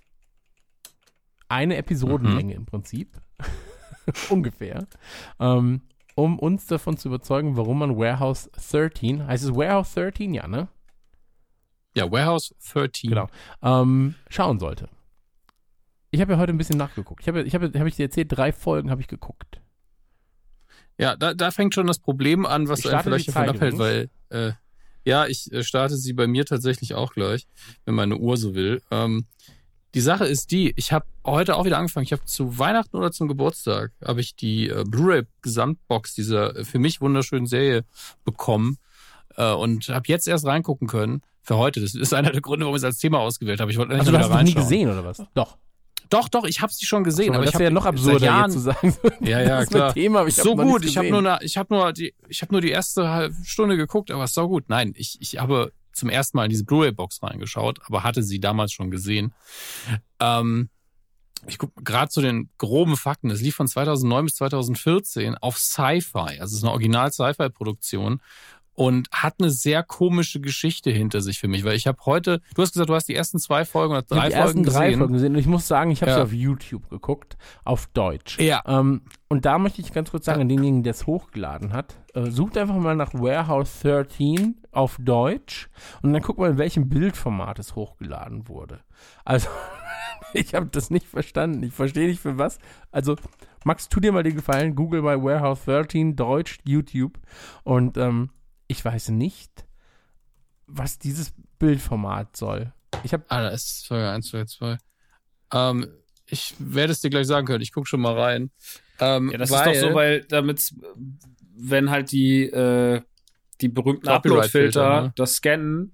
eine Episodenlänge im Prinzip, ungefähr, ähm, um uns davon zu überzeugen, warum man Warehouse dreizehn, heißt es Warehouse dreizehn? Ja, ne? Ja, Warehouse dreizehn. Genau. Ähm, schauen sollte. Ich habe ja heute ein bisschen nachgeguckt. Ich habe, ich habe, habe ich dir erzählt, drei Folgen habe ich geguckt. Ja, da, da fängt schon das Problem an, was Ich einen starte vielleicht die davon Zeit abhält, weil, äh, ja, ich äh, starte sie bei mir tatsächlich auch gleich, wenn meine Uhr so will. Ähm, die Sache ist die, ich habe heute auch wieder angefangen, ich habe zu Weihnachten oder zum Geburtstag, habe ich die äh, Blu-ray-Gesamtbox dieser äh, für mich wunderschönen Serie bekommen äh, und habe jetzt erst reingucken können für heute. Das ist einer der Gründe, warum ich es als Thema ausgewählt habe. Ich wollte Also endlich du mal hast wieder noch nie reinschauen. gesehen, oder was? Doch. Doch, doch, ich habe sie schon gesehen. So, aber das ich wäre hab ja noch seit absurder, Jahren, jetzt zu sagen. Ja, ja, das ist klar. mein Thema, aber ich so hab noch gut, nichts ich habe gesehen. nur, eine- ich hab nur die, ich habe nur die erste halbe Stunde geguckt, aber es ist so gut. Nein, ich, ich habe zum ersten Mal in diese Blu-ray-Box reingeschaut, aber hatte sie damals schon gesehen. Ähm, ich gucke gerade zu den groben Fakten. Es lief von zweitausendneun bis zweitausendvierzehn auf Sci-Fi, also es ist eine Original-Sci-Fi-Produktion und hat eine sehr komische Geschichte hinter sich für mich, weil ich habe heute, du hast gesagt, du hast die ersten zwei Folgen oder Ich habe drei die ersten Folgen drei gesehen. Folgen gesehen und ich muss sagen, ich habe sie Ja. auf YouTube geguckt, auf Deutsch. Ja. Ähm, und da möchte ich ganz kurz sagen, an denjenigen, der es hochgeladen hat, äh, sucht einfach mal nach Warehouse dreizehn auf Deutsch und dann guck mal, in welchem Bildformat es hochgeladen wurde. Also, ich habe das nicht verstanden. Ich verstehe nicht für was. Also, Max, tu dir mal den Gefallen, google mal Warehouse dreizehn Deutsch YouTube und ähm, ich weiß nicht, was dieses Bildformat soll. Ich habe Ah, da ist Folge eins, zwei, zwei. Ähm, ich werde es dir gleich sagen können. Ich gucke schon mal rein. Ähm, Ja, das weil, ist doch so, weil damit, wenn halt die, äh, die berühmten Copyright-Filter, Upload-Filter ne? das scannen.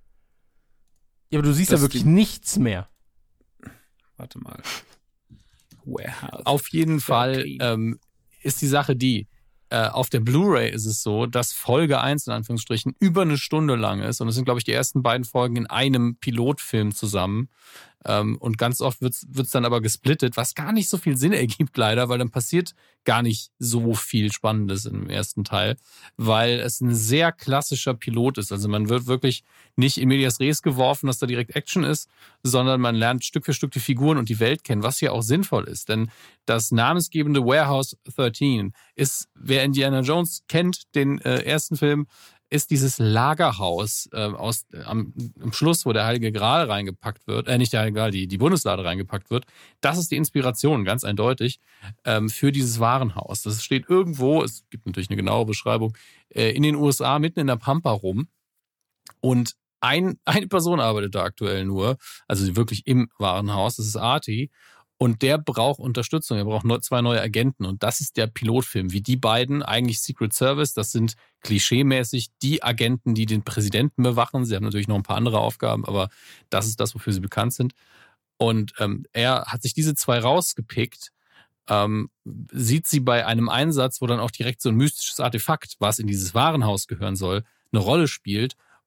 Ja, aber du siehst Das ja wirklich die- nichts mehr. Warte mal. Warehouse. auf jeden Fall dreizehn. ähm, ist die Sache die, äh, auf der Blu-ray ist es so, dass Folge eins in Anführungsstrichen über eine Stunde lang ist. Und es sind, glaube ich, die ersten beiden Folgen in einem Pilotfilm zusammen. Ähm, und ganz oft wird es dann aber gesplittet, was gar nicht so viel Sinn ergibt leider, weil dann passiert gar nicht so viel Spannendes im ersten Teil, weil es ein sehr klassischer Pilot ist. Also man wird wirklich nicht in medias res geworfen, dass da direkt Action ist, sondern man lernt Stück für Stück die Figuren und die Welt kennen, was ja auch sinnvoll ist. Denn das namensgebende Warehouse dreizehn ist, wer Indiana Jones kennt, den äh, ersten Film, ist dieses Lagerhaus äh, aus äh, am, am Schluss, wo der Heilige Gral reingepackt wird, äh, nicht der Heilige Gral, die, die Bundeslade reingepackt wird. Das ist die Inspiration, ganz eindeutig, ähm, für dieses Warenhaus. Das steht irgendwo, es gibt natürlich eine genaue Beschreibung, äh, in den U S A, mitten in der Pampa rum. Und ein, eine Person arbeitet da aktuell nur, also wirklich im Warenhaus, das ist Artie. Und der braucht Unterstützung, er braucht neu, zwei neue Agenten. Und das ist der Pilotfilm, wie die beiden, eigentlich Secret Service, das sind klischeemäßig die Agenten, die den Präsidenten bewachen. Sie haben natürlich noch ein paar andere Aufgaben, aber das ist das, wofür sie bekannt sind. Und ähm, er hat sich diese zwei rausgepickt, ähm, sieht sie bei einem Einsatz, wo dann auch direkt so ein mystisches Artefakt, was in dieses Warenhaus gehören soll, eine Rolle spielt.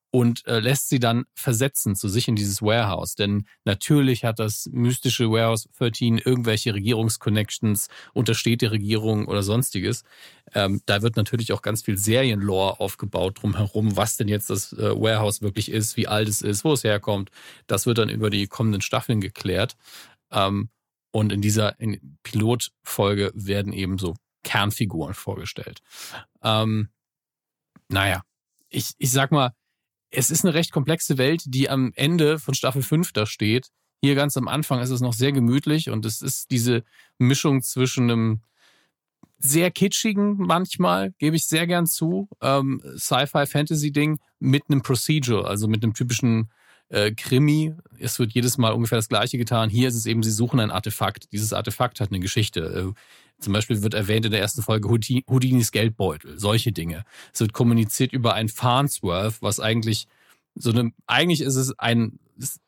und äh, lässt sie dann versetzen zu sich in dieses Warehouse. Denn natürlich hat das mystische Warehouse dreizehn irgendwelche Regierungsconnections, untersteht der Regierung oder sonstiges. Ähm, da wird natürlich auch ganz viel Serienlore aufgebaut drumherum, was denn jetzt das äh, Warehouse wirklich ist, wie alt es ist, wo es herkommt. Das wird dann über die kommenden Staffeln geklärt. Ähm, und in dieser in Pilotfolge werden eben so Kernfiguren vorgestellt. Ähm, naja, ich, ich sag mal, es ist eine recht komplexe Welt, die am Ende von Staffel fünf da steht. Hier ganz am Anfang ist es noch sehr gemütlich und es ist diese Mischung zwischen einem sehr kitschigen manchmal, gebe ich sehr gern zu, ähm, Sci-Fi-Fantasy-Ding mit einem Procedural, also mit einem typischen äh, Krimi. Es wird jedes Mal ungefähr das Gleiche getan. Hier ist es eben, sie suchen ein Artefakt. Dieses Artefakt hat eine Geschichte. Äh, zum Beispiel wird erwähnt in der ersten Folge Houdinis Geldbeutel, solche Dinge. Es wird kommuniziert über ein Farnsworth, was eigentlich so eine, eigentlich ist es ein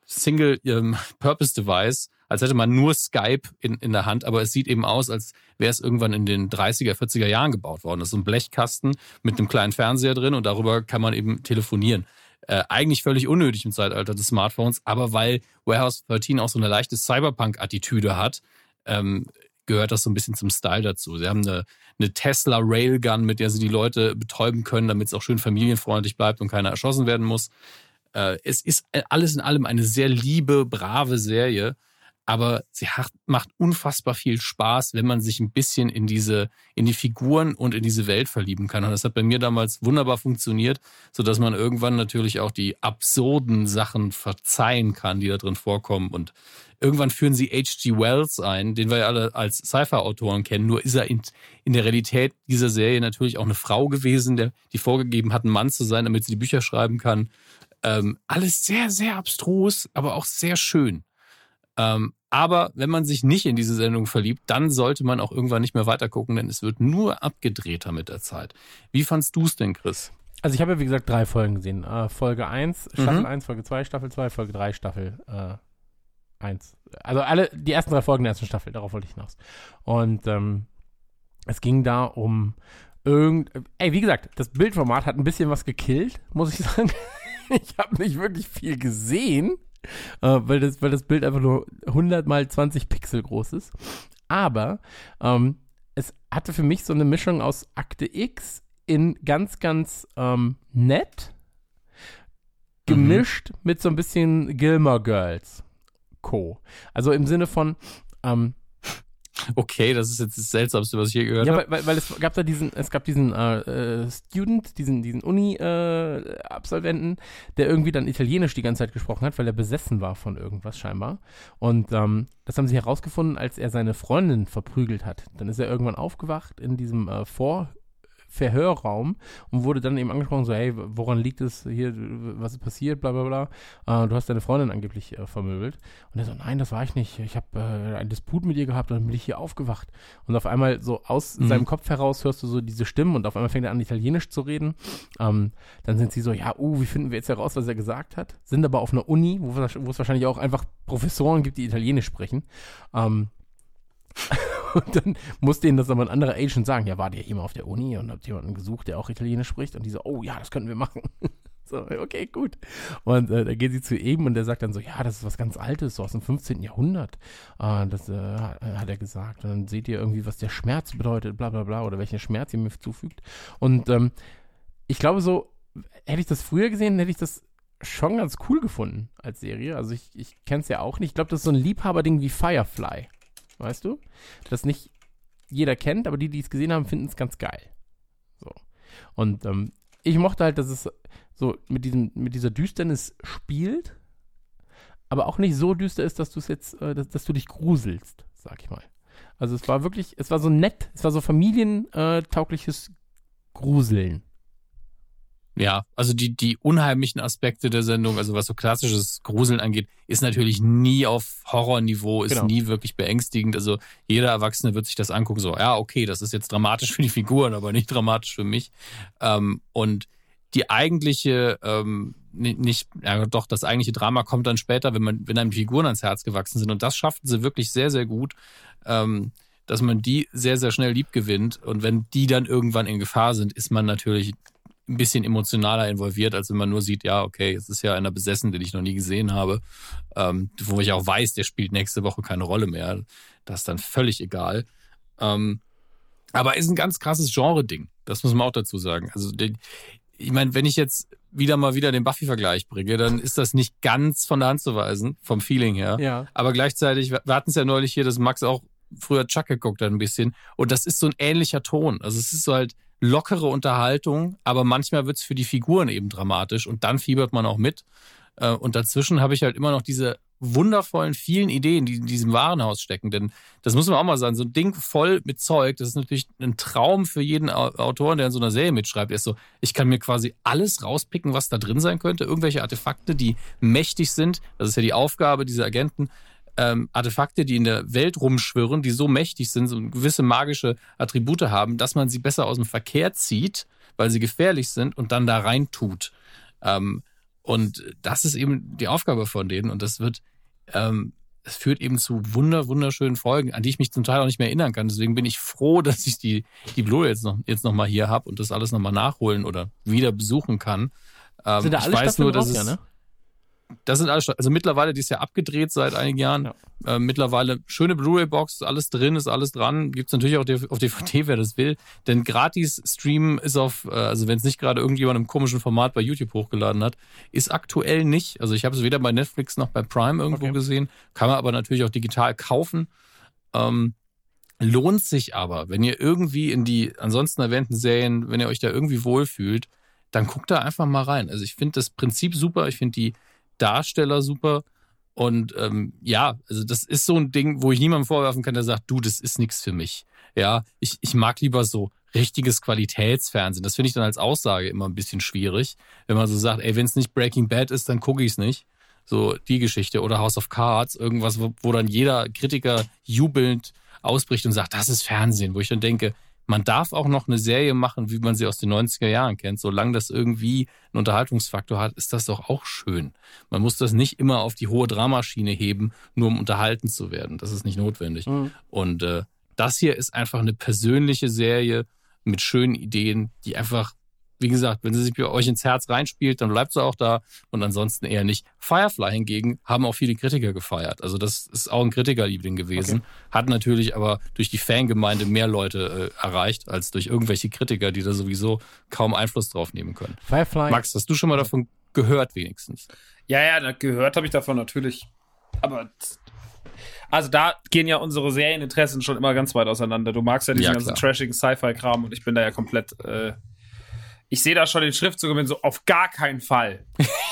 Single-Purpose-Device, als hätte man nur Skype in, in der Hand, aber es sieht eben aus, als wäre es irgendwann in den dreißiger, vierziger Jahren gebaut worden. Das ist so ein Blechkasten mit einem kleinen Fernseher drin und darüber kann man eben telefonieren. Äh, eigentlich völlig unnötig im Zeitalter des Smartphones, aber weil Warehouse dreizehn auch so eine leichte Cyberpunk-Attitüde hat, ähm, gehört das so ein bisschen zum Style dazu. Sie haben eine, eine Tesla Railgun, mit der sie die Leute betäuben können, damit es auch schön familienfreundlich bleibt und keiner erschossen werden muss. Äh, es ist alles in allem eine sehr liebe, brave Serie, aber sie hat, macht unfassbar viel Spaß, wenn man sich ein bisschen in diese, in die Figuren und in diese Welt verlieben kann. Und das hat bei mir damals wunderbar funktioniert, sodass man irgendwann natürlich auch die absurden Sachen verzeihen kann, die da drin vorkommen. Und irgendwann führen sie H G Wells ein, den wir ja alle als Sci-Fi-Autoren kennen. Nur ist er in, in der Realität dieser Serie natürlich auch eine Frau gewesen, der, die vorgegeben hat, ein Mann zu sein, damit sie die Bücher schreiben kann. Ähm, alles sehr, sehr abstrus, aber auch sehr schön. Ähm, aber wenn man sich nicht in diese Sendung verliebt, dann sollte man auch irgendwann nicht mehr weitergucken, denn es wird nur abgedrehter mit der Zeit. Wie fandst du es denn, Chris? Also ich habe ja, wie gesagt, drei Folgen gesehen. Äh, Folge eins, Staffel Mhm. eins, Folge zwei, Staffel zwei, Folge drei, Staffel äh, eins. Also alle, die ersten drei Folgen der ersten Staffel, darauf wollte ich hinaus. Und ähm, es ging da um irgend... Ey, wie gesagt, das Bildformat hat ein bisschen was gekillt, muss ich sagen. Ich habe nicht wirklich viel gesehen, äh, weil, das, weil das Bild einfach nur hundert mal zwanzig Pixel groß ist. Aber ähm, es hatte für mich so eine Mischung aus Akte X in ganz, ganz ähm, nett, gemischt mhm. mit so ein bisschen Gilmore Girls Co. Also im Sinne von ähm, Okay, das ist jetzt das Seltsamste, was ich je gehört ja, habe. weil, weil, weil es gab da diesen, es gab diesen äh, äh, Student, diesen, diesen Uni-Absolventen, äh, der irgendwie dann Italienisch die ganze Zeit gesprochen hat, weil er besessen war von irgendwas scheinbar. Und ähm, das haben sie herausgefunden, als er seine Freundin verprügelt hat. Dann ist er irgendwann aufgewacht in diesem äh, Vor- Verhörraum und wurde dann eben angesprochen, so, hey, woran liegt es hier, was ist passiert, bla bla bla, äh, du hast deine Freundin angeblich äh, vermöbelt. Und er so, nein, das war ich nicht, ich habe äh, einen Disput mit ihr gehabt und dann bin ich hier aufgewacht. Und auf einmal so aus mhm. seinem Kopf heraus hörst du so diese Stimmen und auf einmal fängt er an, Italienisch zu reden. Ähm, dann sind sie so, ja, uh, wie finden wir jetzt heraus, was er gesagt hat? Sind aber auf einer Uni, wo, wo es wahrscheinlich auch einfach Professoren gibt, die Italienisch sprechen. Ähm, Und dann musste ihnen das aber ein anderer Agent sagen, ja, wart ihr immer auf der Uni und habt jemanden gesucht, der auch Italienisch spricht? Und die so, oh ja, das können wir machen. So, okay, gut. Und äh, da geht sie zu ihm und der sagt dann so, ja, das ist was ganz Altes, so aus dem fünfzehnten Jahrhundert. Äh, das äh, hat er gesagt. Und dann seht ihr irgendwie, was der Schmerz bedeutet, bla bla bla, oder welchen Schmerz ihr mir zufügt. Und ähm, ich glaube so, hätte ich das früher gesehen, hätte ich das schon ganz cool gefunden als Serie. Also ich, ich kenne es ja auch nicht. Ich glaube, das ist so ein Liebhaberding wie Firefly. Weißt du? Das nicht jeder kennt, aber die, die es gesehen haben, finden es ganz geil. So. Und ähm, ich mochte halt, dass es so mit, diesem, mit dieser Düsternis spielt, aber auch nicht so düster ist, dass du es jetzt, äh, dass, dass du dich gruselst, sag ich mal. Also es war wirklich, es war so nett, es war so familientaugliches Gruseln. Ja, also die, die unheimlichen Aspekte der Sendung, also was so klassisches Gruseln angeht, ist natürlich nie auf Horrorniveau, ist Genau. nie wirklich beängstigend. Also jeder Erwachsene wird sich das angucken, so, ja, okay, das ist jetzt dramatisch für die Figuren, aber nicht dramatisch für mich. Ähm, und die eigentliche, ähm, nicht, ja doch, das eigentliche Drama kommt dann später, wenn man, wenn einem die Figuren ans Herz gewachsen sind. Und das schafften sie wirklich sehr, sehr gut, ähm, dass man die sehr, sehr schnell lieb gewinnt. Und wenn die dann irgendwann in Gefahr sind, ist man natürlich ein bisschen emotionaler involviert, als wenn man nur sieht, ja, okay, es ist ja einer besessen, den ich noch nie gesehen habe, ähm, wo ich auch weiß, der spielt nächste Woche keine Rolle mehr. Das ist dann völlig egal. Ähm, aber ist ein ganz krasses Genre-Ding. Das muss man auch dazu sagen. Also, den, ich meine, wenn ich jetzt wieder mal wieder den Buffy-Vergleich bringe, dann ist das nicht ganz von der Hand zu weisen, vom Feeling her. Ja. Aber gleichzeitig, wir hatten es ja neulich hier, dass Max auch früher Chuck geguckt hat ein bisschen. Und das ist so ein ähnlicher Ton. Also es ist so halt lockere Unterhaltung, aber manchmal wird es für die Figuren eben dramatisch und dann fiebert man auch mit. Und dazwischen habe ich halt immer noch diese wundervollen, vielen Ideen, die in diesem Warenhaus stecken. Denn das muss man auch mal sagen, so ein Ding voll mit Zeug, das ist natürlich ein Traum für jeden Autoren, der in so einer Serie mitschreibt. Er ist so, ich kann mir quasi alles rauspicken, was da drin sein könnte. Irgendwelche Artefakte, die mächtig sind. Das ist ja die Aufgabe dieser Agenten. Ähm, Artefakte, die in der Welt rumschwirren, die so mächtig sind, so gewisse magische Attribute haben, dass man sie besser aus dem Verkehr zieht, weil sie gefährlich sind und dann da rein tut. Ähm, und das ist eben die Aufgabe von denen und das wird, ähm, es führt eben zu wunder, wunderschönen Folgen, an die ich mich zum Teil auch nicht mehr erinnern kann. Deswegen bin ich froh, dass ich die, die Blu jetzt noch, jetzt noch mal hier habe und das alles noch mal nachholen oder wieder besuchen kann. Ähm, Sind da ich alle weiß nur, dass drauf, es, ja, ne? Das sind alles, also mittlerweile, die ist ja abgedreht seit einigen Jahren. Ja. Äh, mittlerweile schöne Blu-ray-Box, alles drin, ist alles dran. Gibt's natürlich auch auf D V D, wer das will. Denn Gratis-Stream ist auf, äh, also wenn es nicht gerade irgendjemand im komischen Format bei YouTube hochgeladen hat, ist aktuell nicht. Also ich habe es weder bei Netflix noch bei Prime irgendwo Okay. gesehen. Kann man aber natürlich auch digital kaufen. Ähm, lohnt sich aber, wenn ihr irgendwie in die ansonsten erwähnten Serien, wenn ihr euch da irgendwie wohlfühlt, dann guckt da einfach mal rein. Also ich finde das Prinzip super, ich finde die Darsteller super und ähm, ja, also das ist so ein Ding, wo ich niemandem vorwerfen kann, der sagt, du, das ist nichts für mich. Ja, ich, ich mag lieber so richtiges Qualitätsfernsehen. Das finde ich dann als Aussage immer ein bisschen schwierig, wenn man so sagt, ey, wenn es nicht Breaking Bad ist, dann gucke ich es nicht. So die Geschichte oder House of Cards, irgendwas, wo, wo dann jeder Kritiker jubelnd ausbricht und sagt, das ist Fernsehen, wo ich dann denke, man darf auch noch eine Serie machen, wie man sie aus den neunziger Jahren kennt. Solange das irgendwie einen Unterhaltungsfaktor hat, ist das doch auch schön. Man muss das nicht immer auf die hohe Dramaschiene heben, nur um unterhalten zu werden. Das ist nicht notwendig. Mhm. Und äh, das hier ist einfach eine persönliche Serie mit schönen Ideen, die einfach, wie gesagt, wenn sie sich bei euch ins Herz reinspielt, dann bleibt sie auch da und ansonsten eher nicht. Firefly hingegen haben auch viele Kritiker gefeiert. Also das ist auch ein Kritikerliebling gewesen. Okay. Hat natürlich aber durch die Fangemeinde mehr Leute äh, erreicht, als durch irgendwelche Kritiker, die da sowieso kaum Einfluss drauf nehmen können. Firefly. Max, hast du schon mal davon gehört wenigstens? Ja, ja, gehört habe ich davon natürlich. Aber also da gehen ja unsere Serieninteressen schon immer ganz weit auseinander. Du magst ja diesen Ja, ganzen klar. trashigen Sci-Fi-Kram und ich bin da ja komplett... Äh, Ich sehe da schon den Schriftzug und bin so, auf gar keinen Fall.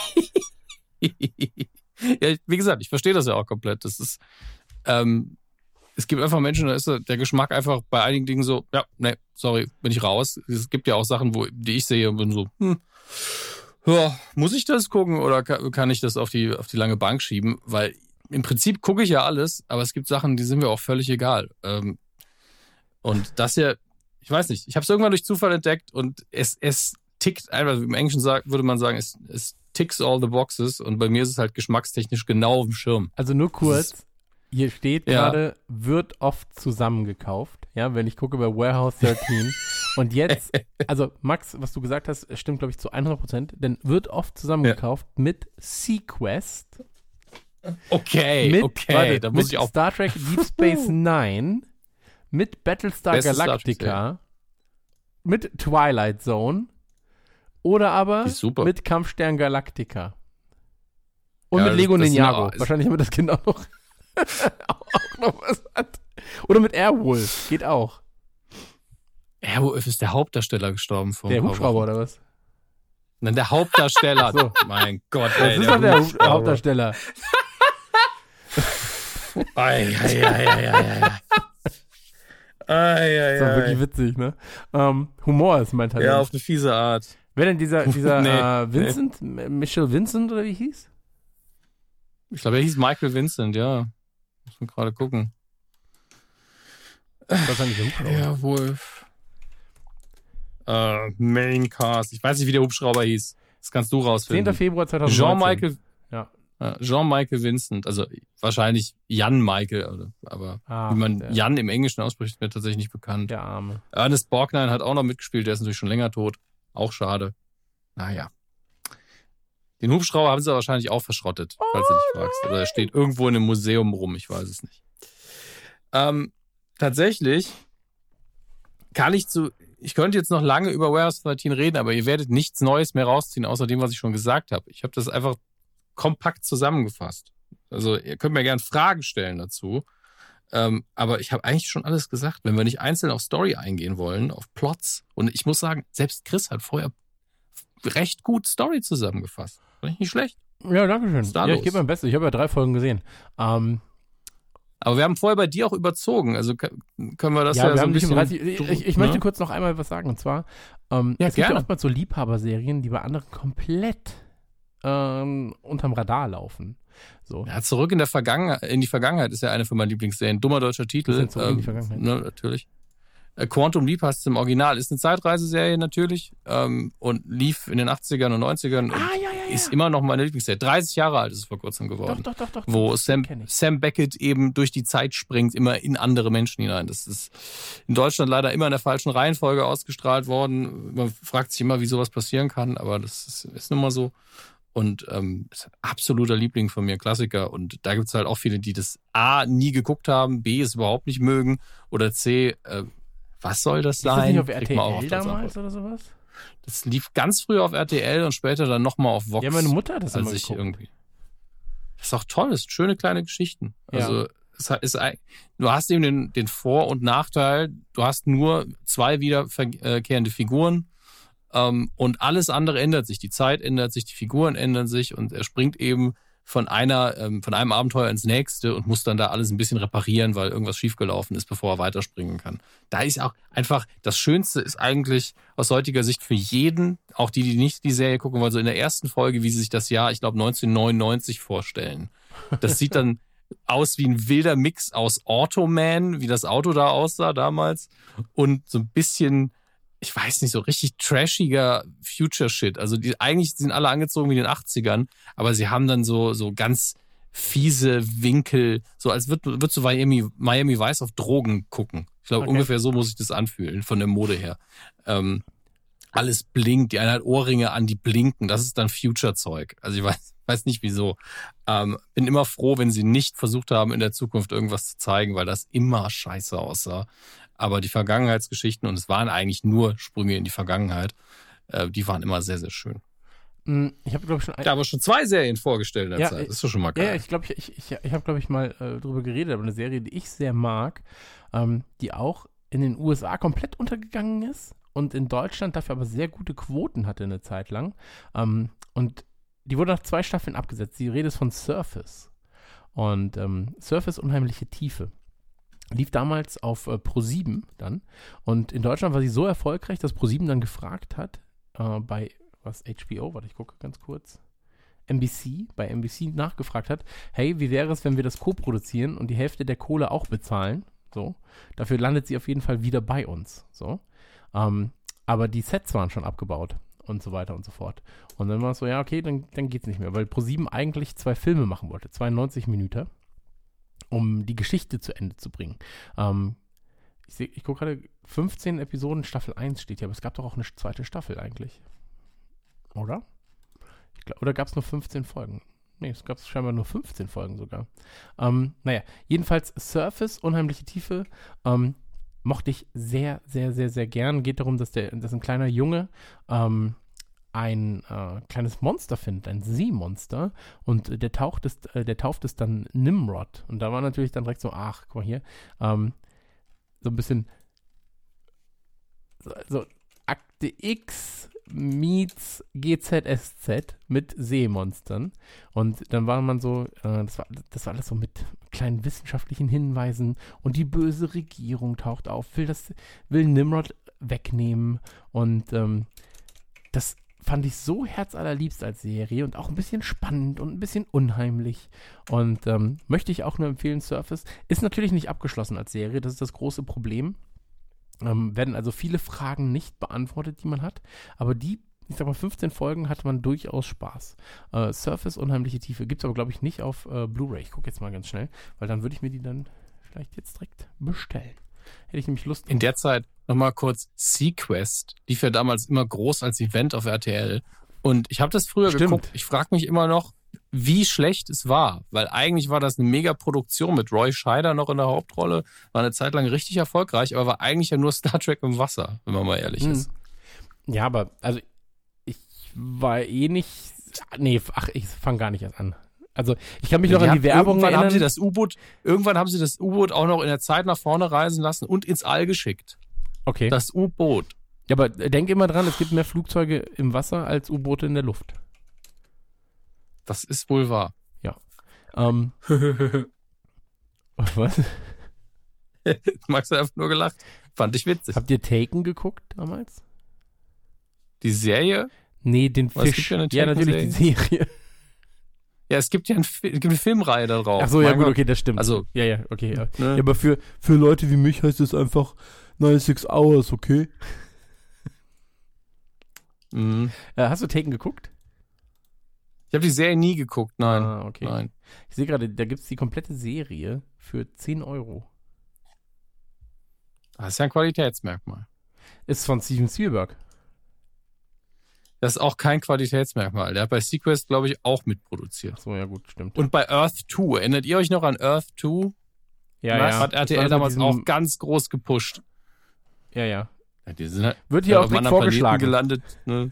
Ja, wie gesagt, ich verstehe das ja auch komplett. Das ist, ähm, es gibt einfach Menschen, da ist der Geschmack einfach bei einigen Dingen so, ja, nee, sorry, bin ich raus. Es gibt ja auch Sachen, wo, die ich sehe und bin so, hm, ja, muss ich das gucken oder kann, kann ich das auf die, auf die lange Bank schieben? Weil im Prinzip gucke ich ja alles, aber es gibt Sachen, die sind mir auch völlig egal. Ähm, und das hier, ich weiß nicht, ich habe es irgendwann durch Zufall entdeckt und es, es tickt einfach, im Englischen sagt, würde man sagen, es, es ticks all the boxes und bei mir ist es halt geschmackstechnisch genau auf dem Schirm. Also nur kurz, ist, hier steht ja. gerade, wird oft zusammengekauft, ja, wenn ich gucke bei Warehouse dreizehn und jetzt, also Max, was du gesagt hast, stimmt glaube ich zu hundert Prozent, denn wird oft zusammengekauft ja. mit Sequest, okay, mit, okay, warte, da muss mit ich auch Star Trek Deep Space Nine, mit Battlestar Beste Galactica, Star Trek, mit Twilight Zone oder aber Die ist super. mit Kampfstern Galactica. Und Ja, mit das- Lego das sind Ninjago. auch- Wahrscheinlich haben wir das Kind auch noch, auch noch was hat. Oder mit Airwolf. Geht auch. Airwolf ist der Hauptdarsteller gestorben vor Der ein paar Hubschrauber Wochen. oder was? Nein, der Hauptdarsteller. So. Mein Gott, Das ey, ist doch der Hub- Hauptdarsteller. Ei, ei, ei, ei, ei, ei. Ei, ei, Das war ei. wirklich witzig, ne? Ähm, Humor ist mein Talent. Ja, auf eine fiese Art. Wer denn dieser, dieser Nee, äh, Vincent? M- Michel Vincent oder wie hieß? Ich glaube, er hieß Michael Vincent, ja. Muss man gerade gucken. Wahrscheinlich der Hubschrauber. Airwolf. Äh, Maincast. Ich weiß nicht, wie der Hubschrauber hieß. Das kannst du rausfinden. zehnter Februar zweitausendneunzehn. Jean-Michael Ja. äh, Jean-Michael Vincent. Also wahrscheinlich Jan Michael. oder- Aber Ah, wie man der, Jan im Englischen ausspricht, ist mir tatsächlich nicht bekannt. der Arme. Ernest Borgnine hat auch noch mitgespielt. Der ist natürlich schon länger tot. Auch schade. naja. Den Hubschrauber haben sie wahrscheinlich auch verschrottet, falls du dich fragst. Oder er steht irgendwo in einem Museum rum, ich weiß es nicht. Ähm, tatsächlich kann ich zu, ich könnte jetzt noch lange über Warehouse dreizehn reden, aber ihr werdet nichts Neues mehr rausziehen, außer dem, was ich schon gesagt habe. Ich habe das einfach kompakt zusammengefasst. Also ihr könnt mir gerne Fragen stellen dazu. Ähm, aber ich habe eigentlich schon alles gesagt. Wenn wir nicht einzeln auf Story eingehen wollen, auf Plots. Und ich muss sagen, selbst Chris hat vorher recht gut Story zusammengefasst. Fand ich nicht schlecht. Ja, danke schön. da Ja, los? ich gebe mein Bestes. Ich habe ja drei Folgen gesehen. Ähm, Aber wir haben vorher bei dir auch überzogen. Also k- können wir das ja, ja, wir so haben ein nicht um bisschen... dreißig. Ich, ich, ich ne? möchte kurz noch einmal was sagen. Und zwar, ähm, Ja, es gibt ja gerne. oftmals so Liebhaberserien, die bei anderen komplett ähm, unterm Radar laufen. So. Ja, zurück in der Vergangenheit, in die Vergangenheit ist ja eine von meinen Lieblingsserien. Dummer deutscher Titel. Was ist denn Zurück in die Vergangenheit? Ne, natürlich. Äh, Quantum Leap heißt es im Original. Ist eine Zeitreiseserie natürlich ähm, und lief in den achtzigern und neunzigern und Ah, ja, ja, ja. ist immer noch meine Lieblingsserie. dreißig Jahre alt ist es vor kurzem Doch, geworden. doch, doch, doch. Wo das Sam, kenn ich. Sam Beckett eben durch die Zeit springt, immer in andere Menschen hinein. Das ist in Deutschland leider immer in der falschen Reihenfolge ausgestrahlt worden. Man fragt sich immer, wie sowas passieren kann, aber das ist, ist nun mal so. Und ähm, ist ein absoluter Liebling von mir, Klassiker. Und da gibt es halt auch viele, die das A, nie geguckt haben, B, es überhaupt nicht mögen oder C, äh, was soll das Ist das sein? nicht auf Kriegt R T man auch L oft als damals Antwort. oder sowas? Das lief ganz früh auf R T L und später dann nochmal auf Vox. Ja, meine Mutter hat das als immer ich geguckt. irgendwie. Das ist auch toll, das sind schöne kleine Geschichten. Ja. Also es hat- ist, ein- du hast eben den, den Vor- und Nachteil, du hast nur zwei wiederkehrende Figuren ähm, und alles andere ändert sich. Die Zeit ändert sich, die Figuren ändern sich und er springt eben von einer, ähm, von einem Abenteuer ins nächste und muss dann da alles ein bisschen reparieren, weil irgendwas schiefgelaufen ist, bevor er weiterspringen kann. Da ist auch einfach, das Schönste ist eigentlich aus heutiger Sicht für jeden, auch die, die nicht die Serie gucken wollen, so in der ersten Folge, wie sie sich das Jahr, ich glaube, neunzehnhundertneunundneunzig vorstellen. Das sieht dann aus wie ein wilder Mix aus Automan, wie das Auto da aussah damals, und so ein bisschen, ich weiß nicht, so richtig trashiger Future-Shit. Also die eigentlich sind alle angezogen wie in den achtzigern, aber sie haben dann so, so ganz fiese Winkel, so als würd, würdest du Miami, Miami Vice auf Drogen gucken. Ich glaube, Okay. ungefähr so muss sich das anfühlen, von der Mode her. Ähm, alles blinkt, die eine hat Ohrringe an, die blinken, das ist dann Future-Zeug. Also ich weiß, weiß nicht wieso. Ähm, bin immer froh, wenn sie nicht versucht haben, in der Zukunft irgendwas zu zeigen, weil das immer scheiße aussah. Aber die Vergangenheitsgeschichten, und es waren eigentlich nur Sprünge in die Vergangenheit, äh, die waren immer sehr, sehr schön. Mm, Ich habe, glaube ich, schon ein, Da haben wir schon zwei Serien vorgestellt in der Ja, Zeit. Das ist doch schon mal Ja, ja, geil. ich glaube, ich, ich, ich, ich habe, glaube ich, mal äh, drüber geredet, aber eine Serie, die ich sehr mag, ähm, die auch in den U S A komplett untergegangen ist und in Deutschland dafür aber sehr gute Quoten hatte eine Zeit lang. Ähm, und die wurde nach zwei Staffeln abgesetzt. Die Rede ist von Surface. Und ähm, Surface, unheimliche Tiefe. Lief damals auf äh, ProSieben dann. Und in Deutschland war sie so erfolgreich, dass ProSieben dann gefragt hat, äh, bei, was, H B O, warte, ich gucke ganz kurz, N B C, bei N B C nachgefragt hat, hey, wie wäre es, wenn wir das co-produzieren und die Hälfte der Kohle auch bezahlen? So. Dafür landet sie auf jeden Fall wieder bei uns. So. Ähm, aber die Sets waren schon abgebaut und so weiter und so fort. Und dann war es so, ja, okay, dann, dann geht's nicht mehr, weil ProSieben eigentlich zwei Filme machen wollte, zweiundneunzig Minuten, um die Geschichte zu Ende zu bringen. Ähm, ich seh, ich gucke gerade, fünfzehn Episoden, Staffel eins steht hier, aber es gab doch auch eine zweite Staffel eigentlich. Oder? Ich glaub, oder gab es nur fünfzehn Folgen? Nee, es gab scheinbar nur fünfzehn Folgen sogar. Ähm, naja, jedenfalls Surface, unheimliche Tiefe, ähm, mochte ich sehr, sehr, sehr, sehr gern. Geht darum, dass, der, dass ein kleiner Junge ähm, ein äh, kleines Monster findet, ein Seemonster, und der taucht es, äh, der tauft es dann Nimrod. Und da war natürlich dann direkt so, ach, guck mal hier, ähm, so ein bisschen so, so Akte X meets G Z S Z mit Seemonstern. Und dann war man so, äh, das war, das war alles so mit kleinen wissenschaftlichen Hinweisen, und die böse Regierung taucht auf, will das, will Nimrod wegnehmen, und ähm, das fand ich so herzallerliebst als Serie und auch ein bisschen spannend und ein bisschen unheimlich, und ähm, möchte ich auch nur empfehlen. Surface ist natürlich nicht abgeschlossen als Serie, das ist das große Problem. Ähm, werden also viele Fragen nicht beantwortet, die man hat, aber die, ich sag mal, fünfzehn Folgen hat man durchaus Spaß. Äh, Surface, unheimliche Tiefe, gibt es aber, glaube ich, nicht auf äh, Blu-ray. Ich gucke jetzt mal ganz schnell, weil dann würde ich mir die dann vielleicht jetzt direkt bestellen. Hätte ich nämlich Lust. In der Zeit nochmal kurz, Sequest lief ja damals immer groß als Event auf R T L, Und ich habe das früher Stimmt. geguckt. Ich frage mich immer noch, wie schlecht es war. Weil eigentlich war das eine Mega-Produktion mit Roy Scheider noch in der Hauptrolle. War eine Zeit lang richtig erfolgreich, aber war eigentlich ja nur Star Trek im Wasser, wenn man mal ehrlich Hm. ist. Ja, aber, also, ich war eh nicht, nee, ach, ich fange gar nicht erst an. Also, ich kann mich noch Die an haben- die Werbung irgendwann erinnern. haben sie das U-Boot, irgendwann haben sie das U-Boot auch noch in der Zeit nach vorne reisen lassen und ins All geschickt. Okay. Das U-Boot. Ja, aber denk immer dran, es gibt mehr Flugzeuge im Wasser als U-Boote in der Luft. Das ist wohl wahr. Ähm, was? Max hat einfach nur gelacht. Fand ich witzig. Habt ihr Taken geguckt damals? Die Serie? Nee, den Was, es Fisch. gibt ja eine Ja, natürlich die Serie. Ja, es gibt ja ein, Fi- es gibt eine Filmreihe da drauf. Ach so, ja Mein gut, Gott. okay, das stimmt. Also, ja, ja, okay. Ja. ne? Ja, aber für, für Leute wie mich heißt es einfach sechs Hours, okay? Mhm. Äh, hast du Taken geguckt? Ich habe die Serie nie geguckt, nein. Ah, okay. Nein. Ich sehe gerade, da gibt es die komplette Serie für zehn Euro. Das ist ja ein Qualitätsmerkmal. Ist von Steven Spielberg. Das ist auch kein Qualitätsmerkmal. Der hat bei Sequest, glaube ich, auch mitproduziert. Ach so, ja gut, stimmt. Und bei Earth zwei. Erinnert ihr euch noch an Earth zwei? ja, Das ja. hat Das R T war L so damals diesem- auch ganz groß gepusht. Ja, ja. Ja, die sind halt Wird hier ja, auch auf direkt einem anderen Planeten vorgeschlagen. gelandet. Ne?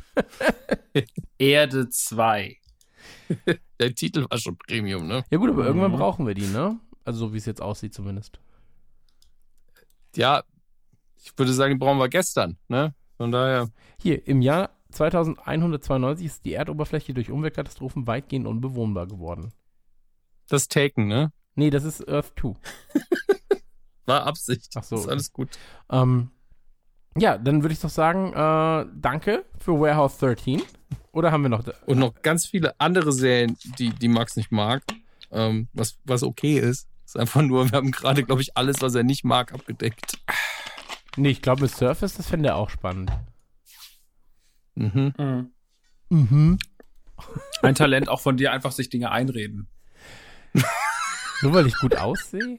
Erde zwei. Der Titel war schon Premium, ne? Ja gut, aber irgendwann Mhm. brauchen wir die, ne? Also so wie es jetzt aussieht zumindest. Ja, ich würde sagen, die brauchen wir gestern, ne? Von daher. Hier, im Jahr zweitausendeinhundertzweiundneunzig ist die Erdoberfläche durch Umweltkatastrophen weitgehend unbewohnbar geworden. Das Taken, ne? Nee, das ist Earth zwei. War Absicht. Ach so, Ist okay. alles gut. Ähm, ja, dann würde ich doch sagen, äh, danke für Warehouse dreizehn. Oder haben wir noch... Und noch ganz viele andere Serien, die, die Max nicht mag. Ähm, was, was okay ist. Ist einfach nur, wir haben gerade, glaube ich, alles, was er nicht mag, abgedeckt. Nee, ich glaube, mit Surface, das fände er auch spannend. Mhm. Mhm. Mhm. Ein Talent auch von dir, einfach sich Dinge einreden. Nur weil ich gut aussehe?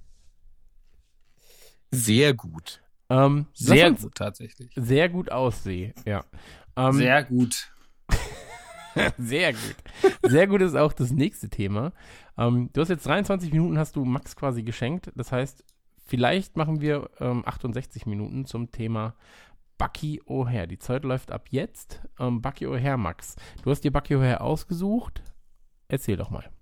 Sehr gut. Ähm, Sehr lass uns gut, tatsächlich. Sehr gut aussehe, ja. Ähm, Sehr gut. Sehr gut. Sehr gut ist auch das nächste Thema. Ähm, du hast jetzt dreiundzwanzig Minuten, hast du Max quasi geschenkt. Das heißt, vielleicht machen wir ähm, achtundsechzig Minuten zum Thema Bucky O'Hare. Die Zeit läuft ab jetzt. Ähm, Bucky O'Hare, Max. Du hast dir Bucky O'Hare ausgesucht. Erzähl doch mal.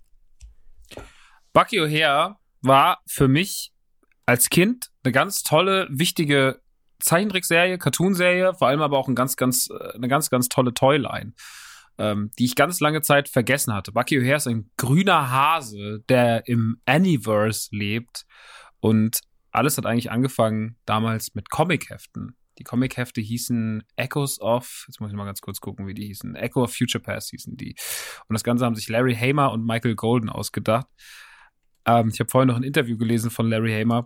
Bucky O'Hare war für mich als Kind eine ganz tolle, wichtige Zeichentrickserie, Cartoonserie, vor allem aber auch ein ganz, ganz, eine ganz, ganz tolle Toyline, ähm, die ich ganz lange Zeit vergessen hatte. Bucky O'Hare ist ein grüner Hase, der im Anyverse lebt, und alles hat eigentlich angefangen damals mit Comicheften. Die Comichefte hießen Echoes of, jetzt muss ich mal ganz kurz gucken, wie die hießen. Echo of Future Past hießen die. Und das Ganze haben sich Larry Hama und Michael Golden ausgedacht. Ähm, ich habe vorhin noch ein Interview gelesen von Larry Hama.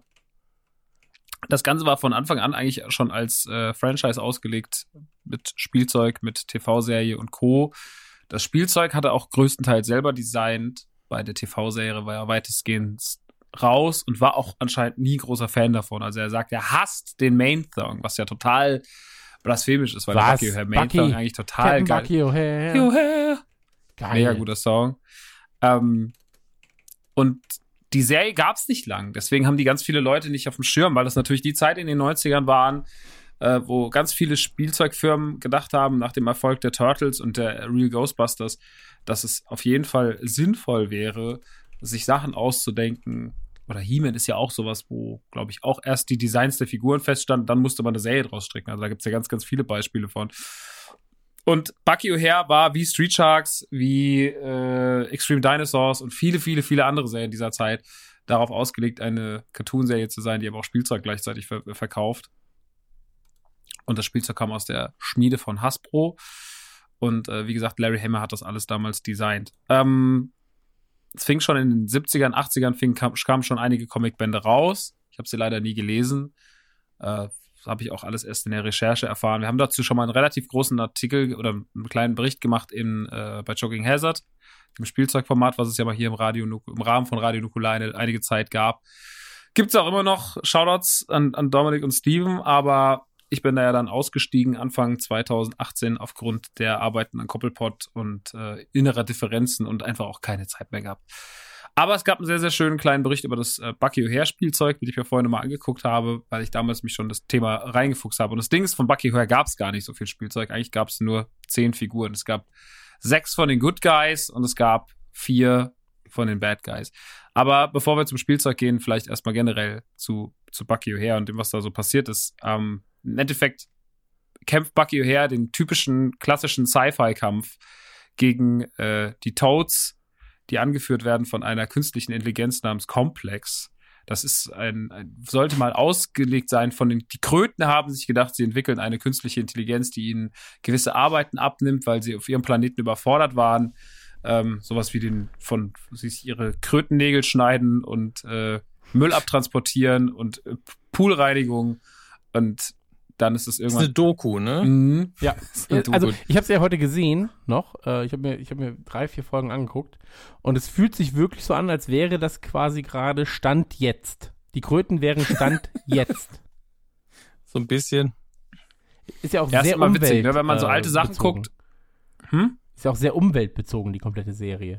Das Ganze war von Anfang an eigentlich schon als äh, Franchise ausgelegt, mit Spielzeug, mit T V-Serie und Co. Das Spielzeug hat er auch größtenteils selber designt. Bei der T V-Serie war er weitestgehend raus und war auch anscheinend nie großer Fan davon. Also er sagt, er hasst den Main-Song, was ja total blasphemisch ist, weil Was? der Bucky O'Hare Main-Song Bucky? eigentlich total Captain geil Bucky O'Hare. O'Hare. Geil. Mega guter Song. Ähm, und die Serie gab es nicht lang. Deswegen haben die ganz viele Leute nicht auf dem Schirm, weil das natürlich die Zeit in den neunzigern waren, äh, wo ganz viele Spielzeugfirmen gedacht haben, nach dem Erfolg der Turtles und der Real Ghostbusters, dass es auf jeden Fall sinnvoll wäre, sich Sachen auszudenken. Oder He-Man ist ja auch sowas, wo, glaube ich, auch erst die Designs der Figuren feststanden, dann musste man eine Serie draus stricken. Also da gibt es ja ganz, ganz viele Beispiele von. Und Bucky O'Hare war wie Street Sharks, wie äh, Extreme Dinosaurs und viele, viele, viele andere Serien dieser Zeit darauf ausgelegt, eine Cartoon-Serie zu sein, die aber auch Spielzeug gleichzeitig ver- verkauft. Und das Spielzeug kam aus der Schmiede von Hasbro. Und äh, wie gesagt, Larry Hama hat das alles damals designt. Ähm, es fing schon in den siebzigern, achtzigern, fing, kam, kamen schon einige Comicbände raus. Ich habe sie leider nie gelesen. Äh, Das habe ich auch alles erst in der Recherche erfahren. Wir haben dazu schon mal einen relativ großen Artikel oder einen kleinen Bericht gemacht in, äh, bei Jogging Hazard, dem Spielzeugformat, was es ja mal hier im Radio, im Rahmen von Radio Nukular eine, einige Zeit gab. Gibt es auch immer noch Shoutouts an, an Dominik und Steven, aber Ich bin da ja dann ausgestiegen Anfang zwanzig achtzehn aufgrund der Arbeiten an Koppelpot und äh, innerer Differenzen und einfach auch keine Zeit mehr gehabt. Aber es gab einen sehr, sehr schönen kleinen Bericht über das äh, Bucky O'Hare-Spielzeug, den ich mir vorhin mal angeguckt habe, weil ich damals mich schon das Thema reingefuchst habe. Und das Ding ist, von Bucky O'Hare gab es gar nicht so viel Spielzeug. Eigentlich gab es nur zehn Figuren. Es gab sechs von den Good Guys und es gab vier von den Bad Guys. Aber bevor wir zum Spielzeug gehen, vielleicht erstmal generell zu, zu Bucky O'Hare und dem, was da so passiert ist. Ähm, Im Endeffekt kämpft Bucky O'Hare den typischen, klassischen Sci-Fi-Kampf gegen äh, die Toads, die angeführt werden von einer künstlichen Intelligenz namens Complex. Das ist ein, ein sollte mal ausgelegt sein von den, die Kröten haben sich gedacht, sie entwickeln eine künstliche Intelligenz, die ihnen gewisse Arbeiten abnimmt, weil sie auf ihrem Planeten überfordert waren. Ähm, sowas wie den, von, sie sich ihre Krötennägel schneiden und äh, Müll abtransportieren und äh, Poolreinigung und dann ist es irgendwann. Das ist eine Doku, ne? Mhm. Ja, also ich habe es ja heute gesehen noch. Äh, ich habe mir, ich hab mir drei, vier Folgen angeguckt und es fühlt sich wirklich so an, als wäre das quasi gerade Stand jetzt. Die Kröten wären Stand jetzt. So ein bisschen. Ist ja auch ja, sehr ist immer umwelt, witzig, ne? Wenn man so alte äh, Sachen bezogen. guckt. Hm? Ist ja auch sehr umweltbezogen, die komplette Serie.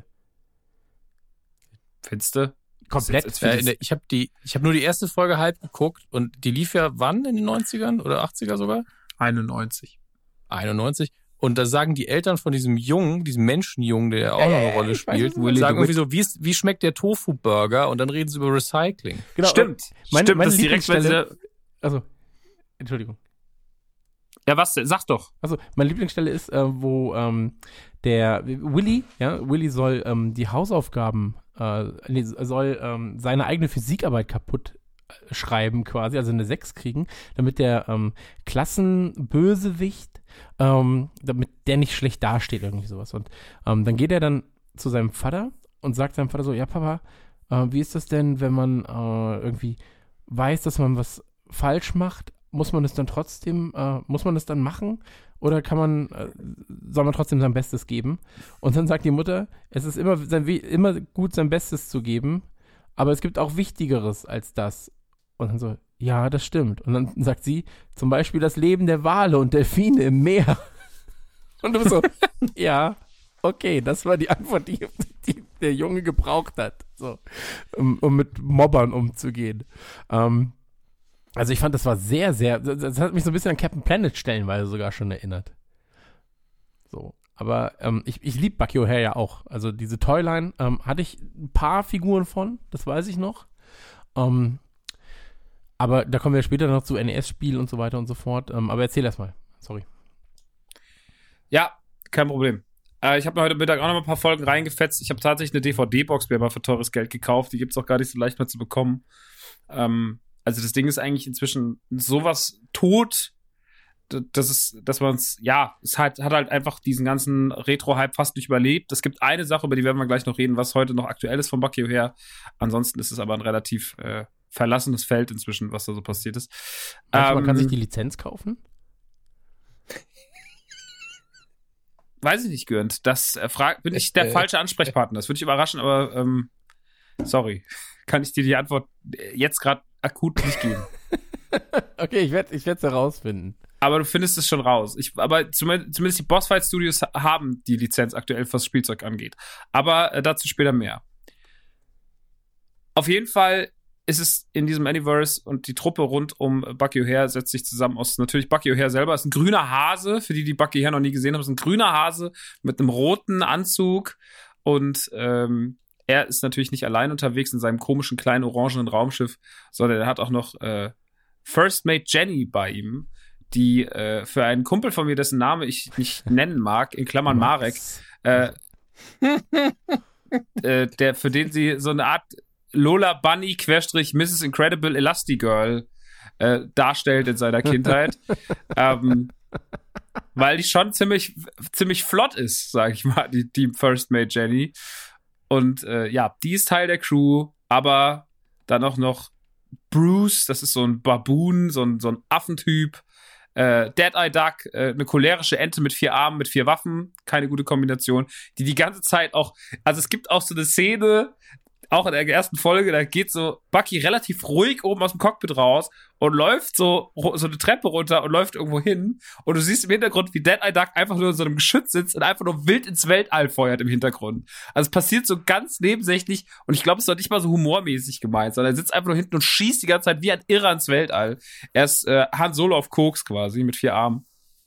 Findest du? Komplett. Jetzt, jetzt Äh, find ne, ich habe die, ich habe nur die erste Folge halb geguckt und die lief ja wann in den neunzigern oder achtziger sogar? einundneunzig. einundneunzig. Und da sagen die Eltern von diesem Jungen, diesem Menschenjungen, der auch Ja, noch ja, eine ja, Rolle ich weiß, spielt, was du meinst. sagen irgendwie so, wie, ist, wie schmeckt der Tofu-Burger? Und dann reden sie über Recycling. Genau, Stimmt. Meine, Stimmt, meine das ist direkt, wenn Lieblingsstelle, sie. also, Entschuldigung. Ja, was denn? Sag doch. Also, meine Lieblingsstelle ist, äh, wo ähm, der Willy, ja, Willy soll ähm, die Hausaufgaben, äh, nee, soll ähm, seine eigene Physikarbeit kaputt äh, schreiben quasi, also eine sechs kriegen, damit der ähm, Klassenbösewicht, ähm, damit der nicht schlecht dasteht, irgendwie sowas. Und ähm, dann geht er dann zu seinem Vater und sagt seinem Vater so, ja Papa, äh, wie ist das denn, wenn man äh, irgendwie weiß, dass man was falsch macht, muss man es dann trotzdem, äh, muss man es dann machen? Oder kann man, äh, soll man trotzdem sein Bestes geben? Und dann sagt die Mutter, es ist immer, sein, immer gut, sein Bestes zu geben, aber es gibt auch Wichtigeres als das. Und dann so, ja, das stimmt. Und dann sagt sie, zum Beispiel das Leben der Wale und Delfine im Meer. Und du bist so, ja, okay, das war die Antwort, die, die der Junge gebraucht hat, so, um, um mit Mobbern umzugehen. Ähm, Also ich fand, das war sehr, sehr, das hat mich so ein bisschen an Captain Planet stellenweise sogar schon erinnert. So, aber ähm, ich, ich liebe Bucky O'Hare ja auch. Also diese Toyline ähm, hatte ich ein paar Figuren von, das weiß ich noch. Ähm, aber da kommen wir später noch zu N E S-Spiel und so weiter und so fort. Ähm, aber erzähl erst mal, sorry. Ja, kein Problem. Äh, ich habe mir heute Mittag auch noch mal ein paar Folgen reingefetzt. Ich habe tatsächlich eine D V D-Box mir mal für teures Geld gekauft. Die gibt's auch gar nicht so leicht mehr zu bekommen. Ähm, Also das Ding ist eigentlich inzwischen sowas tot, dass es, dass man es, ja, es hat, hat halt einfach diesen ganzen Retro-Hype fast nicht überlebt. Es gibt eine Sache, über die werden wir gleich noch reden, was heute noch aktuell ist von Bucky O'Hare. Ansonsten ist es aber ein relativ äh, verlassenes Feld inzwischen, was da so passiert ist. Meinst du, Ähm, man kann sich die Lizenz kaufen? Weiß ich nicht, Gürnt. Das äh, frag, bin ich der äh, falsche Ansprechpartner. Das würde ich überraschen, aber ähm, sorry. Kann ich dir die Antwort jetzt gerade akut nicht geben. Okay, ich werde ich werde es herausfinden. Aber du findest es schon raus. Ich, aber zumindest, zumindest die Bossfight Studios haben die Lizenz aktuell, was Spielzeug angeht. Aber äh, dazu später mehr. Auf jeden Fall ist es in diesem Anyverse und die Truppe rund um Bucky O'Hare setzt sich zusammen aus, natürlich Bucky O'Hare selber ist ein grüner Hase, für die, die Bucky O'Hare noch nie gesehen haben, ist ein grüner Hase mit einem roten Anzug und ähm, er ist natürlich nicht allein unterwegs in seinem komischen kleinen orangenen Raumschiff, sondern er hat auch noch äh, First Mate Jenny bei ihm, die äh, für einen Kumpel von mir, dessen Name ich nicht nennen mag, in Klammern Marek, äh, äh, der, für den sie so eine Art Lola Bunny Querstrich Misses Incredible Elastigirl äh, darstellt in seiner Kindheit. ähm, weil die schon ziemlich, ziemlich flott ist, sag ich mal, die, die First Mate Jenny. Und äh, ja, die ist Teil der Crew, aber dann auch noch Bruce, das ist so ein Baboon, so ein, so ein Affentyp. Äh, Dead-Eye Duck, äh, eine cholerische Ente mit vier Armen, mit vier Waffen, keine gute Kombination, die die ganze Zeit auch, also es gibt auch so eine Szene, auch in der ersten Folge, da geht so Bucky relativ ruhig oben aus dem Cockpit raus und läuft so, so eine Treppe runter und läuft irgendwo hin. Und du siehst im Hintergrund, wie Dead-Eye Duck einfach nur in so einem Geschütz sitzt und einfach nur wild ins Weltall feuert im Hintergrund. Also es passiert so ganz nebensächlich und ich glaube, es ist doch nicht mal so humormäßig gemeint, sondern er sitzt einfach nur hinten und schießt die ganze Zeit wie ein Irrer ins Weltall. Er ist äh, Han Solo auf Koks quasi, mit vier Armen.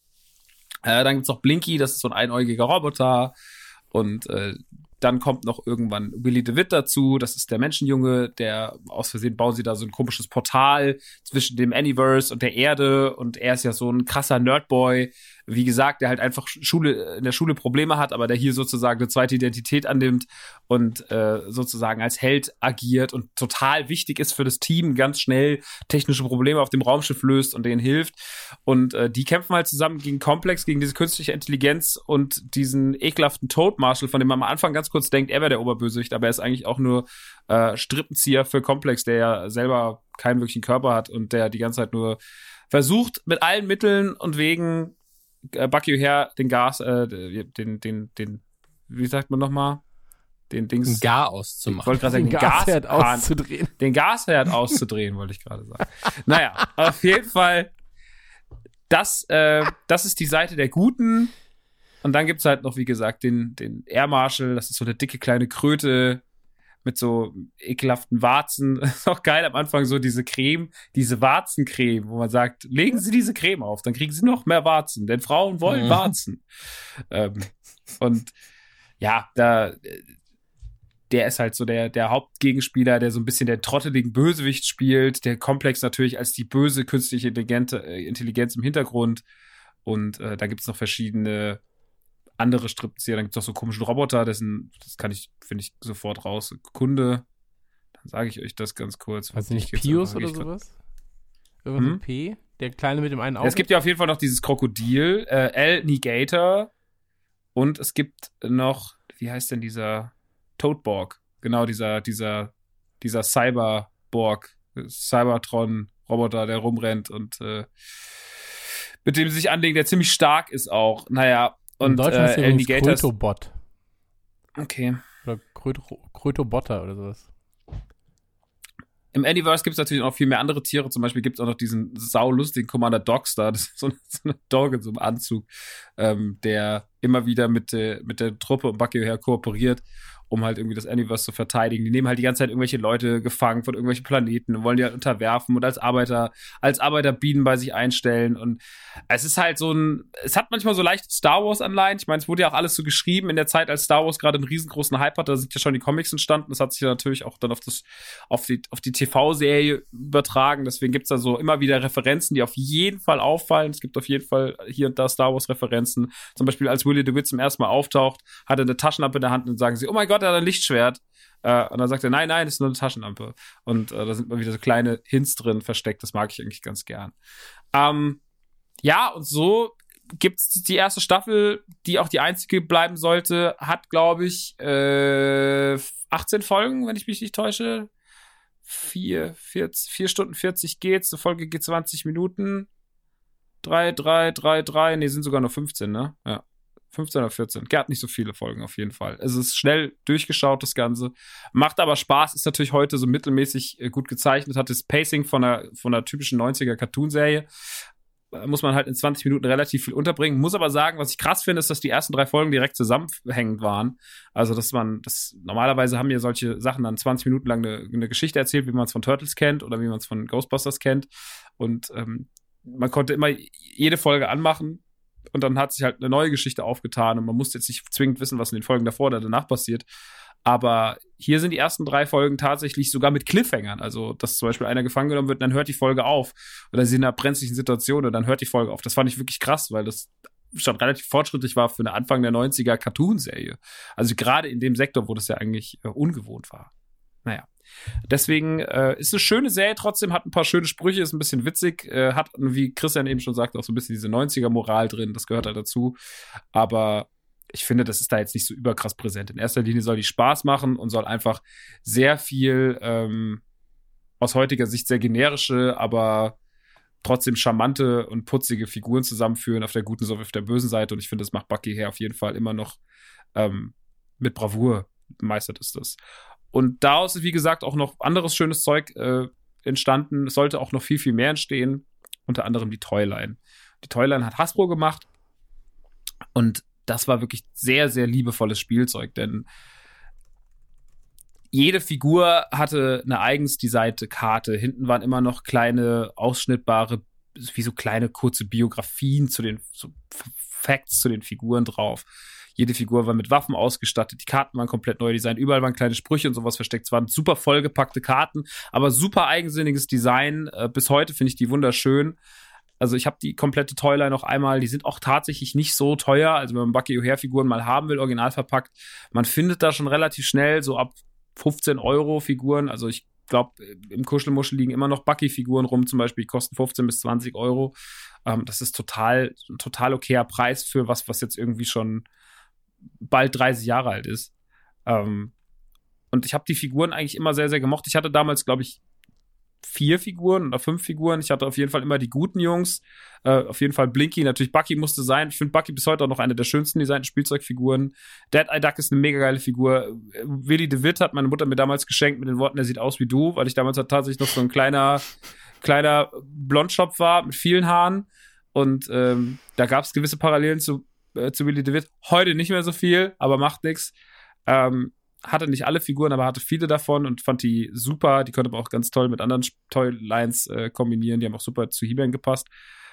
Äh, dann gibt's noch Blinky, das ist so ein einäugiger Roboter. Und äh, dann kommt noch irgendwann Willy DeWitt dazu. Das ist der Menschenjunge, der aus Versehen bauen sie da so ein komisches Portal zwischen dem Anyverse und der Erde. Und er ist ja so ein krasser Nerdboy. Wie gesagt, der halt einfach Schule, in der Schule Probleme hat, aber der hier sozusagen eine zweite Identität annimmt und äh, sozusagen als Held agiert und total wichtig ist für das Team, ganz schnell technische Probleme auf dem Raumschiff löst und denen hilft. Und äh, die kämpfen halt zusammen gegen Complex, gegen diese künstliche Intelligenz und diesen ekelhaften Toad Marshal, von dem man am Anfang ganz kurz denkt, er wäre der Oberbösewicht, aber er ist eigentlich auch nur äh, Strippenzieher für Complex, der ja selber keinen wirklichen Körper hat und der die ganze Zeit nur versucht, mit allen Mitteln und Wegen Bucky O'Hare den Gas, äh, den, den, den, wie sagt man nochmal? Den Dings. Ein Gar auszumachen. Ich wollte gerade sagen, den Gasherd auszudrehen. Den Gasherd auszudrehen, wollte ich gerade sagen. Naja, auf jeden Fall, das, äh, das ist die Seite der Guten. Und dann gibt's halt noch, wie gesagt, den, den Air Marshal, das ist so eine dicke kleine Kröte mit so ekelhaften Warzen. Das ist auch geil am Anfang, so diese Creme, diese Warzencreme, wo man sagt, legen Sie diese Creme auf, dann kriegen Sie noch mehr Warzen, denn Frauen wollen mhm. Warzen. Ähm, und ja, da, der ist halt so der, der Hauptgegenspieler, der so ein bisschen der trotteligen Bösewicht spielt, der Komplex natürlich als die böse künstliche Intelligenz, Intelligenz im Hintergrund. Und äh, da gibt's noch verschiedene andere Strippenzieher, dann gibt es auch so komischen Roboter, dessen, das kann ich, finde ich, sofort raus. Kunde, dann sage ich euch das ganz kurz. Also nicht Pius oder sowas? Irgendwas hm? mit P? Der Kleine mit dem einen Auge? Es gibt ja auf jeden Fall noch dieses Krokodil, äh, L. Negator und es gibt noch, wie heißt denn dieser Toadborg? Genau, dieser, dieser, dieser Cyberborg, Cybertron-Roboter, der rumrennt und äh, mit dem sie sich anlegen, der ziemlich stark ist auch. Naja, und in Deutschland ist äh, ja übrigens Krötobot. Okay. Oder Krötobotter oder sowas. Im Anyverse gibt es natürlich noch viel mehr andere Tiere. Zum Beispiel gibt es auch noch diesen saulustigen Commander Dogstar. Das ist so eine, so eine Dog in so einem Anzug, ähm, der immer wieder mit, äh, mit der Truppe und Bucky O'Hare kooperiert, um halt irgendwie das Anyverse zu verteidigen. Die nehmen halt die ganze Zeit irgendwelche Leute gefangen von irgendwelchen Planeten und wollen die halt unterwerfen und als Arbeiter, als Arbeiterbienen bei sich einstellen. Und es ist halt so ein, es hat manchmal so leicht Star Wars-Anleihen. Ich meine, es wurde ja auch alles so geschrieben in der Zeit, als Star Wars gerade einen riesengroßen Hype hatte. Da sind ja schon die Comics entstanden. Das hat sich ja natürlich auch dann auf das, auf die, auf die T V-Serie übertragen. Deswegen gibt's da so immer wieder Referenzen, die auf jeden Fall auffallen. Es gibt auf jeden Fall hier und da Star Wars-Referenzen. Zum Beispiel, als Willy DeWitt zum ersten Mal auftaucht, hat er eine Taschenlampe in der Hand und sagen sie, oh mein Gott, er hat ein Lichtschwert. Äh, und dann sagt er, nein, nein, das ist nur eine Taschenlampe. Und äh, da sind mal wieder so kleine Hints drin versteckt. Das mag ich eigentlich ganz gern. Ähm, ja, und so gibt's die erste Staffel, die auch die einzige bleiben sollte, hat, glaube ich, äh, achtzehn Folgen, wenn ich mich nicht täusche. Vier, vierzig, vier Stunden vierzig geht's. Eine Folge geht zwanzig Minuten. Drei, drei, drei, drei. Nee, sind sogar nur fünfzehn, ne? Ja. fünfzehn oder vierzehn. Der hat nicht so viele Folgen auf jeden Fall. Es ist schnell durchgeschaut, das Ganze. Macht aber Spaß, ist natürlich heute so mittelmäßig äh, gut gezeichnet, hat das Pacing von einer, von einer typischen neunziger Cartoon-Serie. Äh, muss man halt in zwanzig Minuten relativ viel unterbringen. Muss aber sagen, was ich krass finde, ist, dass die ersten drei Folgen direkt zusammenhängend waren. Also, dass man, das, normalerweise haben ja solche Sachen dann zwanzig Minuten lang eine, eine Geschichte erzählt, wie man es von Turtles kennt oder wie man es von Ghostbusters kennt. Und ähm, man konnte immer jede Folge anmachen. Und dann hat sich halt eine neue Geschichte aufgetan und man musste jetzt nicht zwingend wissen, was in den Folgen davor oder danach passiert. Aber hier sind die ersten drei Folgen tatsächlich sogar mit Cliffhangern. Also, dass zum Beispiel einer gefangen genommen wird, dann hört die Folge auf. Oder sie in einer brenzlichen Situation und dann hört die Folge auf. Das fand ich wirklich krass, weil das schon relativ fortschrittlich war für eine Anfang der neunziger Cartoon-Serie. Also gerade in dem Sektor, wo das ja eigentlich äh, ungewohnt war. Naja. Deswegen äh, ist eine schöne Serie trotzdem, hat ein paar schöne Sprüche, ist ein bisschen witzig, äh, hat, wie Christian eben schon sagte, auch so ein bisschen diese neunziger-Moral drin, das gehört halt dazu. Aber ich finde, das ist da jetzt nicht so überkrass präsent. In erster Linie soll die Spaß machen und soll einfach sehr viel ähm, aus heutiger Sicht sehr generische, aber trotzdem charmante und putzige Figuren zusammenführen, auf der guten sowie auf der bösen Seite. Und ich finde, das macht Bucky O'Hare auf jeden Fall immer noch ähm, mit Bravour, meistert ist das. und daraus ist, wie gesagt, auch noch anderes schönes Zeug äh, entstanden. Es sollte auch noch viel, viel mehr entstehen. Unter anderem die Toyline. Die Toyline hat Hasbro gemacht. Und das war wirklich sehr, sehr liebevolles Spielzeug, denn jede Figur hatte eine eigens designte Karte. Hinten waren immer noch kleine, ausschnittbare, wie so kleine, kurze Biografien zu den so Facts zu den Figuren drauf. Jede Figur war mit Waffen ausgestattet. Die Karten waren komplett neu designt. Überall waren kleine Sprüche und sowas versteckt. Es waren super vollgepackte Karten, aber super eigensinniges Design. Äh, bis heute finde ich die wunderschön. Also ich habe die komplette Toyline noch einmal. Die sind auch tatsächlich nicht so teuer. Also wenn man Bucky O'Hare-Figuren mal haben will, original verpackt, man findet da schon relativ schnell so ab fünfzehn Euro Figuren. Also ich glaube, im Kuschelmuschel liegen immer noch Bucky-Figuren rum, zum Beispiel, die kosten fünfzehn bis zwanzig Euro. Ähm, das ist total, ein total okayer Preis für was, was jetzt irgendwie schon bald dreißig Jahre alt ist. Ähm, und ich habe die Figuren eigentlich immer sehr, sehr gemocht. Ich hatte damals, glaube ich, vier Figuren oder fünf Figuren. Ich hatte auf jeden Fall immer die guten Jungs. Äh, auf jeden Fall Blinky. Natürlich Bucky musste sein. Ich finde Bucky bis heute auch noch eine der schönsten designten Spielzeugfiguren. Dead-Eye Duck ist eine mega geile Figur. Willy DeWitt hat meine Mutter mir damals geschenkt mit den Worten, er sieht aus wie du, weil ich damals halt tatsächlich noch so ein kleiner, kleiner Blondschopf war mit vielen Haaren. Und ähm, da gab es gewisse Parallelen zu, äh, zu Willy DeWitt. Heute nicht mehr so viel, aber macht nichts. Ähm, hatte nicht alle Figuren, aber hatte viele davon und fand die super. Die konnte man auch ganz toll mit anderen Toylines äh, kombinieren. Die haben auch super zu He-Man gepasst.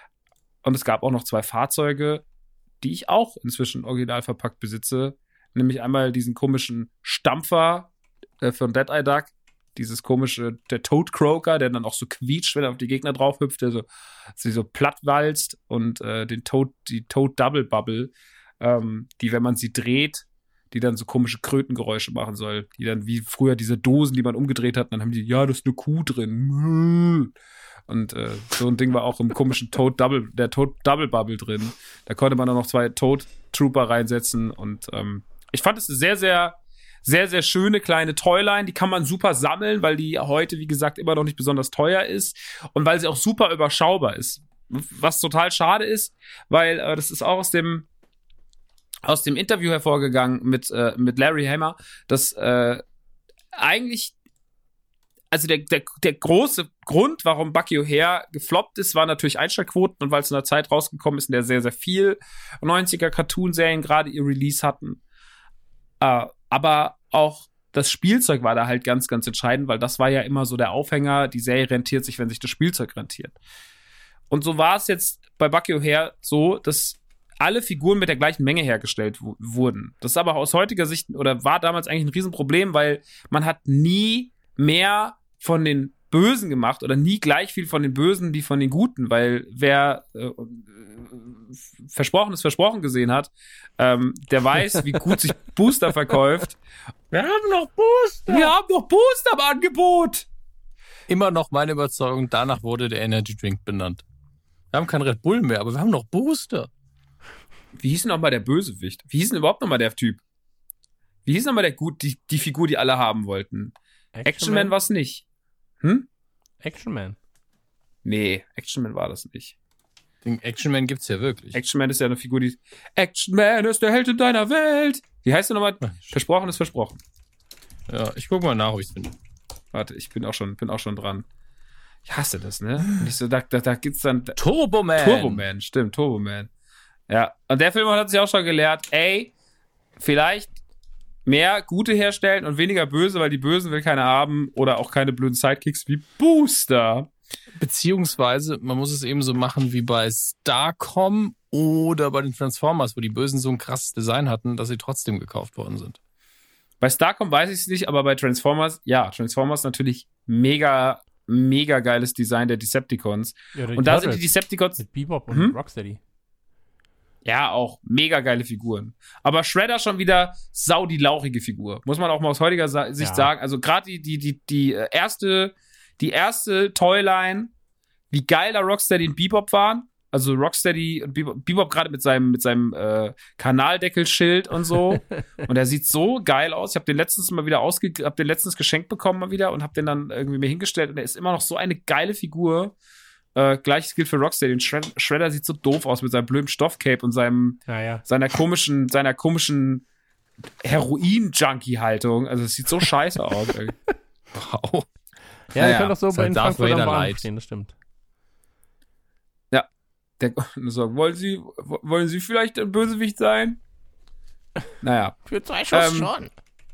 Und es gab auch noch zwei Fahrzeuge, die ich auch inzwischen original verpackt besitze. Nämlich einmal diesen komischen Stampfer äh, von Dead-Eye Duck. Dieses komische, der Toad Croaker, der dann auch so quietscht, wenn er auf die Gegner drauf hüpft, der so, sie so platt walzt. Und äh, den Toad, die Toad Double Bubble, ähm, die, wenn man sie dreht, die dann so komische Krötengeräusche machen soll. Die dann wie früher diese Dosen, die man umgedreht hat, dann haben die, ja, da ist eine Kuh drin. Und äh, so ein Ding war auch im komischen Toad Double, der Toad Double Bubble drin. Da konnte man dann noch zwei Toad Trooper reinsetzen. Und ähm, ich fand es eine sehr, sehr, sehr, sehr schöne kleine Toyline. Die kann man super sammeln, weil die heute, wie gesagt, immer noch nicht besonders teuer ist. Und weil sie auch super überschaubar ist. Was total schade ist, weil äh, das ist auch aus dem aus dem Interview hervorgegangen mit, äh, mit Larry Hama, dass äh, eigentlich, also der, der, der große Grund, warum Bucky O'Hare gefloppt ist, war natürlich Einschaltquoten und weil es in einer Zeit rausgekommen ist, in der sehr, sehr viel neunziger Cartoon-Serien gerade ihr Release hatten. Äh, aber auch das Spielzeug war da halt ganz, ganz entscheidend, weil das war ja immer so der Aufhänger, die Serie rentiert sich, wenn sich das Spielzeug rentiert. Und so war es jetzt bei Bucky O'Hare so, dass alle Figuren mit der gleichen Menge hergestellt w- wurden. Das ist aber aus heutiger Sicht, oder war damals eigentlich ein Riesenproblem, weil man hat nie mehr von den Bösen gemacht oder nie gleich viel von den Bösen wie von den Guten, weil wer äh, Versprochenes Versprochen gesehen hat, ähm, der weiß, wie gut sich Booster verkauft. Wir haben noch Booster! Wir haben noch Booster im Angebot! Immer noch meine Überzeugung, danach wurde der Energy Drink benannt. Wir haben kein Red Bull mehr, aber wir haben noch Booster. Wie hieß denn nochmal der Bösewicht? Wie hieß denn überhaupt nochmal der Typ? Wie hieß nochmal der gut, die, die Figur, die alle haben wollten? Action, Action Man war es nicht. Hm? Action Man. Nee, Action Man war das nicht. Den Action Man gibt's ja wirklich. Action Man ist ja eine Figur, die Action Man ist der Held in deiner Welt. Wie heißt der nochmal? Ach, Versprochen ist versprochen. Ja, ich guck mal nach, ob ich's finde. Warte, ich bin auch schon, bin auch schon dran. Ich hasse das, ne? Und ich so, da, da, da gibt's dann Turboman. Turboman, stimmt, Turboman. Ja, und der Film hat sich auch schon gelehrt, ey, vielleicht mehr Gute herstellen und weniger Böse, weil die Bösen will keiner haben oder auch keine blöden Sidekicks wie Booster. Beziehungsweise, man muss es eben so machen wie bei Starcom oder bei den Transformers, wo die Bösen so ein krasses Design hatten, dass sie trotzdem gekauft worden sind. Bei Starcom weiß ich es nicht, aber bei Transformers, ja, Transformers natürlich mega, mega geiles Design der Decepticons. Ja, und da sind die Decepticons mit Bebop und hm? Rocksteady. Ja, auch mega geile Figuren. Aber Shredder schon wieder sau die lauchige Figur. Muss man auch mal aus heutiger Sa- Sicht Ja. sagen. Also gerade die, die, die, die äh, erste, die erste Toyline, wie geil da Rocksteady und Bebop waren. Also Rocksteady und Bebop, Bebop gerade mit seinem, mit seinem äh, Kanaldeckelschild und so. Und er sieht so geil aus. Ich habe den letztens mal wieder ausge, hab den letztens geschenkt bekommen mal wieder und habe den dann irgendwie mir hingestellt. Und er ist immer noch so eine geile Figur. Äh, Gleiches gilt für Rocksteady. Und Shred- Shredder sieht so doof aus mit seinem blöden Stoffcape und seinem, Ja, ja. seiner komischen, seiner komischen Heroin-Junkie-Haltung. Also es sieht so scheiße aus. Wow. Ja, Naja, ihr könnt doch so ist bei halt den Darth Frankfurter Vader Bahnen light. stehen, das stimmt. Der so, wollen Sie, wollen Sie vielleicht ein Bösewicht sein? Naja. Für zwei Schuss Ähm, schon.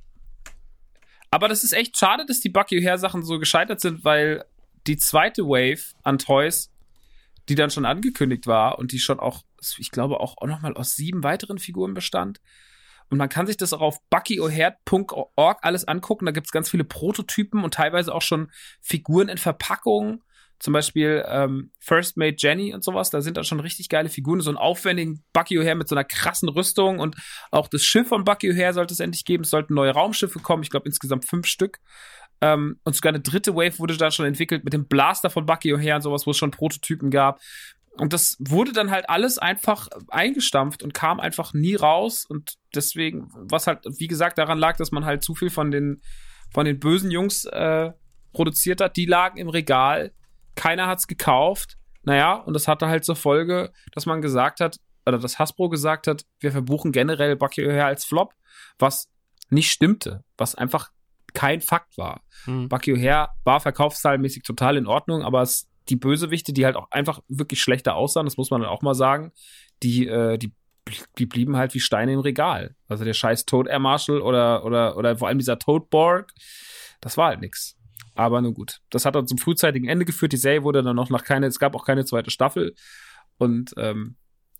Aber das ist echt schade, dass die Bucky O'Hare Sachen so gescheitert sind, weil die zweite Wave an Toys, die dann schon angekündigt war und die schon auch, ich glaube auch, auch nochmal aus sieben weiteren Figuren bestand. Und man kann sich das auch auf bucky o'hare punkt org alles angucken. Da gibt es ganz viele Prototypen und teilweise auch schon Figuren in Verpackungen. Zum Beispiel ähm, First Mate Jenny und sowas, da sind dann schon richtig geile Figuren, so einen aufwendigen Bucky O'Hare mit so einer krassen Rüstung und auch das Schiff von Bucky O'Hare sollte es endlich geben. Es sollten neue Raumschiffe kommen, ich glaube insgesamt fünf Stück. Ähm, und sogar eine dritte Wave wurde da schon entwickelt mit dem Blaster von Bucky O'Hare und sowas, wo es schon Prototypen gab. Und das wurde dann halt alles einfach eingestampft und kam einfach nie raus. Und deswegen, was halt, wie gesagt, daran lag, dass man halt zu viel von den, von den bösen Jungs äh, produziert hat. Die lagen im Regal. Keiner hat's gekauft. Naja, und das hatte halt zur Folge, dass man gesagt hat, oder dass Hasbro gesagt hat, wir verbuchen generell Bucky O'Hare als Flop, was nicht stimmte, was einfach kein Fakt war. Hm. Bucky O'Hare war verkaufszahlenmäßig total in Ordnung, aber es, die Bösewichte, die halt auch einfach wirklich schlechter aussahen, das muss man dann auch mal sagen, die, äh, die, die blieben halt wie Steine im Regal. Also der scheiß Toad Air Marshal oder, oder, oder vor allem dieser Toadborg, das war halt nix. Aber nun gut, das hat dann zum frühzeitigen Ende geführt. Die Serie wurde dann noch nach keine, es gab auch keine zweite Staffel. Und ähm,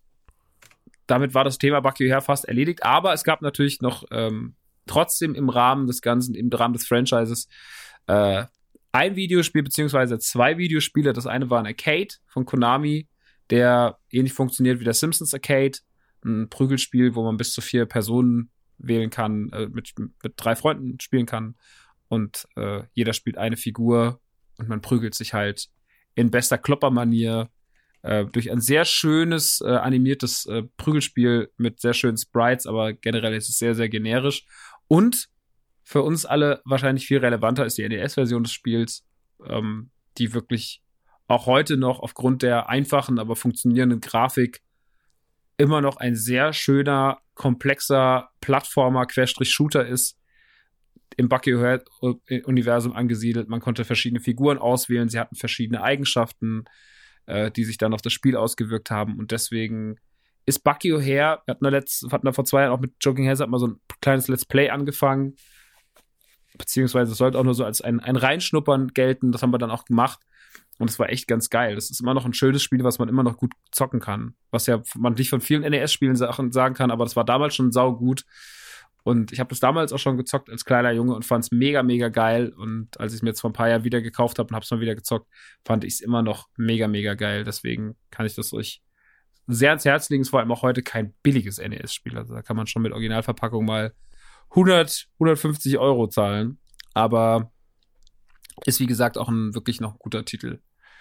damit war das Thema Bucky O'Hare fast erledigt. Aber es gab natürlich noch ähm, trotzdem im Rahmen des Ganzen, im Rahmen des Franchises, äh, ein Videospiel beziehungsweise zwei Videospiele. Das eine war ein Arcade von Konami, der ähnlich funktioniert wie der Simpsons Arcade. Ein Prügelspiel, wo man bis zu vier Personen wählen kann, äh, mit, mit drei Freunden spielen kann. Und äh, jeder spielt eine Figur und man prügelt sich halt in bester Klopper-Manier äh, durch ein sehr schönes, äh, animiertes äh, Prügelspiel mit sehr schönen Sprites, aber generell ist es sehr, sehr generisch. Und für uns alle wahrscheinlich viel relevanter ist die N E S-Version des Spiels, ähm, die wirklich auch heute noch aufgrund der einfachen, aber funktionierenden Grafik immer noch ein sehr schöner, komplexer Plattformer-Shooter ist, im Bucky O'Hare-Universum angesiedelt. Man konnte verschiedene Figuren auswählen, sie hatten verschiedene Eigenschaften, äh, die sich dann auf das Spiel ausgewirkt haben. Und deswegen ist Bucky O'Hare, wir hatten da, letzt, hatten da vor zwei Jahren auch mit Joking Hazard mal so ein kleines Let's Play angefangen, beziehungsweise es sollte auch nur so als ein, ein Reinschnuppern gelten. Das haben wir dann auch gemacht. Und es war echt ganz geil. Das ist immer noch ein schönes Spiel, was man immer noch gut zocken kann. Was ja man nicht von vielen N E S-Spielen Sachen sagen kann, aber das war damals schon saugut. Und ich habe das damals auch schon gezockt als kleiner Junge und fand es mega, mega geil. Und als ich es mir jetzt vor ein paar Jahren wieder gekauft habe und habe es mal wieder gezockt, fand ich es immer noch mega, mega geil. Deswegen kann ich das euch sehr ans Herz legen. Es ist vor allem auch heute kein billiges N E S-Spiel. Also da kann man schon mit Originalverpackung mal hundert, hundertfünfzig Euro zahlen. Aber ist, wie gesagt, auch ein wirklich noch guter Titel.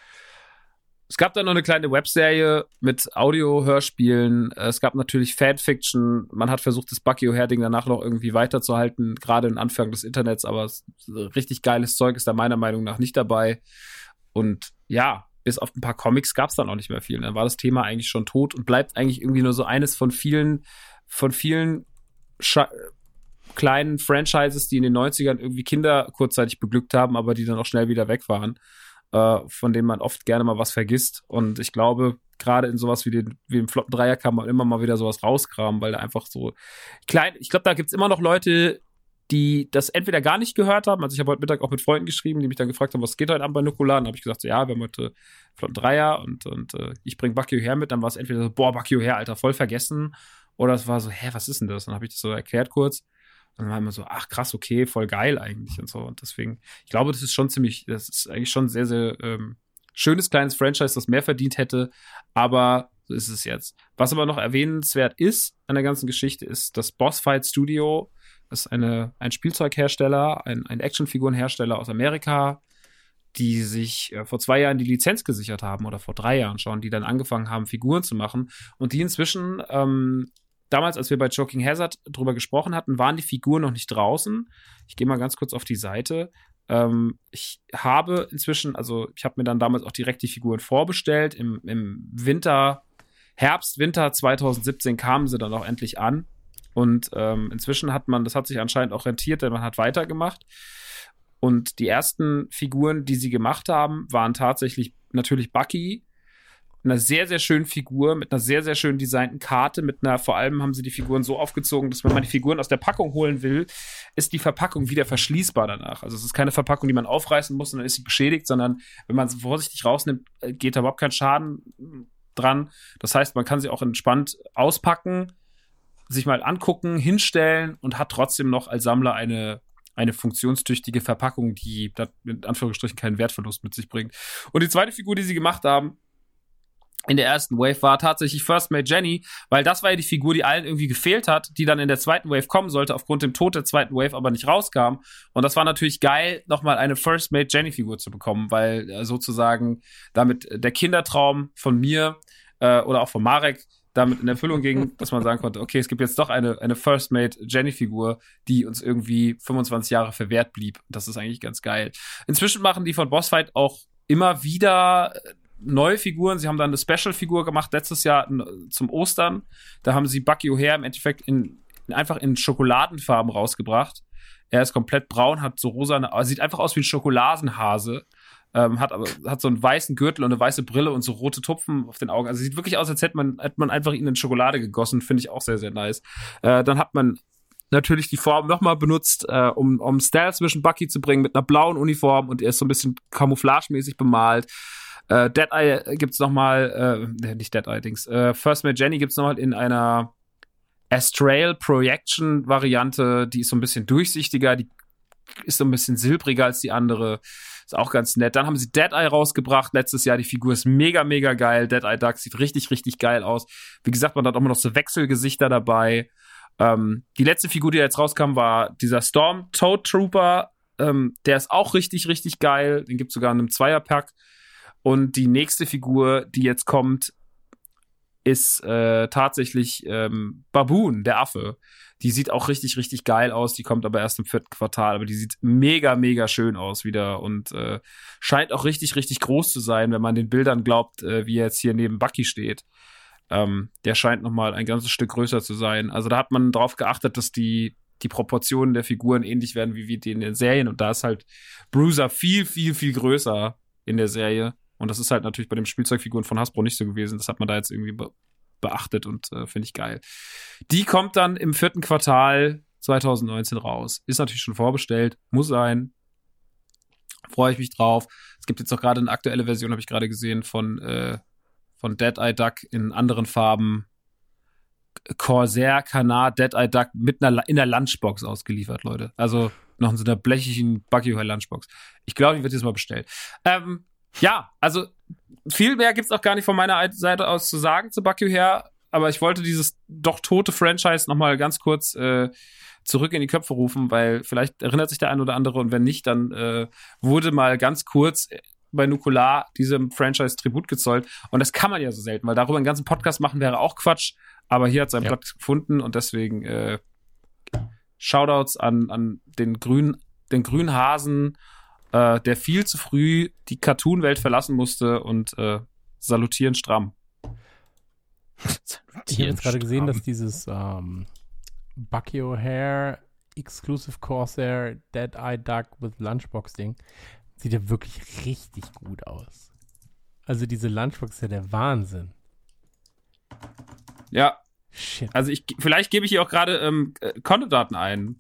Es gab dann noch eine kleine Webserie mit Audio-Hörspielen. Es gab natürlich Fanfiction. Man hat versucht, das Bucky O'Hare-Ding danach noch irgendwie weiterzuhalten, gerade im Anfang des Internets, aber richtig geiles Zeug ist da meiner Meinung nach nicht dabei. Und ja, bis auf ein paar Comics gab es dann auch nicht mehr viel. Dann war das Thema eigentlich schon tot und bleibt eigentlich irgendwie nur so eines von vielen, von vielen Scha- kleinen Franchises, die in den neunzigern irgendwie Kinder kurzzeitig beglückt haben, aber die dann auch schnell wieder weg waren. Von denen man oft gerne mal was vergisst. Und ich glaube, gerade in sowas wie, den, wie dem Flotten Dreier kann man immer mal wieder sowas rauskramen, weil da einfach so klein, ich glaube, da gibt's immer noch Leute, die das entweder gar nicht gehört haben. Also ich habe heute Mittag auch mit Freunden geschrieben, die mich dann gefragt haben, was geht heute Abend bei Nukular? Und habe ich gesagt, so, ja, wir haben heute Flotten Dreier und, und äh, ich bringe Bucky O'Hare mit. Dann war es entweder so, boah, Bucky O'Hare, Alter, voll vergessen. Oder es war so, hä, was ist denn das? Und dann habe ich das so erklärt kurz. Und dann war immer so, ach krass, okay, voll geil eigentlich und so. Und deswegen, ich glaube, das ist schon ziemlich, das ist eigentlich schon ein sehr, sehr ähm, schönes kleines Franchise, das mehr verdient hätte. Aber so ist es jetzt. Was aber noch erwähnenswert ist an der ganzen Geschichte, ist das Boss Fight Studio. Das ist eine, ein Spielzeughersteller, ein, ein Actionfigurenhersteller aus Amerika, die sich äh, vor zwei Jahren die Lizenz gesichert haben oder vor drei Jahren schon, die dann angefangen haben, Figuren zu machen und die inzwischen ähm, damals, als wir bei Joking Hazard drüber gesprochen hatten, waren die Figuren noch nicht draußen. Ich gehe mal ganz kurz auf die Seite. Ähm, ich habe inzwischen, also ich habe mir dann damals auch direkt die Figuren vorbestellt. Im, im Winter, Herbst, Winter zwanzig siebzehn kamen sie dann auch endlich an. Und ähm, inzwischen hat man, das hat sich anscheinend auch rentiert, denn man hat weitergemacht. Und die ersten Figuren, die sie gemacht haben, waren tatsächlich natürlich Bucky, einer sehr, sehr schönen Figur, mit einer sehr, sehr schön designten Karte, mit einer, vor allem haben sie die Figuren so aufgezogen, dass wenn man die Figuren aus der Packung holen will, ist die Verpackung wieder verschließbar danach. Also es ist keine Verpackung, die man aufreißen muss und dann ist sie beschädigt, sondern wenn man sie vorsichtig rausnimmt, geht da überhaupt kein Schaden dran. Das heißt, man kann sie auch entspannt auspacken, sich mal angucken, hinstellen und hat trotzdem noch als Sammler eine eine funktionstüchtige Verpackung, die in Anführungsstrichen keinen Wertverlust mit sich bringt. Und die zweite Figur, die sie gemacht haben, in der ersten Wave war tatsächlich First Mate Jenny, weil das war ja die Figur, die allen irgendwie gefehlt hat, die dann in der zweiten Wave kommen sollte, aufgrund dem Tod der zweiten Wave aber nicht rauskam. Und das war natürlich geil, nochmal eine First Mate Jenny Figur zu bekommen, weil äh, sozusagen damit der Kindertraum von mir äh, oder auch von Marek damit in Erfüllung ging, dass man sagen konnte, okay, es gibt jetzt doch eine, eine First Mate Jenny Figur, die uns irgendwie fünfundzwanzig Jahre verwehrt blieb. Das ist eigentlich ganz geil. Inzwischen machen die von Bossfight auch immer wieder neue Figuren. Sie haben dann eine Special-Figur gemacht, letztes Jahr zum Ostern. Da haben sie Bucky O'Hare im Endeffekt in, in einfach in Schokoladenfarben rausgebracht. Er ist komplett braun, hat so rosa, sieht einfach aus wie ein Schokoladenhase. Ähm, hat aber hat so einen weißen Gürtel und eine weiße Brille und so rote Tupfen auf den Augen. Also sieht wirklich aus, als hätte man, hätte man einfach ihn in Schokolade gegossen. Finde ich auch sehr, sehr nice. Äh, dann hat man natürlich die Form nochmal benutzt, äh, um, um Stealth zwischen Bucky zu bringen mit einer blauen Uniform und er ist so ein bisschen camouflagemäßig bemalt. Äh, Deadeye gibt's nochmal, äh, nicht Deadeye-Dings, äh, First Mate Jenny gibt's nochmal in einer Astral Projection Variante, die ist so ein bisschen durchsichtiger, die ist so ein bisschen silbriger als die andere. Ist auch ganz nett. Dann haben sie Deadeye rausgebracht letztes Jahr. Die Figur ist mega, mega geil. Deadeye Duck sieht richtig, richtig geil aus. Wie gesagt, man hat auch immer noch so Wechselgesichter dabei. Ähm, die letzte Figur, die jetzt rauskam, war dieser Storm Toad Trooper. Ähm, der ist auch richtig, richtig geil. Den gibt's sogar in einem Zweierpack. Und die nächste Figur, die jetzt kommt, ist äh, tatsächlich ähm, Baboon, der Affe. Die sieht auch richtig, richtig geil aus. Die kommt aber erst im vierten Quartal. Aber die sieht mega, mega schön aus wieder. Und äh, scheint auch richtig, richtig groß zu sein, wenn man den Bildern glaubt, äh, wie er jetzt hier neben Bucky steht. Ähm, der scheint nochmal ein ganzes Stück größer zu sein. Also da hat man drauf geachtet, dass die, die Proportionen der Figuren ähnlich werden wie, wie die in den Serien. Und da ist halt Bruiser viel, viel, viel größer in der Serie. Und das ist halt natürlich bei den Spielzeugfiguren von Hasbro nicht so gewesen. Das hat man da jetzt irgendwie be- beachtet und äh, finde ich geil. Die kommt dann im vierten Quartal zwanzig neunzehn raus. Ist natürlich schon vorbestellt. Muss sein. Freue ich mich drauf. Es gibt jetzt auch gerade eine aktuelle Version, habe ich gerade gesehen, von, äh, von Deadeye Duck in anderen Farben. Corsair Canard Deadeye Duck mit einer, in der Lunchbox ausgeliefert, Leute. Also noch in so einer blechigen Bucky O'Hare Lunchbox. Ich glaube, die wird jetzt mal bestellt. Ähm, Ja, also viel mehr gibt's auch gar nicht von meiner Seite aus zu sagen zu Bucky O'Hare, aber ich wollte dieses doch tote Franchise nochmal ganz kurz äh, zurück in die Köpfe rufen, weil vielleicht erinnert sich der ein oder andere und wenn nicht, dann äh, wurde mal ganz kurz bei Nukular diesem Franchise Tribut gezollt und das kann man ja so selten, weil darüber einen ganzen Podcast machen wäre auch Quatsch, aber hier hat seinen ja. Platz gefunden und deswegen äh, Shoutouts an, an den grünen, den grünen Hasen, Uh, der viel zu früh die Cartoon-Welt verlassen musste und uh, salutieren stramm. Ich habe jetzt gerade gesehen, dass dieses um, Bucky O'Hare Exclusive Corsair Deadeye Duck with Lunchbox-Ding sieht ja wirklich richtig gut aus. Also diese Lunchbox ist ja der Wahnsinn. Ja. Shit. Also ich, vielleicht gebe ich hier auch gerade ähm, Kontodaten ein.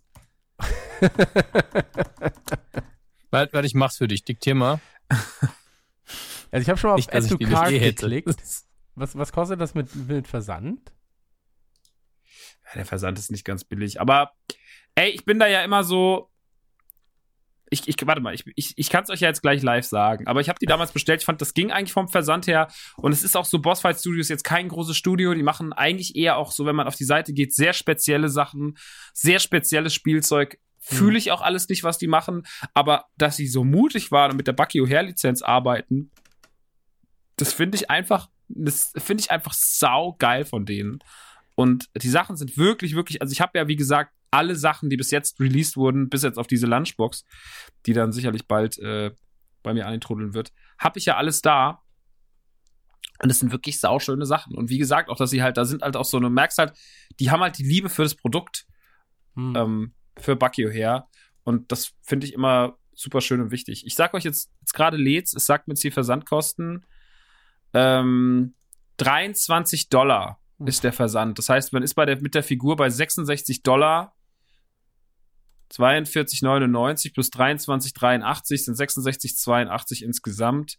Warte, ich mach's für dich. Diktier mal. Also ich habe schon mal auf Nicht, dass Add to ich die Cart nicht eh hätte. geklickt. Was, was kostet das mit, mit Versand? Ja, der Versand ist nicht ganz billig. Aber ey, ich bin da ja immer so. Ich, ich warte mal, ich, ich, ich kann es euch ja jetzt gleich live sagen. Aber ich habe die damals bestellt. Ich fand, das ging eigentlich vom Versand her. Und es ist auch so, Bossfight Studios jetzt kein großes Studio. Die machen eigentlich eher auch so, wenn man auf die Seite geht, sehr spezielle Sachen, sehr spezielles Spielzeug. Fühle ich auch alles nicht, was die machen. Aber dass sie so mutig waren und mit der Bucky O'Hare-Lizenz arbeiten, das finde ich einfach, das finde ich einfach sau geil von denen. Und die Sachen sind wirklich, wirklich, also ich habe ja, wie gesagt, alle Sachen, die bis jetzt released wurden, bis jetzt auf diese Lunchbox, die dann sicherlich bald äh, bei mir eintrudeln wird, habe ich ja alles da. Und das sind wirklich sauschöne Sachen. Und wie gesagt, auch, dass sie halt, da sind halt auch so, du merkst halt, die haben halt die Liebe für das Produkt, hm. ähm, für Bucky her. Und das finde ich immer super schön und wichtig. Ich sag euch jetzt, jetzt gerade lädt's, es sagt mir jetzt die Versandkosten, ähm, dreiundzwanzig Dollar hm. ist der Versand. Das heißt, man ist bei der, mit der Figur bei sechsundsechzig Dollar, zweiundvierzig neunundneunzig plus dreiundzwanzig dreiundachtzig sind sechsundsechzig zweiundachtzig insgesamt.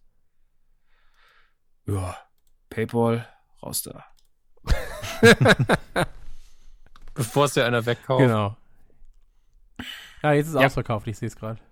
Ja, PayPal, raus da. Bevor es dir einer wegkauft. Genau. Ja, jetzt ist es Ja. ausverkauft, ich sehe es gerade.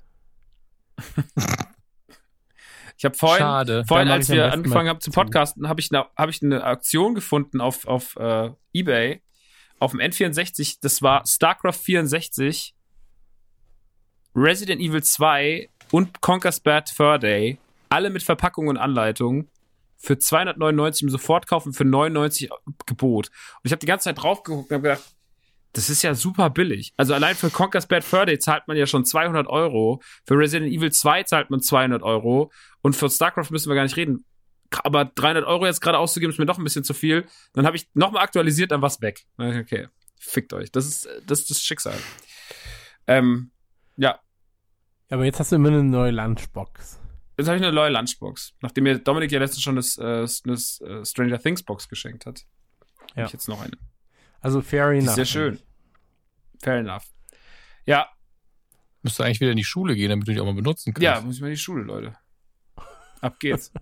Ich habe vorhin, Schade. vorhin Dann als mach ich am wir besten angefangen mal haben zu zu. podcasten, habe ich, ne, hab ich eine Aktion gefunden auf, auf äh, eBay, auf dem N vierundsechzig. Das war StarCraft vierundsechzig, Resident Evil zwei und Conker's Bad Fur Day. Alle mit Verpackung und Anleitung. Für zweihundertneunundneunzig im Sofortkauf und für neunundneunzig Gebot. Und ich habe die ganze Zeit drauf geguckt und habe gedacht, das ist ja super billig. Also allein für Conker's Bad Fur Day zahlt man ja schon zweihundert Euro. Für Resident Evil zwei zahlt man zweihundert Euro. Und für StarCraft müssen wir gar nicht reden. Aber dreihundert Euro jetzt gerade auszugeben, ist mir doch ein bisschen zu viel. Dann habe ich nochmal aktualisiert, dann war's weg. Okay, fickt euch. Das ist das, ist das Schicksal. Ähm, ja. Aber jetzt hast du immer eine neue Lunchbox. Jetzt habe ich eine neue Lunchbox. Nachdem mir Dominik ja letztens schon das, äh, das äh, Stranger Things Box geschenkt hat. Ja. Habe ich jetzt noch eine. Also fair Die enough. ist sehr schön. Fair enough. Ja, Müsstest du eigentlich wieder in die Schule gehen, damit du die auch mal benutzen kannst. ja, muss ich mal in die Schule, Leute. Ab geht's.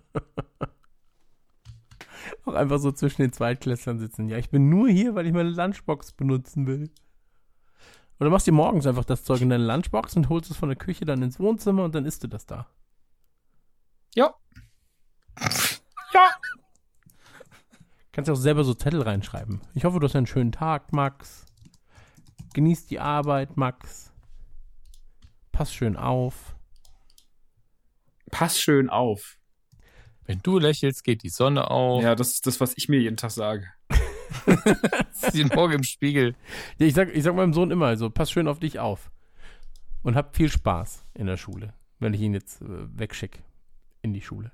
Auch einfach so zwischen den Zweitklässlern sitzen. Ja, ich bin nur hier, weil ich meine Lunchbox benutzen will. Oder machst dir morgens einfach das Zeug in deine Lunchbox und holst es von der Küche dann ins Wohnzimmer und dann isst du das da. Ja. Ja. Kannst ja auch selber so Zettel reinschreiben. Ich hoffe, du hast einen schönen Tag, Max. Genieß die Arbeit, Max. Pass schön auf. Pass schön auf. Wenn du lächelst, geht die Sonne auf. Ja, das ist das, was ich mir jeden Tag sage. Sieh ihn morgen im Spiegel. Ja, ich sag, ich sag meinem Sohn immer, also pass schön auf dich auf. Und hab viel Spaß in der Schule, wenn ich ihn jetzt äh, wegschicke in die Schule.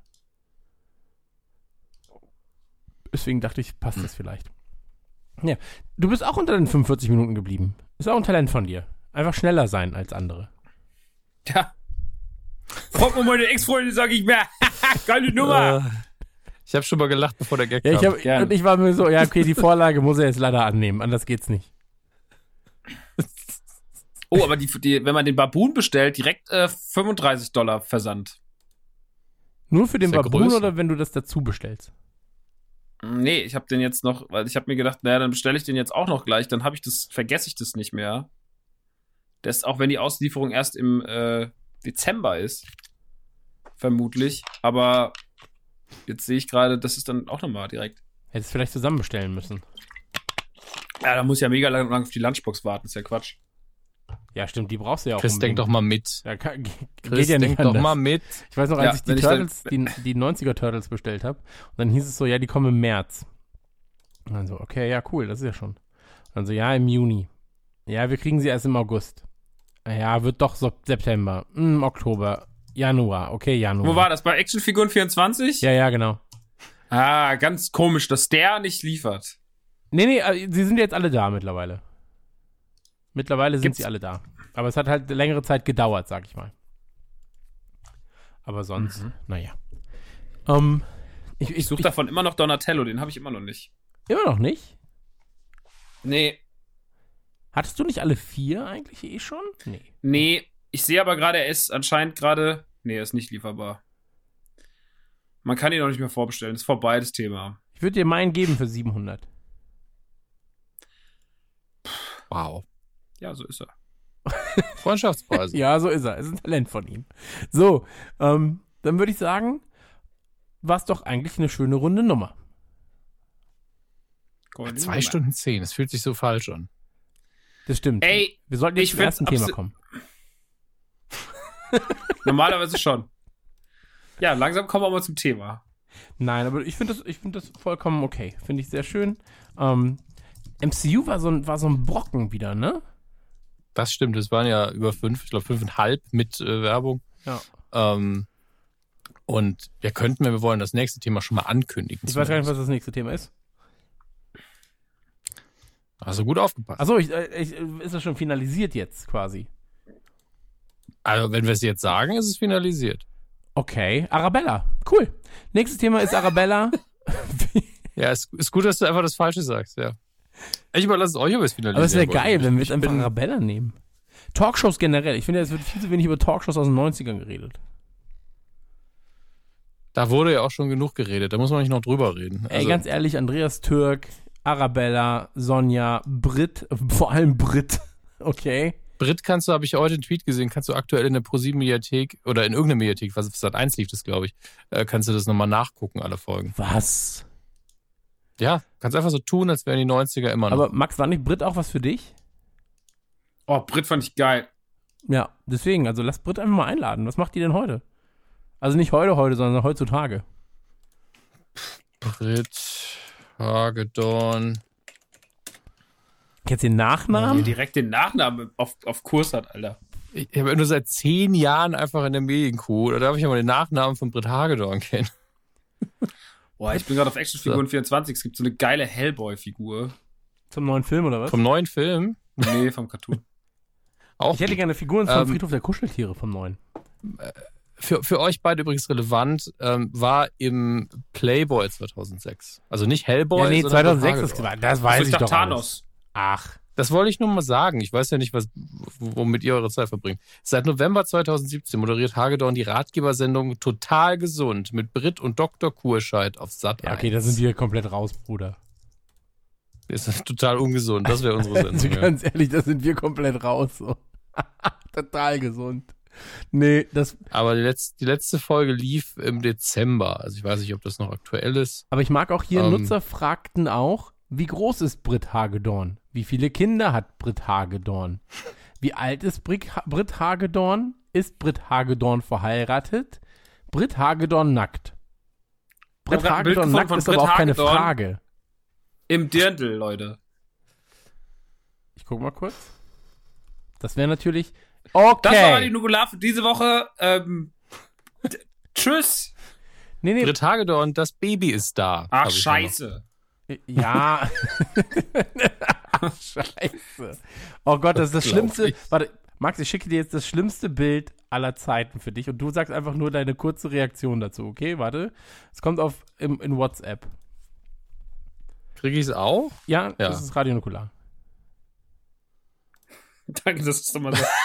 Deswegen dachte ich, passt das vielleicht. Ja, du bist auch unter den fünfundvierzig Minuten geblieben. Ist auch ein Talent von dir. Einfach schneller sein als andere. Ja. Frag mal meine Ex-Freundin, sag ich mehr. Geile Nummer. Äh, ich habe schon mal gelacht, bevor der Gag Ja, ich, kam. hab, Gerne. und ich war mir so, ja, okay, die Vorlage muss er jetzt leider annehmen, anders geht's nicht. Oh, aber die, die, wenn man den Baboon bestellt, direkt äh, fünfunddreißig Dollar Versand. Nur für den Ist ja Baboon größer. oder wenn du das dazu bestellst? Nee, ich habe den jetzt noch, weil ich habe mir gedacht, naja, dann bestelle ich den jetzt auch noch gleich, dann habe ich das, vergesse ich das nicht mehr. Das, auch wenn die Auslieferung erst im äh, Dezember ist. Vermutlich. Aber jetzt sehe ich gerade, das ist dann auch nochmal direkt. Hättest vielleicht zusammen bestellen müssen. Ja, da muss ich ja mega lang, lang auf die Lunchbox warten, ist ja Quatsch. Ja, stimmt, die brauchst du ja auch. Chris, denk doch mal mit. Ja, kann, ge- Chris, geht ja nicht denk doch anders. mal mit. Ich weiß noch, als Ja, ich die wenn ich dann- Turtles, die, die neunziger Turtles bestellt habe, und dann hieß es so, ja, die kommen im März. Und dann so, okay, ja, cool, das ist ja schon. Und dann so, ja, im Juni. Ja, wir kriegen sie erst im August. Ja, wird doch so September, hm, Oktober, Januar, okay, Januar. Wo war das? Bei Actionfiguren vierundzwanzig? Ja, ja, genau. Ah, ganz komisch, dass der nicht liefert. Nee, nee, äh, sie sind jetzt alle da mittlerweile. Mittlerweile sind Gibt's- sie alle da. Aber es hat halt längere Zeit gedauert, sag ich mal. Aber sonst, Mhm. naja. Ähm, ich, Ich ich suche davon immer noch Donatello, den habe ich immer noch nicht. Immer noch nicht? Nee, Hattest du nicht alle vier eigentlich eh schon? Nee. nee, ich sehe aber gerade, er ist anscheinend gerade, nee, er ist nicht lieferbar. Man kann ihn noch nicht mehr vorbestellen, ist vorbei, das Thema. Ich würde dir meinen geben für siebenhundert. Wow. Ja, so ist er. Freundschaftspreise. Ja, so ist er. Es ist ein Talent von ihm. So, ähm, dann würde ich sagen, war es doch eigentlich eine schöne runde Nummer. Goldene Zwei Nummer. Stunden zehn, das fühlt sich so falsch an. Das stimmt. Ey, wir sollten ich jetzt zum ersten find's Thema abs- kommen. Normalerweise schon. Ja, langsam kommen wir mal zum Thema. Nein, aber ich finde das, ich finde das vollkommen okay. Finde ich sehr schön. Ähm, M C U war so ein, war so ein Brocken wieder, ne? Das stimmt, es waren ja über fünf, ich glaube fünfeinhalb mit äh, Werbung. Ja. Ähm, Und wir könnten, wenn wir wollen, das nächste Thema schon mal ankündigen. Ich weiß gar nicht, was das nächste Thema ist. Hast du gut aufgepasst. Achso, ich, ich, ist das schon finalisiert jetzt quasi? Also, wenn wir es jetzt sagen, ist es finalisiert. Okay, Arabella. Cool. Nächstes Thema ist Arabella. Ja, es ist gut, dass du einfach das Falsche sagst, ja. Ich überlasse es euch, ob es finalisiert. Aber es wäre wollt. geil, wenn wir Ich jetzt einfach bin- Arabella nehmen. Talkshows generell. Ich finde, es wird viel zu wenig über Talkshows aus den neunzigern geredet. Da wurde ja auch schon genug geredet, da muss man nicht noch drüber reden. Ey, Also, ganz ehrlich, Andreas Türk, Arabella, Sonja, Brit, vor allem Brit, okay? Brit kannst du, habe ich heute einen Tweet gesehen, kannst du aktuell in der ProSieben Mediathek oder in irgendeiner Mediathek, was Sat eins lief das, glaube ich, äh, kannst du das nochmal nachgucken, alle Folgen. Was? Ja, kannst einfach so tun, als wären die neunziger immer noch. Aber Max, war nicht Brit auch was für dich? Oh, Brit fand ich geil. Ja, deswegen, also lass Brit einfach mal einladen. Was macht die denn heute? Also nicht heute, heute, sondern heutzutage. Brit, Hagedorn. Kennst du den Die Nachnamen? direkt den Nachnamen auf, auf Kurs hat, Alter. Ich habe nur seit zehn Jahren einfach in der Medienkuh, da darf ich ja mal den Nachnamen von Brit Hagedorn kennen. Boah, ich bin gerade auf Actionfiguren vierundzwanzig. Es gibt so eine geile Hellboy-Figur. Zum neuen Film oder was? Vom neuen Film. Nee, vom Cartoon. Auch Ich hätte gerne Figuren vom Ähm, Friedhof der Kuscheltiere vom neuen. für, für euch beide übrigens relevant, ähm, war im Playboy zweitausendsechs. Also nicht Hellboy, Ja, nee, sondern zweitausendsechs, Brit das, Hagedorn. das weiß Also ich ich dachte doch Thanos. alles. Ach, Das wollte ich nur mal sagen. Ich weiß ja nicht, was, womit ihr eure Zeit verbringt. Seit November zweitausendsiebzehn moderiert Hagedorn die Ratgebersendung Total Gesund mit Brit und Doktor Kurscheid auf Sat ja, eins. okay, da sind wir komplett raus, Bruder. Das ist total ungesund. Das wäre unsere Also Sendung. ja. ganz ehrlich, da sind wir komplett raus. So. Total gesund. Nee, das. Aber die letzte, die letzte Folge lief im Dezember. Also ich weiß nicht, ob das noch aktuell ist. Aber ich mag auch hier, Ähm. Nutzer fragten auch, wie groß ist Brit Hagedorn? Wie viele Kinder hat Brit Hagedorn? Wie alt ist Brit, Brit Hagedorn? Ist Brit Hagedorn verheiratet? Brit Hagedorn nackt. Brit Ich hab grad ein Bild Hagedorn gefunden nackt von ist Brit aber auch keine Hagedorn. Frage. Im Dirndl, Leute. Ich guck mal kurz. Das wäre natürlich. Okay. Das war die Nukular für diese Woche. Ähm, d- tschüss. nee, nee. Brit Hagedorn, das Baby ist da. Ach, Hab ich scheiße. Ja. Ach, scheiße. Oh Gott, das ist das Glaub Schlimmste. ich. Warte, Max, ich schicke dir jetzt das schlimmste Bild aller Zeiten für dich und du sagst einfach nur deine kurze Reaktion dazu, okay? Warte. Es kommt auf im, in WhatsApp. noch. Kriege ich es auch? Ja, Ja. das ist Radio Nukular. Danke, dass du es nochmal sagst.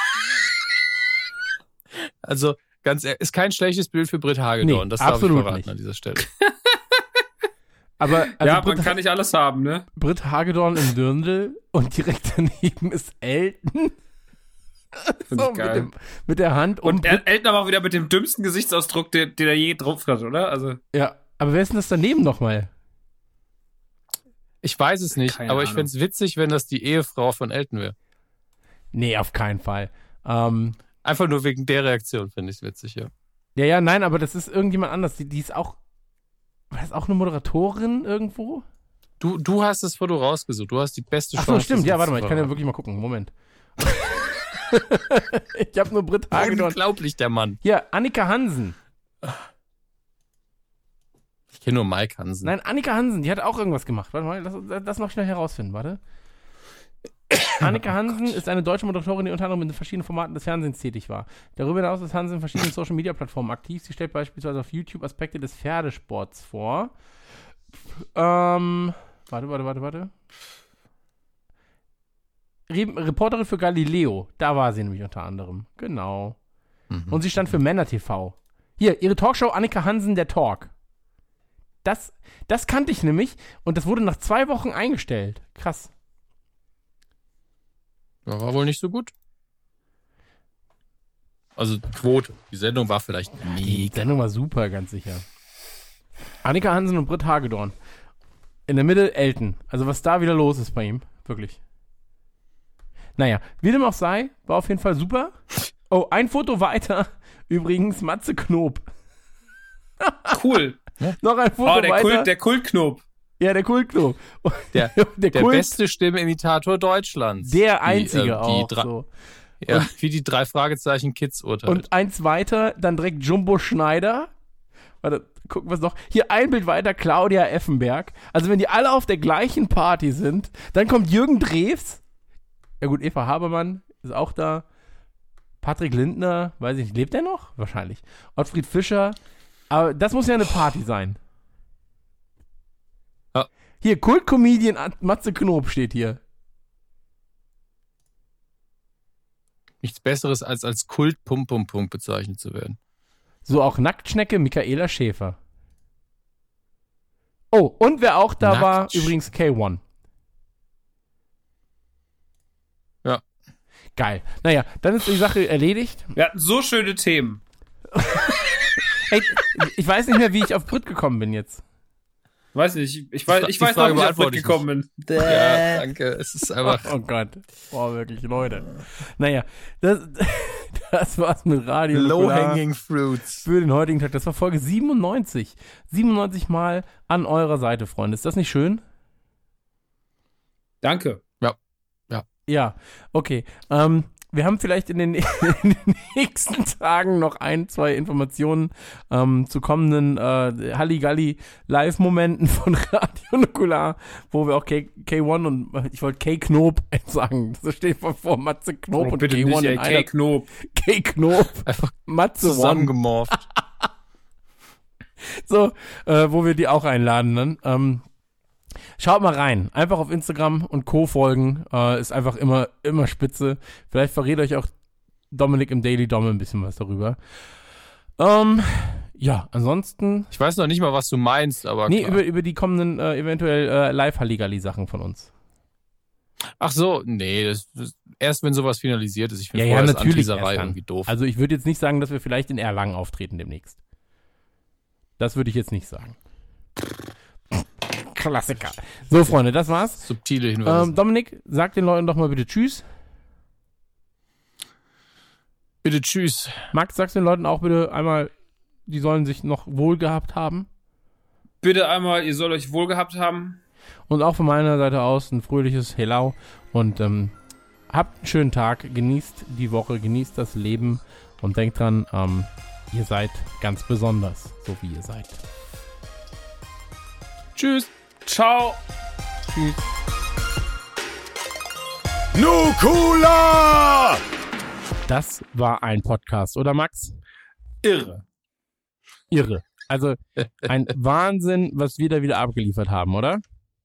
Also, ganz ehrlich, ist kein schlechtes Bild für Brit Hagedorn. Nee, das darf absolut ich verraten nicht. an dieser Stelle. Aber also ja, Brit, man kann nicht alles haben, ne? Brit Hagedorn im Dirndl und direkt daneben ist Elton. Find so, ich mit, geil. dem, mit der Hand und, Und El- Elton aber auch wieder mit dem dümmsten Gesichtsausdruck, den, den er je drauf hat, oder? Also, ja, aber wer ist denn das daneben nochmal? Ich weiß es nicht, Keine aber ich Ahnung. fände es witzig, wenn das die Ehefrau von Elton wäre. Nee, auf keinen Fall. Ähm, Einfach nur wegen der Reaktion finde ich es witzig, ja. ja, ja, nein, aber das ist irgendjemand anders. Die, die ist auch, war das auch eine Moderatorin irgendwo? Du, du hast das Foto rausgesucht. Du hast die beste Ach Chance. so, stimmt. das Ja, jetzt warte mal, zu ich kann ja verraten. wirklich mal gucken. Moment. Ich habe nur Brit Hagedorn. Unglaublich, der Mann. Hier, Annika Hansen. Ich kenne nur Mike Hansen. Nein, Annika Hansen, die hat auch irgendwas gemacht. Warte mal, lass das noch schnell herausfinden, warte. Annika Hansen ist eine deutsche Moderatorin, die unter anderem in verschiedenen Formaten des Fernsehens tätig war. Darüber hinaus ist Hansen in verschiedenen Social-Media-Plattformen aktiv. Sie stellt beispielsweise auf YouTube Aspekte des Pferdesports vor. Ähm, warte, warte, warte, warte. Re- Reporterin für Galileo, da war sie nämlich unter anderem. Genau. Mhm. Und sie stand für Männer T V. Hier, ihre Talkshow Annika Hansen, der Talk. Das, das kannte ich nämlich und das wurde nach zwei Wochen eingestellt. Krass. Ja, war wohl nicht so gut. Also Quote. Die Sendung war vielleicht Die mega. Sendung war super, ganz sicher. Annika Hansen und Brit Hagedorn. In der Mitte Elton. Also was da wieder los ist bei ihm. Wirklich. Naja, wie dem auch sei, war auf jeden Fall super. Oh, ein Foto weiter. Übrigens Matze Knob. cool. Noch ein Foto Oh, der, weiter. Kult, der Kultknob. Ja, der Kultknob. Der, der, der Kult, beste Stimmenimitator Deutschlands. der Die, einzige äh, die auch. drei- So. Ja, wie die drei Fragezeichen Kids urteilt. Und eins weiter, dann direkt Jumbo Schneider. Warte, gucken wir es noch. Hier ein Bild weiter, Claudia Effenberg. Also wenn die alle auf der gleichen Party sind, dann kommt Jürgen Drews. Ja gut, Eva Habermann ist auch da. Patrick Lindner, weiß ich nicht, lebt der noch? Wahrscheinlich. Ottfried Fischer. Aber das muss ja eine Party sein. Ja. Hier, Kult-Comedian Matze Knob steht hier. Nichts Besseres, als als Kult-Pum-Pum-Pum bezeichnet zu werden. So auch Nacktschnecke, Michaela Schäfer. Oh, und wer auch da Nackt. war, übrigens K eins. Ja. Geil. Naja, dann ist die Sache erledigt. Wir hatten so schöne Themen. Ey, ich weiß nicht mehr, wie ich auf Brit gekommen bin jetzt. Weiß nicht, ich weiß, ich Die weiß Frage noch, wie ich beantworte ich gekommen bin. Ja, danke. Es ist einfach. Oh Gott. Boah, wirklich, Leute. Naja, das, das war's mit Radio Nukular Low-hanging fruits. für den heutigen Tag. Das war Folge siebenundneunzig. siebenundneunzig Mal an eurer Seite, Freunde. Ist das nicht schön? Danke. Ja, okay. Ähm, wir haben vielleicht in den, in den nächsten Tagen noch ein, zwei Informationen ähm, zu kommenden äh, Halligalli-Live-Momenten von Radio Nukular, wo wir auch K, K eins und ich wollte K Knob sagen. Das steht vor, vor Matze Knob Oh, und bitte K eins nicht, ey, in einer. K Knob. K Knob. Einfach Matze One. zusammengemorpht. So, äh, wo wir die auch einladen dann. Ähm, Schaut mal rein. Einfach auf Instagram und Co. folgen. Äh, ist einfach immer, immer spitze. Vielleicht verrät euch auch Dominik im Daily Dom ein bisschen was darüber. Ähm, ja, ansonsten. Ich weiß noch nicht mal, was du meinst, aber Nee, klar. über, über die kommenden äh, eventuell äh, Live-Halligalli-Sachen von uns. Ach so, nee, das, das, erst wenn sowas finalisiert ist. Ich finde Ja, ja, vorher ist natürlich Anteaserei erst dann. irgendwie doof. Also ich würde jetzt nicht sagen, dass wir vielleicht in Erlangen auftreten demnächst. Das würde ich jetzt nicht sagen. Klassiker. So, Freunde, das war's. Subtile Hinweise. Ähm, Dominik, sag den Leuten doch mal bitte Tschüss. Bitte tschüss. Max, sagst den Leuten auch bitte einmal, die sollen sich noch wohl gehabt haben. Bitte einmal, ihr sollt euch wohl gehabt haben. Und auch von meiner Seite aus ein fröhliches Hello. Und ähm, habt einen schönen Tag, genießt die Woche, genießt das Leben und denkt dran, ähm, ihr seid ganz besonders, so wie ihr seid. Tschüss. Ciao. Tschüss. Nukular! Das war ein Podcast, oder Max? Irre. Irre. Also ein Wahnsinn, was wir da wieder abgeliefert haben, oder?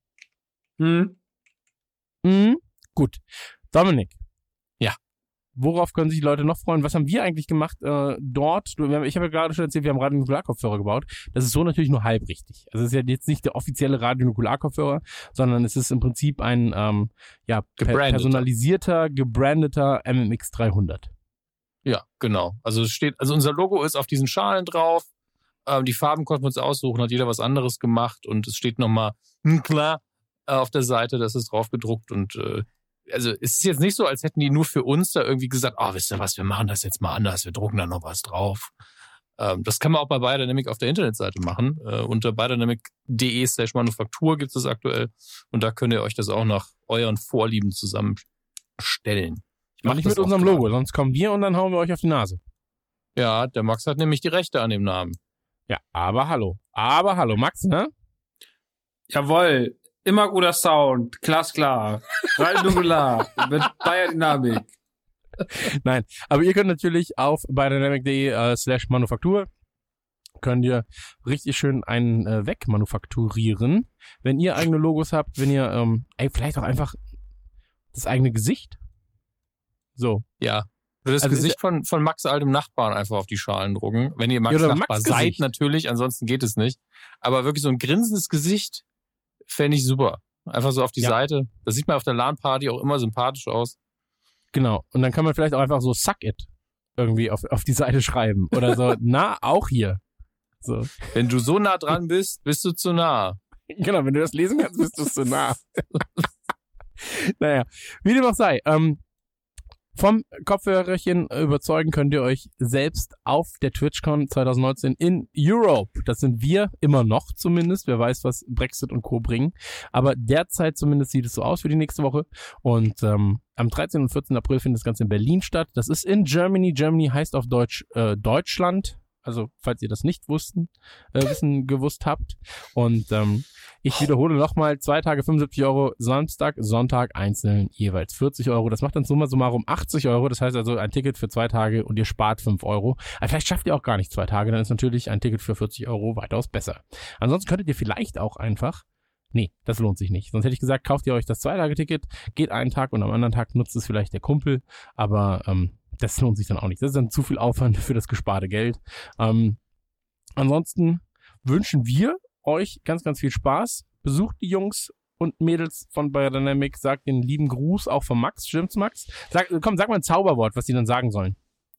Hm? Mhm. Gut. Dominik. Ja. Worauf können sich die Leute noch freuen? Was haben wir eigentlich gemacht äh, dort? Du, wir haben, ich habe ja gerade schon erzählt, wir haben Radio-Nukular-Kopfhörer gebaut. Das ist so natürlich nur halb richtig. Also es ist ja jetzt nicht der offizielle Radio-Nukular-Kopfhörer, sondern es ist im Prinzip ein ähm, ja, per Gebrandeter. personalisierter, gebrandeter M M X dreihundert. Ja, genau. Also es steht, also unser Logo ist auf diesen Schalen drauf. Ähm, die Farben konnten wir uns aussuchen, hat jeder was anderes gemacht und es steht nochmal hm, klar äh, auf der Seite, das ist drauf gedruckt und äh, also es ist jetzt nicht so, als hätten die nur für uns da irgendwie gesagt, ah, oh, wisst ihr was, wir machen das jetzt mal anders, wir drucken da noch was drauf. Ähm, das kann man auch bei Biodynamic auf der Internetseite machen. Äh, unter biodynamic.de slash Manufaktur gibt es das aktuell und da könnt ihr euch das auch nach euren Vorlieben zusammenstellen. Ich Mach mach nicht das mit auch unserem gerade. Logo, sonst kommen wir und dann hauen wir euch auf die Nase. Ja, der Max hat nämlich die Rechte an dem Namen. Ja, aber hallo. Aber hallo, Max, ne? Jawohl. Immer guter Sound. Glasklar. Radio Nukular. Mit Bayer Dynamik. Nein, aber ihr könnt natürlich auf biodynamic.de äh, slash Manufaktur könnt ihr richtig schön einen äh, wegmanufakturieren. Wenn ihr eigene Logos habt, wenn ihr, ähm, ey, vielleicht auch einfach das eigene Gesicht. So. Ja. Oder das Also Gesicht ist- von, von Max altem Nachbarn einfach auf die Schalen drucken. Wenn ihr Max Ja, oder Nachbar Max seid, Gesicht. natürlich, ansonsten geht es nicht. Aber wirklich so ein grinsendes Gesicht fände ich super. Einfach so auf die Ja. Seite. Das sieht man auf der LAN-Party auch immer sympathisch aus. Genau. Und dann kann man vielleicht auch einfach so suck it irgendwie auf, auf die Seite schreiben. Oder so, na, auch hier. So. Wenn du so nah dran bist, bist du zu nah. Genau, wenn du das lesen kannst, bist du zu nah. Naja, wie dem auch sei. Ähm, vom Kopfhörerchen überzeugen könnt ihr euch selbst auf der TwitchCon zwanzig neunzehn in Europe. Das sind wir immer noch zumindest. Wer weiß, was Brexit und Co. bringen. Aber derzeit zumindest sieht es so aus für die nächste Woche. Und ähm, am dreizehnten und vierzehnten April findet das Ganze in Berlin statt. Das ist in Germany. Germany heißt auf Deutsch äh, Deutschland. Also, falls ihr das nicht wussten, äh, wissen, gewusst habt. Und ähm, ich wiederhole nochmal, zwei Tage fünfundsiebzig Euro, Samstag, Sonntag einzeln jeweils vierzig Euro. Das macht dann summa summarum achtzig Euro. Das heißt also ein Ticket für zwei Tage und ihr spart fünf Euro. Aber vielleicht schafft ihr auch gar nicht zwei Tage, dann ist natürlich ein Ticket für vierzig Euro weitaus besser. Ansonsten könntet ihr vielleicht auch einfach, nee, das lohnt sich nicht. Sonst hätte ich gesagt, kauft ihr euch das Zwei-Tage-Ticket, geht einen Tag und am anderen Tag nutzt es vielleicht der Kumpel. Aber ähm, das lohnt sich dann auch nicht. Das ist dann zu viel Aufwand für das gesparte Geld. Ähm, ansonsten wünschen wir euch ganz, ganz viel Spaß. Besucht die Jungs und Mädels von Biodynamic. Sagt den lieben Gruß auch von Max. Stimmt's, Max? Sag, komm, sag mal ein Zauberwort, was die dann sagen sollen.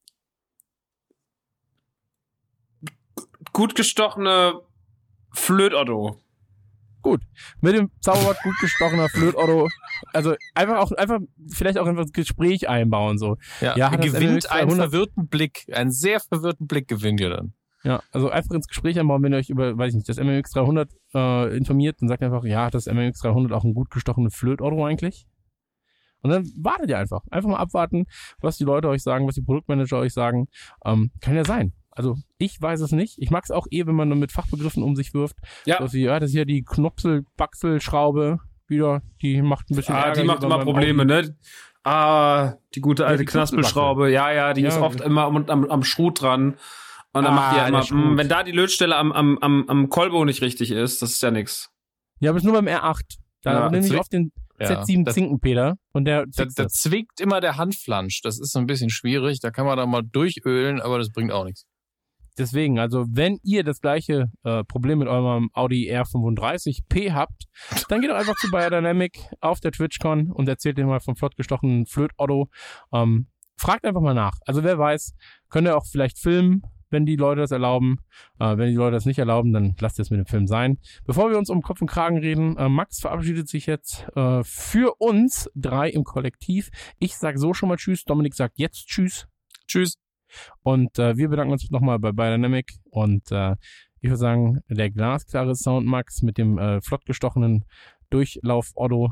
Gut gestochene Flötotto. Gut. Mit dem Zauberwort gut gestochener Flötotto. Also einfach auch, einfach, vielleicht auch einfach ein Gespräch einbauen, so. Ja, ja ihr gewinnt einen verwirrten Blick, einen sehr verwirrten Blick gewinnt ihr dann. Ja, also einfach ins Gespräch einbauen, wenn ihr euch über, weiß ich nicht, das M M X dreihundert äh, informiert, dann sagt ihr einfach, ja, hat das M M X dreihundert auch einen gut gestochenen Flötotto eigentlich? Und dann wartet ihr einfach. Einfach mal abwarten, was die Leute euch sagen, was die Produktmanager euch sagen. Ähm, kann ja sein. Also ich weiß es nicht. Ich mag es auch eh, wenn man mit Fachbegriffen um sich wirft. Ja. So wie, ja, das ist ja die Knopsel-Baxel-Schraube wieder, die macht ein bisschen Ah, Ärger die macht hier immer bei meinem Probleme, Audi. ne? Ah, die gute alte die Knaspelschraube. Ja, ja, die Ja. ist oft immer am, am, am Schrut dran. Und dann Ah, macht die ja der immer, Schrut. mh, wenn da die Lötstelle am, am, am, am Kolbo nicht richtig ist, das ist ja nix. Ja, aber ist nur beim R acht. Da Ja, nehme ich zwick- auf den Ja, Z sieben das- Zinkenpeter und der Da, zickt da das. zwickt immer der Handflansch. Das ist so ein bisschen schwierig. Da kann man da mal durchölen, aber das bringt auch nichts. Deswegen, also wenn ihr das gleiche äh, Problem mit eurem Audi R fünfunddreißig P habt, dann geht doch einfach zu Biodynamic auf der TwitchCon und erzählt denen mal vom flott gestochenen Flötotto. Ähm, fragt einfach mal nach. Also wer weiß, könnt ihr auch vielleicht filmen, wenn die Leute das erlauben. Äh, wenn die Leute das nicht erlauben, dann lasst es mit dem Film sein. Bevor wir uns um Kopf und Kragen reden, äh, Max verabschiedet sich jetzt äh, für uns drei im Kollektiv. Ich sag so schon mal Tschüss, Dominik sagt jetzt Tschüss. Tschüss. Und äh, wir bedanken uns nochmal bei Biodynamic und äh, ich würde sagen, der glasklare Sound Max mit dem äh, flott gestochenen Durchlauf Otto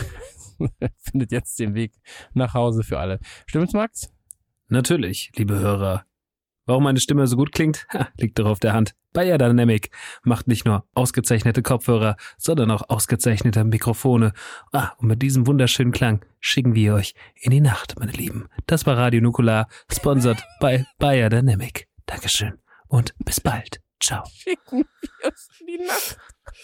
findet jetzt den Weg nach Hause für alle. Stimmt's, Max? Natürlich, liebe Hörer. Warum meine Stimme so gut klingt? Ha, liegt doch auf der Hand. Biodynamic macht nicht nur ausgezeichnete Kopfhörer, sondern auch ausgezeichnete Mikrofone. Ah, und mit diesem wunderschönen Klang schicken wir euch in die Nacht, meine Lieben. Das war Radio Nukular, sponsert bei Biodynamic. Dankeschön und bis bald. Ciao. Schicken wir uns in die Nacht.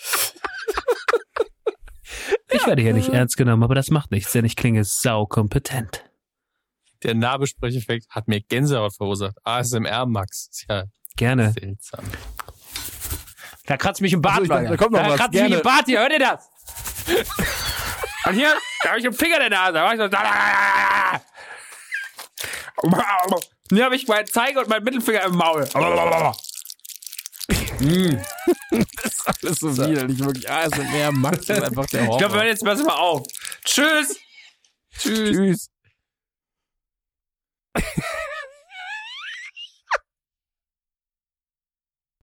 Ich werde hier nicht ernst genommen, aber das macht nichts, denn ich klinge saukompetent. Der Nahbesprecheffekt hat mir Gänsehaut verursacht. A S M R, Max. Ist ja Gerne. seltsam. Da kratzt mich im Ach so, ich dachte, da kommt noch was. kratzt mich Gerne. im Bart hier, hört ihr das? Und hier, da habe ich einen Finger in der Nase. Da mach ich so. Hier habe ich meinen Zeiger und meinen Mittelfinger im Maul. mm. Das ist alles so widerlich, wirklich. Ah, es ist mehr Max ist einfach der Ich Horror. glaube, wir hören jetzt besser mal auf. Tschüss. Tschüss. Tschüss.